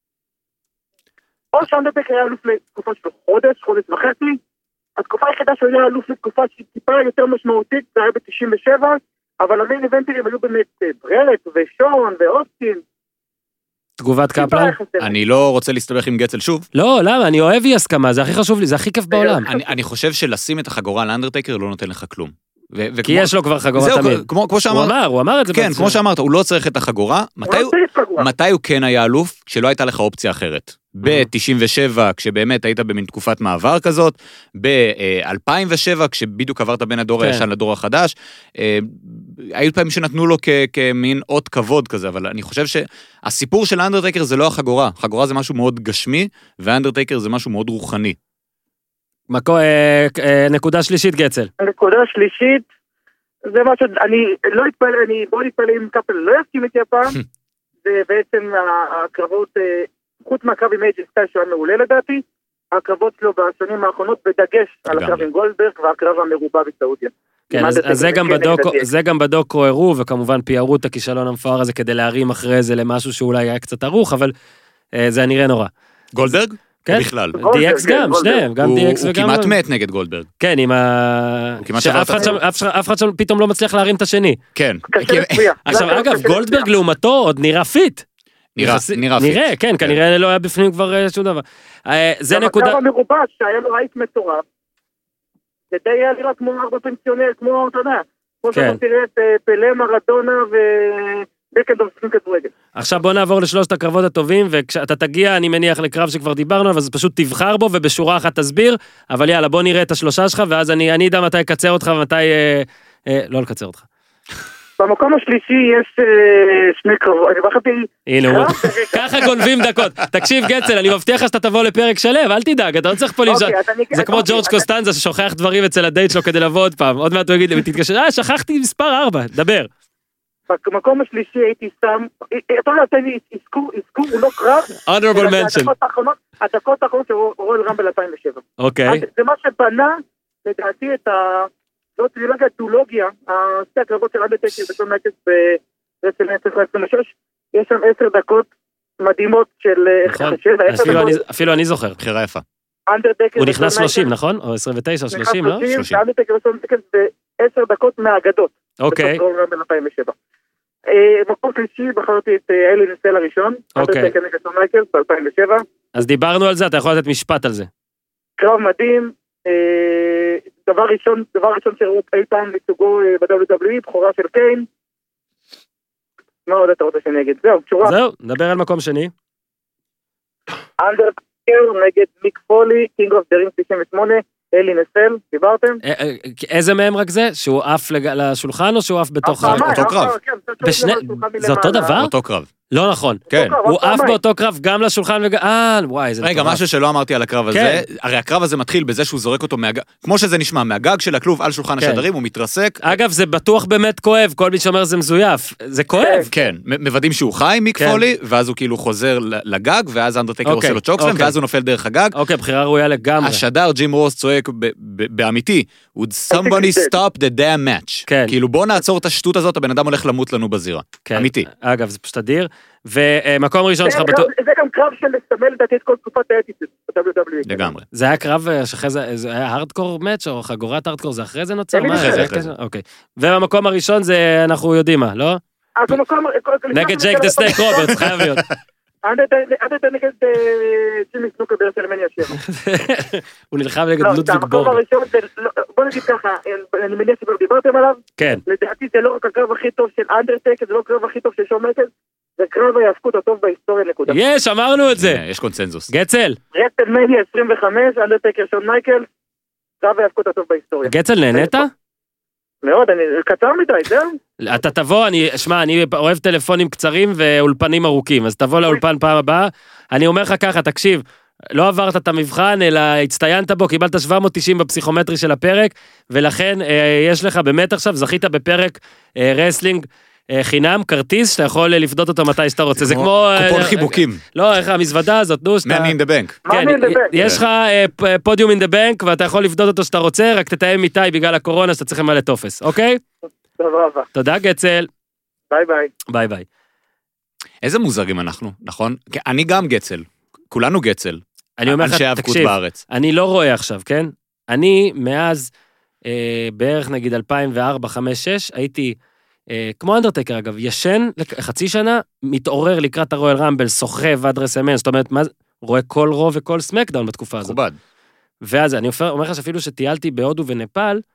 או שאנדרטייקר היה אלוף לתקופה של חודש וחצי, התקופה היחידה שהוא היה אלוף לתקופה שהיא טיפה יותר משמעותית, זה היה ב-97, אבל המיין איבנטרים היו באמת ברט ושון ואוסטין. תגובת קפלן? אני לא רוצה להסתבך עם גצל שוב. לא, למה? אני אוהב אי הסכמה, זה הכי חשוב לי, זה הכי כיף בעולם. אני חושב שלשים את החגורה לאנדרטייקר לא נותן לך כלום. כי יש לו כבר חגורה תמיד. הוא אמר את זה. כן, כמו שאמרת, הוא לא צריך את החגורה. מתי הוא כן היה אלוף? כשלא הייתה לך אופציה אחרת. ב-97, כשבאמת היית במין תקופת מעבר כזאת, ב-2007, כשבדיוק עברת בין הדור הישן לדור החדש, היו פעמים שנתנו לו כמין אות כבוד כזה, אבל אני חושב שהסיפור של האנדרטייקר זה לא החגורה, החגורה זה משהו מאוד גשמי, והאנדרטייקר זה משהו מאוד רוחני. נקודה שלישית, גצל. הנקודה השלישית, זה משהו, אני לא אתפלא, בוא נתפלא אם קפל לא יסכים איתי הפעם, זה בעצם הקרבות, חוץ מהקרב עם אייג' סטייל שהוא היה מעולה לדעתי, הקרבות שלו בשנים האחרונות בדגש על הקרב עם גולדברג והקרב המרובע בסעודיה. כן, אז זה גם בדוקו הראו, וכמובן פיירו את הכישלון המפואר הזה כדי להרים אחרי זה למשהו שאולי היה קצת ארוך, אבל זה נראה נורא. גולדברג? כן, בכלל. DX גם, שניהם, גם DX וגם... הוא כמעט מת נגד גולדברג. כן, עם שאף אחד שם פתאום לא מצליח להרים את השני. כן. עכשיו, אגב, גולדברג לעומתו עוד נראה פיט. נראה פיט. נראה, כן, כנראה לא היה בפנים כבר שום דבר. זה נקודה... הקרב המרובע שהיה לו רייט מטורף, זה די היה נראה כמו ארבע פנסיונר, כמו, אתה יודע, כמו שאתה תראה את פלה, מרדונה ובקנדור שחקים כדורגל. עכשיו בוא נעבור לשלושת הקרבות הטובים, וכשאתה תגיע, אני מניח לקרב שכבר דיברנו, אז פשוט תבחר בו, ובשורה אחת תסביר, אבל יאללה, בוא נראה את השלושה שלך, ואז אני אדע מתי לקצר אותך, ומתי... לא לקצר אותך. במקום השלישי יש שני קרבות, אני בחרתי... הנה, ככה גונבים דקות. תקשיב גצל, אני מבטיח לך שאתה תבוא לפרק שלם, אל תדאג, אתה לא צריך פה למשל. זה כמו ג'ורג' קוסטנזה ששוכח דברים אצל הדייט שלו כדי לבוא עוד פעם. עוד מעט הוא יגיד לי, תתקשר, שכחתי מספר 4, דבר. במקום השלישי הייתי שם, אתה יודע, תן לי, אזכור, הוא לא קרב. honorable mention. הדקות האחרונות של רואל רמבל 2007. אוקיי. זה מה שבנה, לדעתי, את ה... זאת טרילוגיה דולוגיה, שתי הקרבות של אנדרטייקר ושון מייקלס ברסלמניה 26, יש שם 10 דקות מדהימות של... אפילו אני זוכר. בחירה יפה. הוא נכנס 30, נכון? או 29, 30, לא? 30. אנדרטייקר ושון מייקלס ב10 דקות מהאגדות. אוקיי. ב 2007. מקום שלישי בחרתי את אלי נסל הראשון, אנדרטייקר נגד שון מייקלס ב-2007. אז דיברנו על זה, אתה יכול לתת משפט על זה. קרב מדהים, דבר ראשון שראו אי פעם לצוגו ב-WWE, בחורה של קיין. מה עוד אתה רוצה שאני אגיד? זהו, נדבר על מקום שני. אנדרטייקר נגד מיק פולי, קינג אוף דה רינג 98, אלי נסל, דיברתם? איזה מהם רק זה? שהוא עף לשולחן או שהוא עף בתוך... אותו קרב. זה אותו דבר? אותו קרב. לא נכון. כן. הוא עף באותו קרב גם לשולחן וגם... וואי, זה... רגע, משהו שלא אמרתי על הקרב הזה, הרי הקרב הזה מתחיל בזה שהוא זורק אותו מהגג, כמו שזה נשמע, מהגג של הכלוב על שולחן השדרים, הוא מתרסק. אגב, זה בטוח באמת כואב, כל מי שאומר זה מזויף. זה כואב. כן, מוודאים שהוא חי מיק פולי, ואז הוא כאילו חוזר לגג, ואז אנדרטייקר עושה לו צ'וקסלם, ואז הוא נופל דרך הגג. אוקיי, בחירה ראויה לגמרי. השדר ג'ים רוס צועק באמיתי, would somebody stop the damn match. כאילו בוא נעצור את השטות הזאת, הבן אדם הולך למות לנו בזירה. אמיתי. אגב, זה פשוט אדיר. ומקום ראשון שלך בטוח... זה גם קרב של לסמל לדעתי את כל תקופת האטיטוד ב-WWE. לגמרי. זה היה קרב שאחרי זה היה הארדקור מאץ' או חגורת הארדקור, זה אחרי זה נוצר? אחרי זה. אוקיי. ובמקום הראשון זה אנחנו יודעים מה, לא? נגד ג'ייק דה סנייק רוברטס, חייב להיות. אנדרטייקר נגד ג'ימי סנוקר ברסלמניה 7. הוא נלחם נגד לודוויג בורגר. בוא נגיד ככה, אני מניח שכבר דיברתם עליו. כן. לדעתי זה לא רק הקרב הכי טוב של אנדרטייקר, זה לא הקרב הכי טוב של שון מייקלס, זה קרב ההיאבקות הטוב בהיסטוריה, נקודה. יש, אמרנו את זה. יש קונצנזוס. גצל. רסלמניה 25, אנדרטייקר שון מייקלס, קרב ההיאבקות הטוב בהיסטוריה. גצל, נהנית? מאוד, קצר מדי, זהו. אתה תבוא, אני אוהב טלפונים קצרים ואולפנים ארוכים, אז תבוא לאולפן פעם הבאה. אני אומר לך ככה, תקשיב, לא עברת את המבחן, אלא הצטיינת בו, קיבלת 790 בפסיכומטרי של הפרק, ולכן יש לך באמת עכשיו, זכית בפרק רסלינג חינם, כרטיס, שאתה יכול לפדות אותו מתי שאתה רוצה. זה כמו... קופון חיבוקים. לא, איך המזוודה הזאת, נו, שאתה... Man in the bank. כן, יש לך פודיום in the bank, ואתה יכול לפדות אותו שאתה רוצה, רק תתאם איתי בגלל הקורונה, שאתה צריך למלא טופס, אוקיי? תודה, גצל. ביי ביי. ביי ביי. איזה מוזרים אנחנו, נכון? אני גם גצל. כולנו גצל. אני אומר לך, תקשיב, אני לא רואה עכשיו, כן? אני מאז בערך נגיד 2004, 5, 6, הייתי... כמו אנדרטייקר אגב, ישן חצי שנה, מתעורר לקראת הרואל רמבל, סוחב עד רסלמניה, זאת אומרת, רואה כל רו וכל סמקדאון בתקופה הזאת. מכובד. ואז אני אומר לך שאפילו שטיילתי בהודו ונפאל,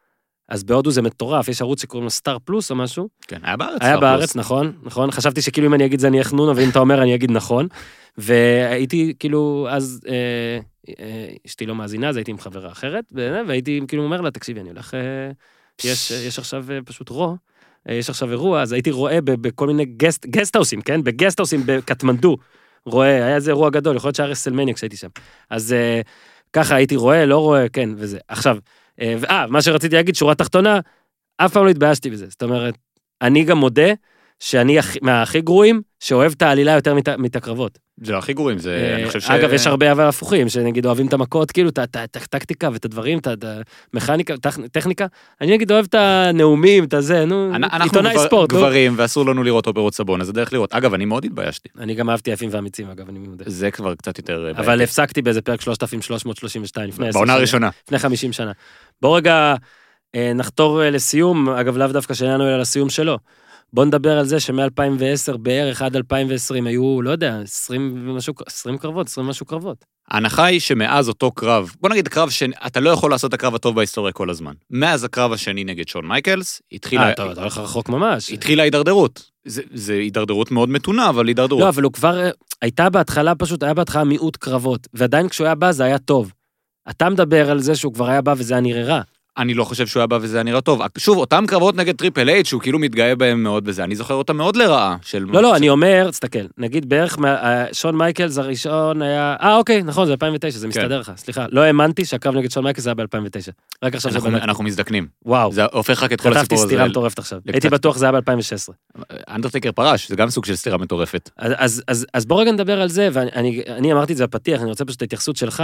אז בהודו זה מטורף, יש ערוץ שקוראים לו סטאר פלוס או משהו. כן, היה בארץ. היה בארץ, נכון. חשבתי שכאילו אם אני אגיד זה אני אחנון, אבל אם אתה אומר אני אגיד נכון. והייתי כאילו, אז אשתי לא מאזינה, אז הייתי עם חברה אחרת, והייתי כאילו אומר לה, תקשיבי, אני הולך, יש עכשיו פשוט יש עכשיו אירוע, אז הייתי רואה בכל מיני גסטהאוסים, כן? בגסטהאוסים בקטמנדו, רואה, היה איזה אירוע גדול, יכול להיות שהיה רסלמניה כשהייתי שם. אז ככה הייתי רואה, לא רואה, כן, וזה. עכשיו, מה שרציתי להגיד, שורה תחתונה, אף פעם לא התביישתי בזה. זאת אומרת, אני גם מודה שאני מהכי גרועים, שאוהב את העלילה יותר מתקרבות. זה לא הכי גרועים, זה, אני חושב ש... אגב, יש הרבה אבל הפוכים, שנגיד אוהבים את המכות, כאילו, את הטקטיקה ואת הדברים, את המכניקה, טכניקה. אני נגיד אוהב את הנאומים, את זה, נו, עיתונאי ספורט. אנחנו גברים, ואסור לנו לראות אופרות סבון, אז זה דרך לראות. אגב, אני מאוד התביישתי. אני גם אהבתי יפים ואמיצים, אגב, אני מודה. זה כבר קצת יותר... אבל הפסקתי באיזה פרק 3332, לפני 10 שנה. בעונה הראשונה. לפני 50 שנה. בוא רגע נחתור לסיום, אגב, לאו דווקא שלנו, אלא לסיום שלו. בוא נדבר על זה שמ-2010 בערך עד 2020 היו, לא יודע, 20 קרבות, 20 משהו קרבות. ההנחה היא שמאז אותו קרב, בוא נגיד קרב שאתה לא יכול לעשות את הקרב הטוב בהיסטוריה כל הזמן. מאז הקרב השני נגד שון מייקלס, התחילה... אתה הולך רחוק ממש. התחילה הידרדרות. זה הידרדרות מאוד מתונה, אבל הידרדרות. לא, אבל הוא כבר, היה בהתחלה מיעוט קרבות, ועדיין כשהוא היה בא זה היה טוב. אתה מדבר על זה שהוא כבר היה בא וזה היה נראה רע. אני לא חושב שהוא היה בא וזה היה נראה טוב. שוב, אותם קרבות נגד טריפל אייץ' שהוא כאילו מתגאה בהם מאוד בזה, אני זוכר אותם מאוד לרעה. לא, אני אומר, תסתכל, נגיד בערך שון מייקלס הראשון היה, אוקיי, נכון, זה 2009, זה מסתדר לך, סליחה. לא האמנתי שהקרב נגד שון מייקלס היה ב-2009. רק עכשיו אנחנו מזדקנים. וואו. זה הופך רק את כל הסיפור הזה. כתבתי סתירה מטורפת עכשיו. הייתי בטוח זה היה ב-2016. אנדרטייקר פרש, זה גם סוג של סתירה מטורפת. אז בוא רגע נדבר על זה, ואני אמרתי את זה בפתיח, אני רוצה פשוט ההתייחסות שלך.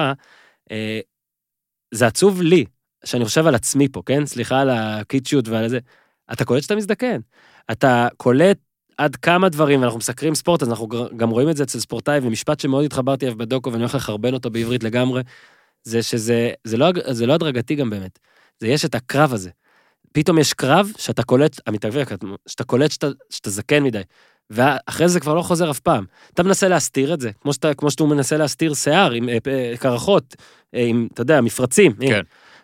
זה עצוב לי, שאני חושב על עצמי פה, כן? סליחה על הקיצ'יות ועל זה. אתה קולט שאתה מזדקן. אתה קולט עד כמה דברים, ואנחנו מסקרים ספורט, אז אנחנו גם רואים את זה אצל ספורטאי, ומשפט שמאוד התחברתי אליו בדוקו, ואני הולך לחרבן אותו בעברית לגמרי, זה שזה לא הדרגתי גם באמת. זה יש את הקרב הזה. פתאום יש קרב שאתה קולט, שאתה קולט שאתה זקן מדי, ואחרי זה כבר לא חוזר אף פעם. אתה מנסה להסתיר את זה, כמו שאתה מנסה להסתיר שיער, עם קרחות, עם, אתה יודע, מפרצים. כן.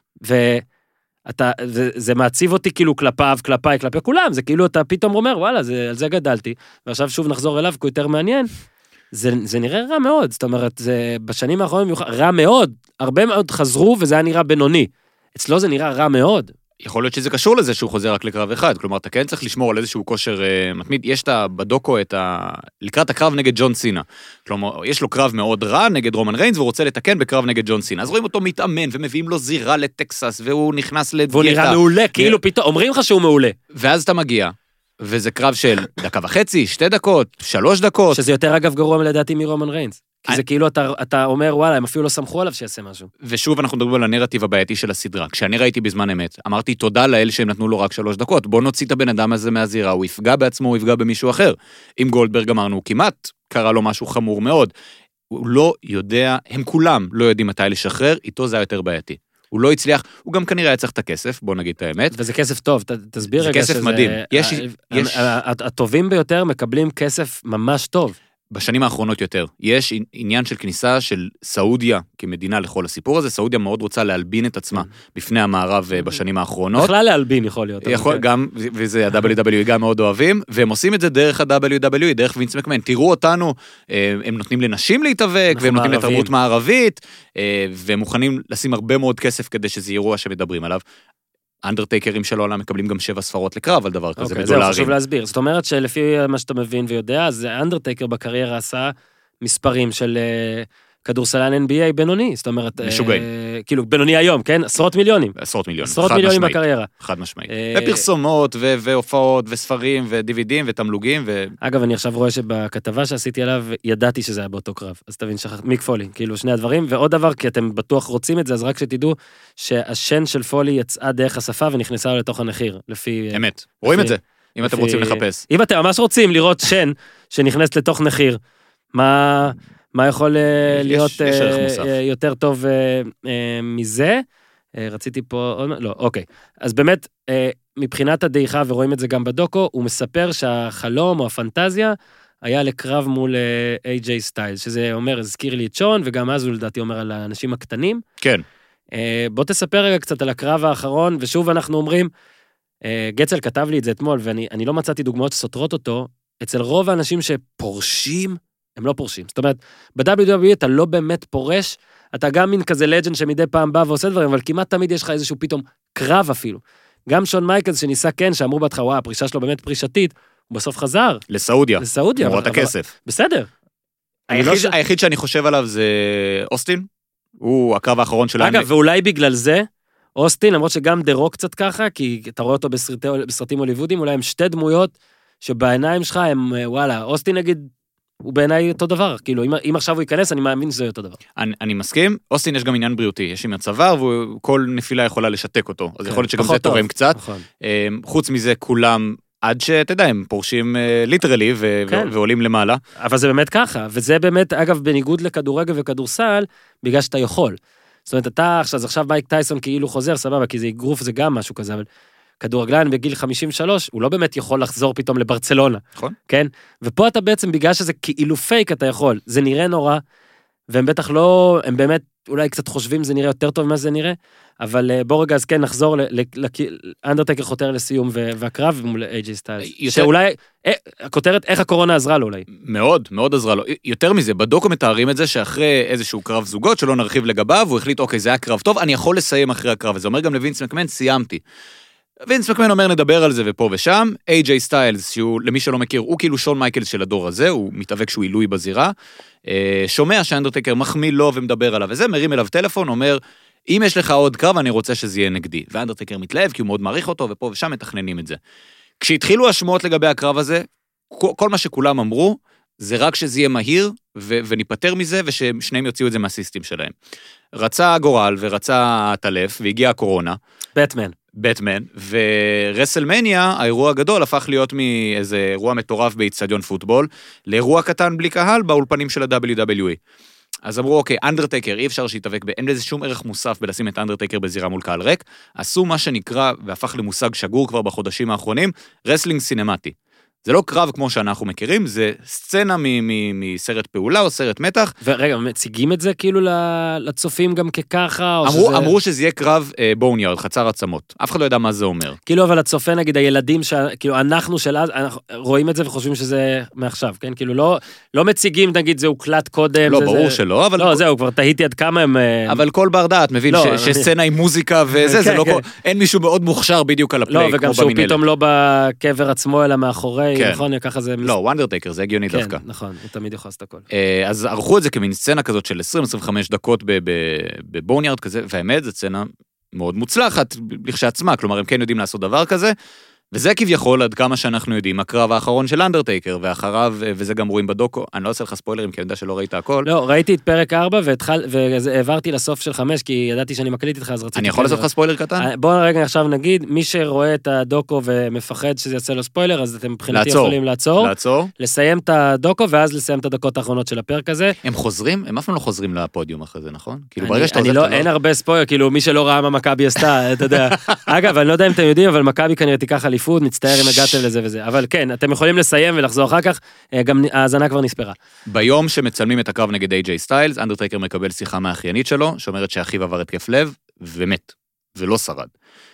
וזה מעציב אותי כאילו כלפיו, כלפיי, כלפי כולם, זה כאילו אתה פתאום אומר, וואלה, על זה גדלתי, ועכשיו שוב נחזור אליו, כי הוא יותר מעניין, זה נראה רע מאוד, זאת אומרת, זה בשנים האחרונות רע מאוד, הרבה מאוד חזרו, וזה היה נראה בינוני, אצלו זה נראה רע מאוד. יכול להיות שזה קשור לזה שהוא חוזר רק לקרב אחד, כלומר, אתה כן צריך לשמור על איזשהו כושר מתמיד, יש בדוקו לקראת הקרב נגד ג'ון סינה, כלומר, יש לו קרב מאוד רע נגד רומן ריינס, והוא רוצה לתקן בקרב נגד ג'ון סינה, אז רואים אותו מתאמן, ומביאים לו זירה לטקסס, והוא נכנס לדיאטה. והוא נראה מעולה, כאילו פתאום, אומרים לך שהוא מעולה. ואז אתה מגיע, וזה קרב של 1.5 דקות, 2 דקות, 3 דקות. שזה יותר אגב גרוע לדעתי מרומן ריינס. כי זה כאילו אתה אומר, וואלה, הם אפילו לא סמכו עליו שיעשה משהו. ושוב אנחנו מדברים על הנרטיב הבעייתי של הסדרה. כשאני ראיתי בזמן אמת, אמרתי תודה לאל שהם נתנו לו רק 3 דקות, בוא נוציא את הבן אדם הזה מהזירה, הוא יפגע בעצמו, הוא יפגע במישהו אחר. עם גולדברג אמרנו, כמעט קרה לו משהו חמור מאוד. הוא לא יודע, הם כולם לא יודעים מתי לשחרר, איתו זה היה יותר בעייתי. הוא לא הצליח, הוא גם כנראה היה צריך את הכסף, בוא נגיד את האמת. וזה כסף טוב, תסביר רגע שזה... זה כסף מדהים. הטובים ביותר מקבלים כסף ממש טוב. בשנים האחרונות יותר. יש עניין של כניסה של סעודיה כמדינה לכל הסיפור הזה. סעודיה מאוד רוצה להלבין את עצמה בפני המערב בשנים האחרונות. בכלל להלבין יכול להיות. יכול גם, וזה ה-WWE גם מאוד אוהבים, והם עושים את זה דרך ה-WWE, דרך וינס מקמן. תראו אותנו, הם נותנים לנשים להתאבק, והם נותנים לתרבות מערבית, והם מוכנים לשים הרבה מאוד כסף כדי שזה אירוע שמדברים עליו. אנדרטייקרים של העולם מקבלים גם 7 ספרות לקרב על דבר כזה בדולרים. זהו, חשוב להסביר. זאת אומרת שלפי מה שאתה מבין ויודע, אז אנדרטייקר בקריירה עשה מספרים של כדורסלן NBA בינוני. זאת אומרת... משוגעים. כאילו, בינוני היום, כן? עשרות מיליונים. עשרות מיליונים. עשרות מיליונים בקריירה. חד משמעית. ופרסומות, והופעות, וספרים, ודיווידים, ותמלוגים, אגב, אני עכשיו רואה שבכתבה שעשיתי עליו, ידעתי שזה היה באותו קרב. אז תבין, מיק פולי, כאילו שני הדברים. ועוד דבר, כי אתם בטוח רוצים את זה, אז רק שתדעו שהשן של פולי יצאה דרך השפה ונכנסה לתוך המחיר, לפי... אמת. רואים את זה, אם אתם רוצים לחפש. אם אתם ממש רוצים לראות שן שנכנסת לתוך מחיר, מה יכול להיות יותר טוב מזה? רציתי פה... לא, אוקיי. אז באמת, מבחינת הדעיכה, ורואים את זה גם בדוקו, הוא מספר שהחלום או הפנטזיה היה לקרב מול AJ סטיילס, שזה אומר, הזכיר לי את שון, וגם אז הוא לדעתי אומר על האנשים הקטנים. כן. בוא תספר רגע קצת על הקרב האחרון, ושוב אנחנו אומרים, גצל כתב לי את זה אתמול, ואני לא מצאתי דוגמאות שסותרות אותו, אצל רוב האנשים שפורשים, הם לא פורשים. זאת אומרת, ב-WWE אתה לא באמת פורש, אתה גם מין כזה לג'נד שמדי פעם בא ועושה דברים, אבל כמעט תמיד יש לך איזשהו פתאום קרב אפילו. גם שון מייקלס שניסה כן, שאמרו בהתחלה, וואו, הפרישה שלו באמת פרישתית, הוא בסוף חזר. לסעודיה. לסעודיה. תמורת הכסף. בסדר. היחיד שאני חושב עליו זה אוסטין. הוא הקרב האחרון שלנו. אגב, ואולי בגלל זה, אוסטין, למרות שגם דה רוק קצת ככה, כי אתה רואה אותו בסרטים הוליוודיים, אולי הם שתי דמויות שבעיניים שלך הם, וואלה, אוסטין נגיד, הוא בעיניי אותו דבר, כאילו, אם עכשיו הוא ייכנס, אני מאמין שזה אותו דבר. אני מסכים, אוסטין יש גם עניין בריאותי, יש עם הצוואר, וכל נפילה יכולה לשתק אותו, אז יכול להיות שגם זה תורם קצת. חוץ מזה, כולם, עד שאתה יודע, הם פורשים ליטרלי, ועולים למעלה. אבל זה באמת ככה, וזה באמת, אגב, בניגוד לכדורגל וכדורסל, בגלל שאתה יכול. זאת אומרת, עכשיו מייק טייסון כאילו חוזר, סבבה, כי זה אגרוף, זה גם משהו כזה, אבל כדורגלן בגיל 53, הוא לא באמת יכול לחזור פתאום לברצלונה. נכון. כן? ופה אתה בעצם, בגלל שזה כאילו פייק אתה יכול, זה נראה נורא, והם בטח לא, הם באמת אולי קצת חושבים זה נראה יותר טוב ממה זה נראה, אבל בוא רגע אז כן נחזור, אנדרטייקר חותר לסיום והקרב מול AJ סטיילס, שאולי, הכותרת איך הקורונה עזרה לו אולי. מאוד, מאוד עזרה לו. יותר מזה, בדוקו מתארים את זה שאחרי איזשהו קרב זוגות שלא נרחיב לגביו, הוא החליט, אוקיי, זה היה קרב טוב, אני יכול לסיים אחרי הקרב. זה אומר גם לווינס מקמן, סיימתי. וינס מקמן אומר נדבר על זה ופה ושם, AJ סטיילס, שהוא למי שלא מכיר, הוא כאילו שון מייקלס של הדור הזה, הוא מתאבק שהוא עילוי בזירה, שומע שאנדרטייקר מחמיא לו ומדבר עליו, וזה מרים אליו טלפון, אומר, אם יש לך עוד קרב, אני רוצה שזה יהיה נגדי. ואנדרטייקר מתלהב, כי הוא מאוד מעריך אותו, ופה ושם מתכננים את זה. כשהתחילו השמועות לגבי הקרב הזה, כל מה שכולם אמרו, זה רק שזה יהיה מהיר, וניפטר מזה, וששניהם יוציאו את זה מהסיסטים שלהם. רצה גורל ורצה הטלף, והגיעה הקורונה. בטמן, ורסלמניה, האירוע הגדול, הפך להיות מאיזה אירוע מטורף באצטדיון פוטבול, לאירוע קטן בלי קהל באולפנים של ה-WWE. אז אמרו, אוקיי, אנדרטייקר, אי אפשר שיתאבק, אין לזה שום ערך מוסף בלשים את אנדרטייקר בזירה מול קהל ריק, עשו מה שנקרא, והפך למושג שגור כבר בחודשים האחרונים, רסלינג סינמטי. זה לא קרב כמו שאנחנו מכירים, זה סצנה מסרט פעולה או סרט מתח. ורגע, מציגים את זה כאילו לצופים גם כככה? אמרו שזה יהיה קרב בוניארד, חצר עצמות. אף אחד לא ידע מה זה אומר. כאילו, אבל הצופה, נגיד, הילדים, כאילו, אנחנו של אז, רואים את זה וחושבים שזה מעכשיו, כן? כאילו, לא מציגים, נגיד, זה הוקלט קודם. לא, ברור שלא, אבל... לא, זהו, כבר תהיתי עד כמה הם... אבל כל בר דעת מבין שסצנה עם מוזיקה וזה, זה לא... אין מישהו מאוד מוכשר בדיוק על הפליי, לא, וגם שהוא פתאום לא בקבר עצמו, אלא מאחורי, נכון, ככה זה... לא, אנדרטייקר, זה הגיוני דווקא. כן, נכון, הוא תמיד יכול לעשות הכל. אז ערכו את זה כמין סצנה כזאת של 20-25 דקות בבוניארד כזה, והאמת, זו סצנה מאוד מוצלחת לכשעצמה, כלומר, הם כן יודעים לעשות דבר כזה, וזה כביכול, עד כמה שאנחנו יודעים, הקרב האחרון של אנדרטייקר, ואחריו, וזה גם רואים בדוקו, אני לא עושה לך ספוילרים, כי אני יודע שלא ראית הכל. לא, ראיתי את פרק 4, והעברתי לסוף של 5, כי ידעתי שאני מקליט איתך, אז רציתי... אני יכול לעשות לך ספוילר קטן? בוא רגע עכשיו נגיד, מי שרואה את הדוקו ומפחד שזה יצא לו ספוילר, אז אתם מבחינתי יכולים לעצור, לסיים את הדוקו, ואז לסיים את הדקות האחרונות של הפרק הזה. הם חוזרים? הם אף פעם לא חוזרים לפודיום אחרי זה, נכון? אין הרבה ספוילר, כאילו מי שלא ראה מה מכבי עשתה, אתה יודע. אגב, אני לא יודע אם אתם יודעים, אבל מכבי כנראה תיקח אליפות, נצטער אם הגעתם לזה וזה. אבל כן, אתם יכולים לסיים ולחזור אחר כך, גם ההזנה כבר נספרה. ביום שמצלמים את הקרב נגד AJ סטיילס, אנדרטייקר מקבל שיחה מהאחיינית שלו, שאומרת שאחיו עבר התקף לב, ומת, ולא שרד.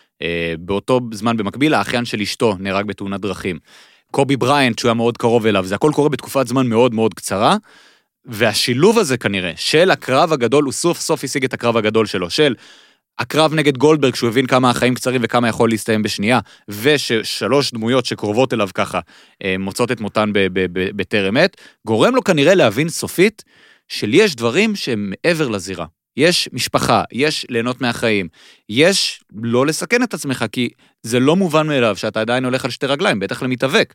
באותו זמן במקביל, האחיין של אשתו נהרג בתאונת דרכים. קובי בריינט, שהוא היה מאוד קרוב אליו, זה הכל קורה בתקופת זמן מאוד מאוד קצרה, והשילוב הזה כנראה, של הקרב הגדול, הוא סוף סוף השיג את הקרב הגדול שלו, של הקרב נגד גולדברג, שהוא הבין כמה החיים קצרים וכמה יכול להסתיים בשנייה, וששלוש דמויות שקרובות אליו ככה, מוצאות את מותן בטרם עת, גורם לו כנראה להבין סופית, של יש דברים שהם מעבר לזירה. יש משפחה, יש ליהנות מהחיים, יש לא לסכן את עצמך, כי זה לא מובן מאליו שאתה עדיין הולך על שתי רגליים, בטח למתאבק.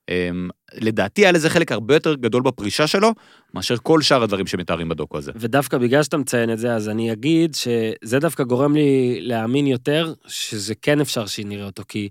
לדעתי היה לזה חלק הרבה יותר גדול בפרישה שלו, מאשר כל שאר הדברים שמתארים בדוקו הזה. ודווקא בגלל שאתה מציין את זה, אז אני אגיד שזה דווקא גורם לי להאמין יותר, שזה כן אפשר שנראה אותו, כי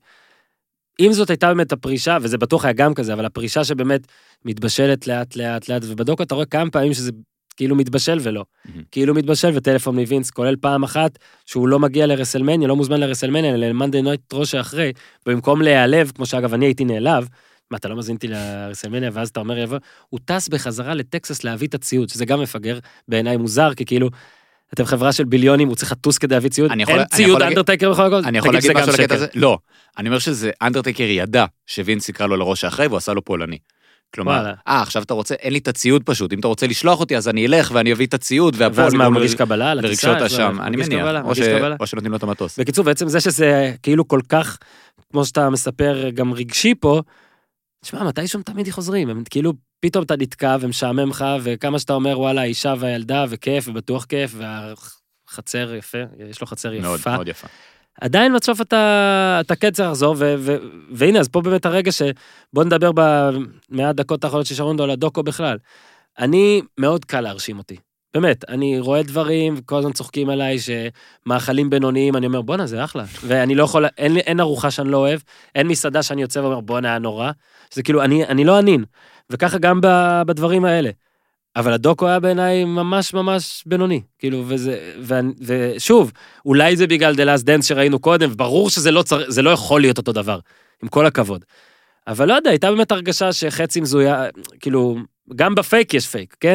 אם זאת הייתה באמת הפרישה, וזה בטוח היה גם כזה, אבל הפרישה שבאמת מתבשלת לאט לאט לאט, ובדוקו אתה רואה כמה פעמים שזה כאילו מתבשל ולא. כאילו מתבשל וטלפון מווינס, כולל פעם אחת שהוא לא מגיע לרסלמניה, לא מוזמן לרסלמניה, אלא למנדי נייט ראש האחרי, ובמקום להיעלב, כמו שאגב אני הייתי נעלב, מה, אתה לא מזינתי לרסלמניה, ואז אתה אומר, הוא טס בחזרה לטקסס להביא את הציוד, שזה גם מפגר בעיניי מוזר, כי כאילו, אתם חברה של ביליונים, הוא צריך לטוס כדי להביא ציוד, אני יכול- אין אני ציוד יכול להגיד- אנדרטייקר בכל הכל? אני יכול תגיד, להגיד זה גם משהו לקטע שקר. הזה? לא. אני אומר שזה אנדרטייקר ידע שווינס יקרא לו לראש האחראי, והוא עשה לו פולני. כלומר, וואלה. עכשיו אתה רוצה, אין לי את הציוד פשוט, אם אתה רוצה לשלוח אותי, אז אני אלך ואני אביא את הציוד, והפועל ואז מה, הוא יגרום מגיש קבלה לטיסה? לרגשות איך זה אשם, הולך? אני מגיש מניח, קבלה, או מגיש קבלה. או שנותנים לו את המטוס. בקיצור, בעצם זה שזה כאילו כל כך, כמו שאתה מספר, גם רגשי פה, תשמע, מתישהו הם תמיד חוזרים, הם כאילו, פתאום אתה נתקע ומשעמם לך, וכמה שאתה אומר, וואלה, האישה והילדה, וכיף, ובטוח כיף, והחצר יפה, יש לו חצר מאוד, יפה. מאוד יפה. עדיין בסוף אתה כן צריך לחזור, והנה, אז פה באמת הרגע שבוא נדבר במאה דקות האחרונות ששרון דו על הדוקו בכלל. אני, מאוד קל להרשים אותי. באמת, אני רואה דברים, וכל הזמן צוחקים עליי, שמאכלים בינוניים, אני אומר, בונה, זה אחלה. ואני לא יכול, אין ארוחה שאני לא אוהב, אין מסעדה שאני יוצא ואומר, בונה, היה נורא. שזה כאילו, אני לא ענין. וככה גם בדברים האלה. אבל הדוקו היה בעיניי ממש ממש בינוני, כאילו, ושוב, אולי זה בגלל The Last Dance שראינו קודם, וברור שזה לא יכול להיות אותו דבר, עם כל הכבוד. אבל לא יודע, הייתה באמת הרגשה שחצי מזויה, כאילו, גם בפייק יש פייק, כן?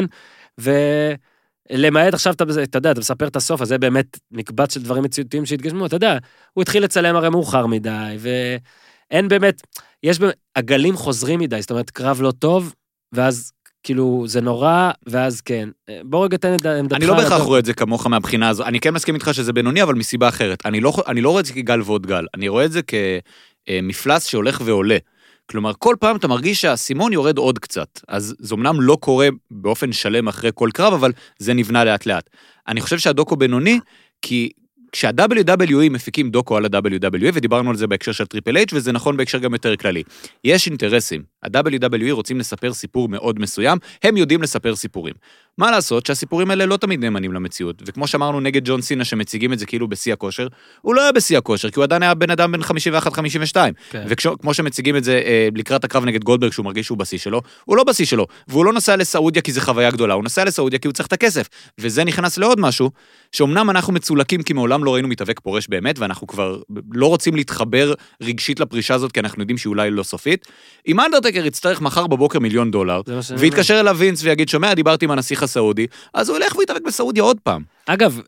ולמעט עכשיו, אתה יודע, אתה מספר את הסוף, אז זה באמת מקבץ של דברים מציאותיים שהתגשמו, אתה יודע, הוא התחיל לצלם הרי מאוחר מדי, ואין באמת, יש באמת, הגלים חוזרים מדי, זאת אומרת, קרב לא טוב, ואז כאילו, זה נורא, ואז כן. בוא רגע תן את עמדתך. אני לא בהכרח רואה את זה כמוך מהבחינה הזו, אני כן מסכים איתך שזה בינוני, אבל מסיבה אחרת. אני לא רואה את זה כגל ועוד גל, אני רואה את זה כמפלס שהולך ועולה. כלומר, כל פעם אתה מרגיש שהסימון יורד עוד קצת, אז זה אמנם לא קורה באופן שלם אחרי כל קרב, אבל זה נבנה לאט לאט. אני חושב שהדוקו בינוני, כי כשה-WWE מפיקים דוקו על ה-WWE, ודיברנו על זה בהקשר של טריפל H, וזה נכון בהקשר גם יותר כללי. יש אינטרסים. ה-WWE רוצים לספר סיפור מאוד מסוים, הם יודעים לספר סיפורים. מה לעשות שהסיפורים האלה לא תמיד נאמנים למציאות, וכמו שאמרנו נגד ג'ון סינה שמציגים את זה כאילו בשיא הכושר, הוא לא היה בשיא הכושר, כי הוא עדיין היה בן אדם בין 51-52, וכמו שמציגים את זה לקראת הקרב נגד גולדברג, שהוא מרגיש שהוא בשיא שלו, הוא לא בשיא שלו, והוא לא נסע לסעודיה כי זה חוויה גדולה, הוא נסע לסעודיה כי הוא צריך את הכסף, וזה נכנס לעוד משהו, שאומנם אנחנו מצולקים כי מעולם לא ראינו מתאבק פורש באמת, ואנחנו כבר לא רוצים להתחבר רגשית לפרישה הזאת, כי אנחנו יודעים שהיא אולי לא סופית. אם אנדרטייקר יצטרך מחר בבוקר $1,000,000, ויתקשר אליו וינס ויגיד, שומע, דיברתי עם הנסיך הסעודי, אז הוא ילך ויתאבק בסעודיה עוד פעם. אגב,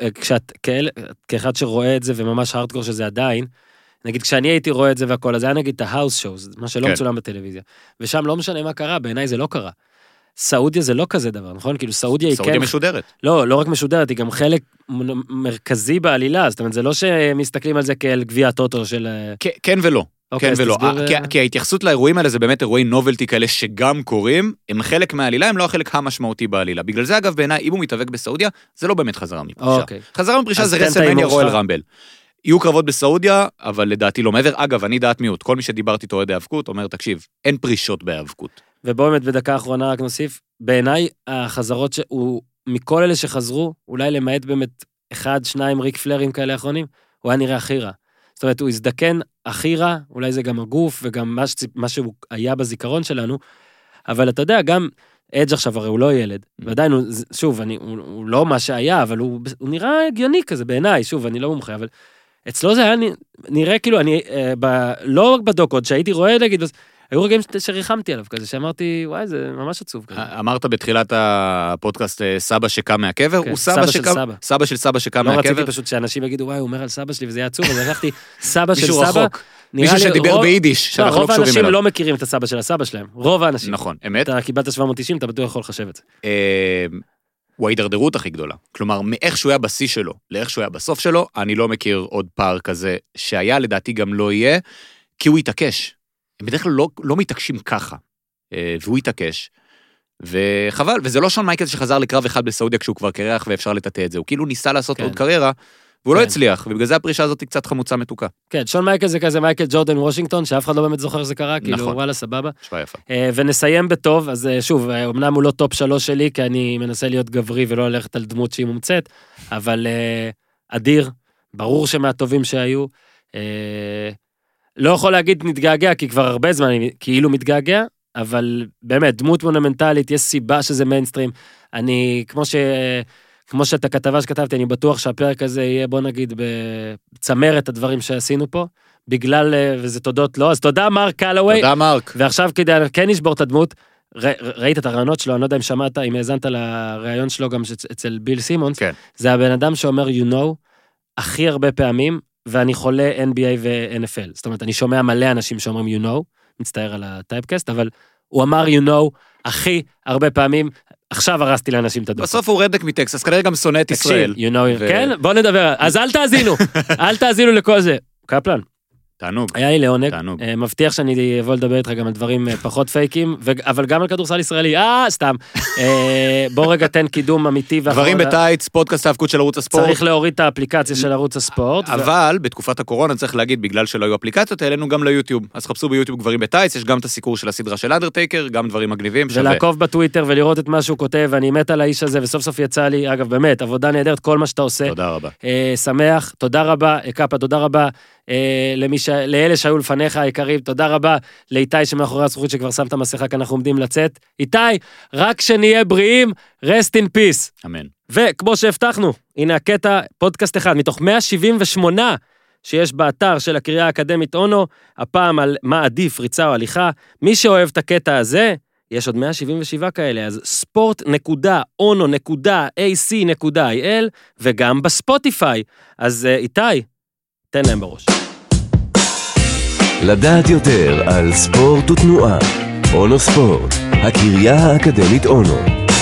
כאחד שרואה את זה וממש הארדקור שזה עדיין, נגיד כשאני הייתי רואה את זה והכל, אז היה נגיד את ההאוס שואוז, מה שלא מצולם בטלוויזיה, ושם לא משנה מה קרה, בעיניי זה לא קרה. סעודיה זה לא כזה דבר, נכון? כאילו סעודיה היא כן... סעודיה משודרת. לא רק משודרת, היא גם חלק מרכזי בעלילה, זאת אומרת, זה לא שמסתכלים על זה כאל גביע הטוטו של... כן ולא. כן ולא, כי ההתייחסות לאירועים האלה זה באמת אירועי נובלטי כאלה שגם קורים, הם חלק מהעלילה, הם לא החלק המשמעותי בעלילה. בגלל זה אגב בעיניי, אם הוא מתאבק בסעודיה, זה לא באמת חזרה מפרישה. חזרה מפרישה זה רסלמניה רואל רמבל. יהיו קרבות בסעודיה, אבל לדעתי לא מעבר. אגב, אני דעת מיעוט, כל מי שדיברתי איתו אוהד האבקות, אומר, תקשיב, אין פרישות בהאבקות. ובואו באמת בדקה האחרונה רק נוסיף, בעיניי החזרות שהוא, מכל אלה שחזרו, אולי למעט באמת 1-2 ריק פלרים כאלה האחרונים, הוא היה נראה הכי רע. זאת אומרת, הוא הזדקן הכי רע, אולי זה גם הגוף וגם מה שהוא היה בזיכרון שלנו, אבל אתה יודע, גם אדג' עכשיו הרי הוא לא ילד, ועדיין, שוב, הוא לא מה שהיה, אבל הוא נראה הגיוני כזה בעיניי, שוב, אני לא מומחה, אבל אצלו זה היה נראה כאילו, לא רק בדוקות, שהייתי רואה להגיד, היו רגעים שריחמתי עליו כזה, שאמרתי, וואי, זה ממש עצוב כזה. אמרת בתחילת הפודקאסט סבא שקם מהקבר, הוא סבא של סבא שקם מהקבר. לא רציתי פשוט שאנשים יגידו, וואי, הוא אומר על סבא שלי, וזה יהיה עצוב, אז לקחתי סבא של סבא. מישהו שדיבר ביידיש, שאנחנו לא קשורים אליו. רוב האנשים לא מכירים את הסבא של הסבא שלהם, רוב האנשים. נכון, אמת. אתה קיבלת 790, אתה בטוח יכול לחשב את זה. הוא ההידרדרות הכי גדולה. כלומר, מאיך שהוא היה בשיא שלו, לאיך שהוא היה בסוף שלו, אני לא מכיר עוד פער כזה שהיה, לדעתי גם לא יהיה, כי הוא יתעקש. הם בדרך כלל לא מתעקשים ככה, והוא יתעקש, וחבל, וזה לא שון מייקלס שחזר לקרב אחד בסעודיה כשהוא כבר קרח ואפשר לטאטא את זה, הוא כאילו ניסה לעשות עוד קריירה, והוא לא הצליח, ובגלל זה הפרישה הזאת היא קצת חמוצה מתוקה. כן, שון מייקלס זה כזה מייקל ג'ורדן וושינגטון, שאף אחד לא באמת זוכר שזה קרה, כאילו וואלה סבבה. שווה יפה. ונסיים בטוב, אז שוב, אמנם הוא לא טופ 3 שלי, כי אני מנסה להיות גברי ולא ללכת על דמות שהיא מומצאת, אבל אדיר, ברור שמהטובים שהיו, לא יכול להגיד נתגעגע, כי כבר הרבה זמן אני כאילו מתגעגע, אבל באמת, דמות מונומנטלית, יש סיבה שזה מיינסטרים, אני, כמו שאת הכתבה שכתבתי, אני בטוח שהפרק הזה יהיה, בוא נגיד, בצמר את הדברים שעשינו פה, בגלל, וזה תודות לו, אז תודה מרק קלווי. תודה מרק. ועכשיו כדי כן נשבור את הדמות, ראית את הרעיונות שלו, אני לא יודע אם שמעת, אם האזנת לרעיון שלו גם אצל ביל סימונס, כן. זה הבן אדם שאומר you know, הכי הרבה פעמים, ואני חולה NBA ו-NFL. זאת אומרת, אני שומע מלא אנשים שאומרים you know, מצטער על הטייפקאסט, אבל הוא אמר you know, הכי הרבה פעמים, עכשיו הרסתי לאנשים את הדוח. בסוף הוא רדק מטקסס, כנראה גם שונא את ישראל. you know, כן, בוא נדבר, אז אל תאזינו לכל זה. קפלן. תענוג. היה לי לעונג, תענוג. מבטיח שאני אבוא לדבר איתך גם על דברים פחות פייקים, אבל גם על כדורסל ישראלי, סתם. בוא רגע תן קידום אמיתי. דברים בטייץ, פודקאסט ההפקות של ערוץ הספורט. צריך להוריד את האפליקציה של ערוץ הספורט. אבל בתקופת הקורונה צריך להגיד, בגלל שלא היו אפליקציות, העלינו גם ליוטיוב. אז חפשו ביוטיוב גברים בטייץ, יש גם את הסיקור של הסדרה של אנדרטייקר, גם דברים מגניבים. ולעקוב בטוויטר ולראות את מה שהוא כותב, אני מת על האיש הזה, וסוף סוף יצא לי, אגב, באמת, עבודה נהדרת, כל מה שאתה עושה. תודה רבה. שמח, תודה רבה, קאפה, תודה רבה לאלה שהיו לפניך היקרים, תודה רבה לאיתי שמאחורי הזכוכית שכבר שם את המסכה, כי אנחנו עומדים לצאת. איתי, רק שנהיה בריאים, rest in peace. אמן. וכמו שהבטחנו, הנה הקטע, פודקאסט אחד, מתוך 178 שיש באתר של הקריאה האקדמית אונו, הפעם על מה עדיף, ריצה או הליכה. מי שאוהב את הקטע הזה, יש עוד 177 כאלה, אז sport.ono.ac.il וגם בספוטיפיי. אז איתי, תן להם בראש. לדעת יותר על ספורט ותנועה. אונו ספורט, הקריה האקדמית אונו.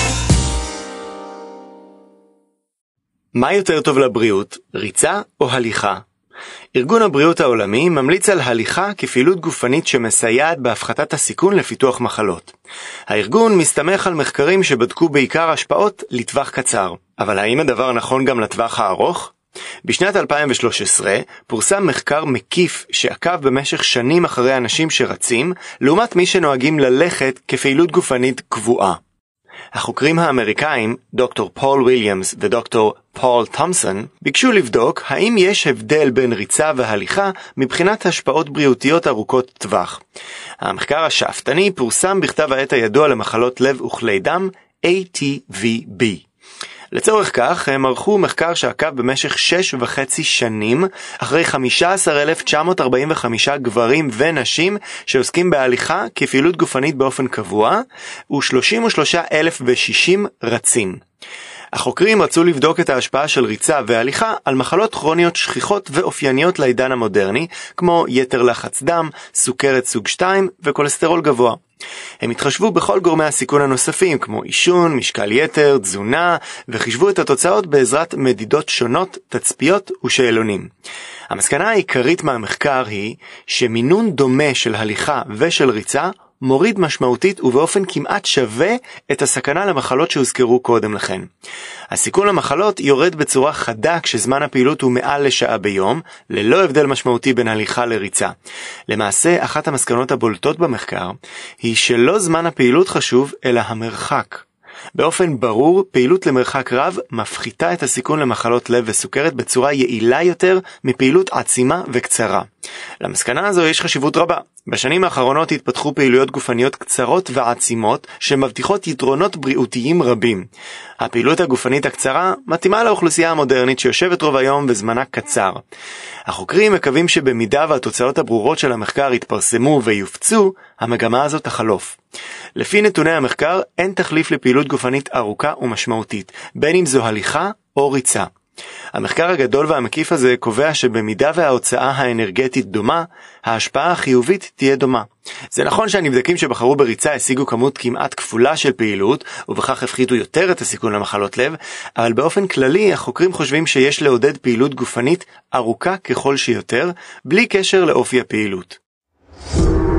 מה יותר טוב לבריאות, ריצה או הליכה? ארגון הבריאות העולמי ממליץ על הליכה כפעילות גופנית שמסייעת בהפחתת הסיכון לפיתוח מחלות. הארגון מסתמך על מחקרים שבדקו בעיקר השפעות לטווח קצר. אבל האם הדבר נכון גם לטווח הארוך? בשנת 2013 פורסם מחקר מקיף שעקב במשך שנים אחרי אנשים שרצים, לעומת מי שנוהגים ללכת כפעילות גופנית קבועה. החוקרים האמריקאים, דוקטור פול וויליאמס ודוקטור פול תומסון, ביקשו לבדוק האם יש הבדל בין ריצה והליכה מבחינת השפעות בריאותיות ארוכות טווח. המחקר השאפתני פורסם בכתב העת הידוע למחלות לב וכלי דם, ATVB. לצורך כך, הם ערכו מחקר שעקב במשך 6.5 שנים אחרי 15,945 גברים ונשים שעוסקים בהליכה כפעילות גופנית באופן קבוע, ו-33,060 רצים. החוקרים רצו לבדוק את ההשפעה של ריצה והליכה על מחלות כרוניות שכיחות ואופייניות לעידן המודרני, כמו יתר לחץ דם, סוכרת סוג 2 וכולסטרול גבוה. הם התחשבו בכל גורמי הסיכון הנוספים, כמו אישון, משקל יתר, תזונה, וחישבו את התוצאות בעזרת מדידות שונות, תצפיות ושאלונים. המסקנה העיקרית מהמחקר היא שמינון דומה של הליכה ושל ריצה מוריד משמעותית ובאופן כמעט שווה את הסכנה למחלות שהוזכרו קודם לכן. הסיכון למחלות יורד בצורה חדה כשזמן הפעילות הוא מעל לשעה ביום, ללא הבדל משמעותי בין הליכה לריצה. למעשה, אחת המסקנות הבולטות במחקר היא שלא זמן הפעילות חשוב, אלא המרחק. באופן ברור, פעילות למרחק רב מפחיתה את הסיכון למחלות לב וסוכרת בצורה יעילה יותר מפעילות עצימה וקצרה. למסקנה הזו יש חשיבות רבה. בשנים האחרונות התפתחו פעילויות גופניות קצרות ועצימות שמבטיחות יתרונות בריאותיים רבים. הפעילות הגופנית הקצרה מתאימה לאוכלוסייה המודרנית שיושבת רוב היום וזמנה קצר. החוקרים מקווים שבמידה והתוצאות הברורות של המחקר יתפרסמו ויופצו, המגמה הזאת תחלוף. לפי נתוני המחקר, אין תחליף לפעילות גופנית ארוכה ומשמעותית, בין אם זו הליכה או ריצה. המחקר הגדול והמקיף הזה קובע שבמידה וההוצאה האנרגטית דומה, ההשפעה החיובית תהיה דומה. זה נכון שהנבדקים שבחרו בריצה השיגו כמות כמעט כפולה של פעילות, ובכך הפחיתו יותר את הסיכון למחלות לב, אבל באופן כללי החוקרים חושבים שיש לעודד פעילות גופנית ארוכה ככל שיותר, בלי קשר לאופי הפעילות.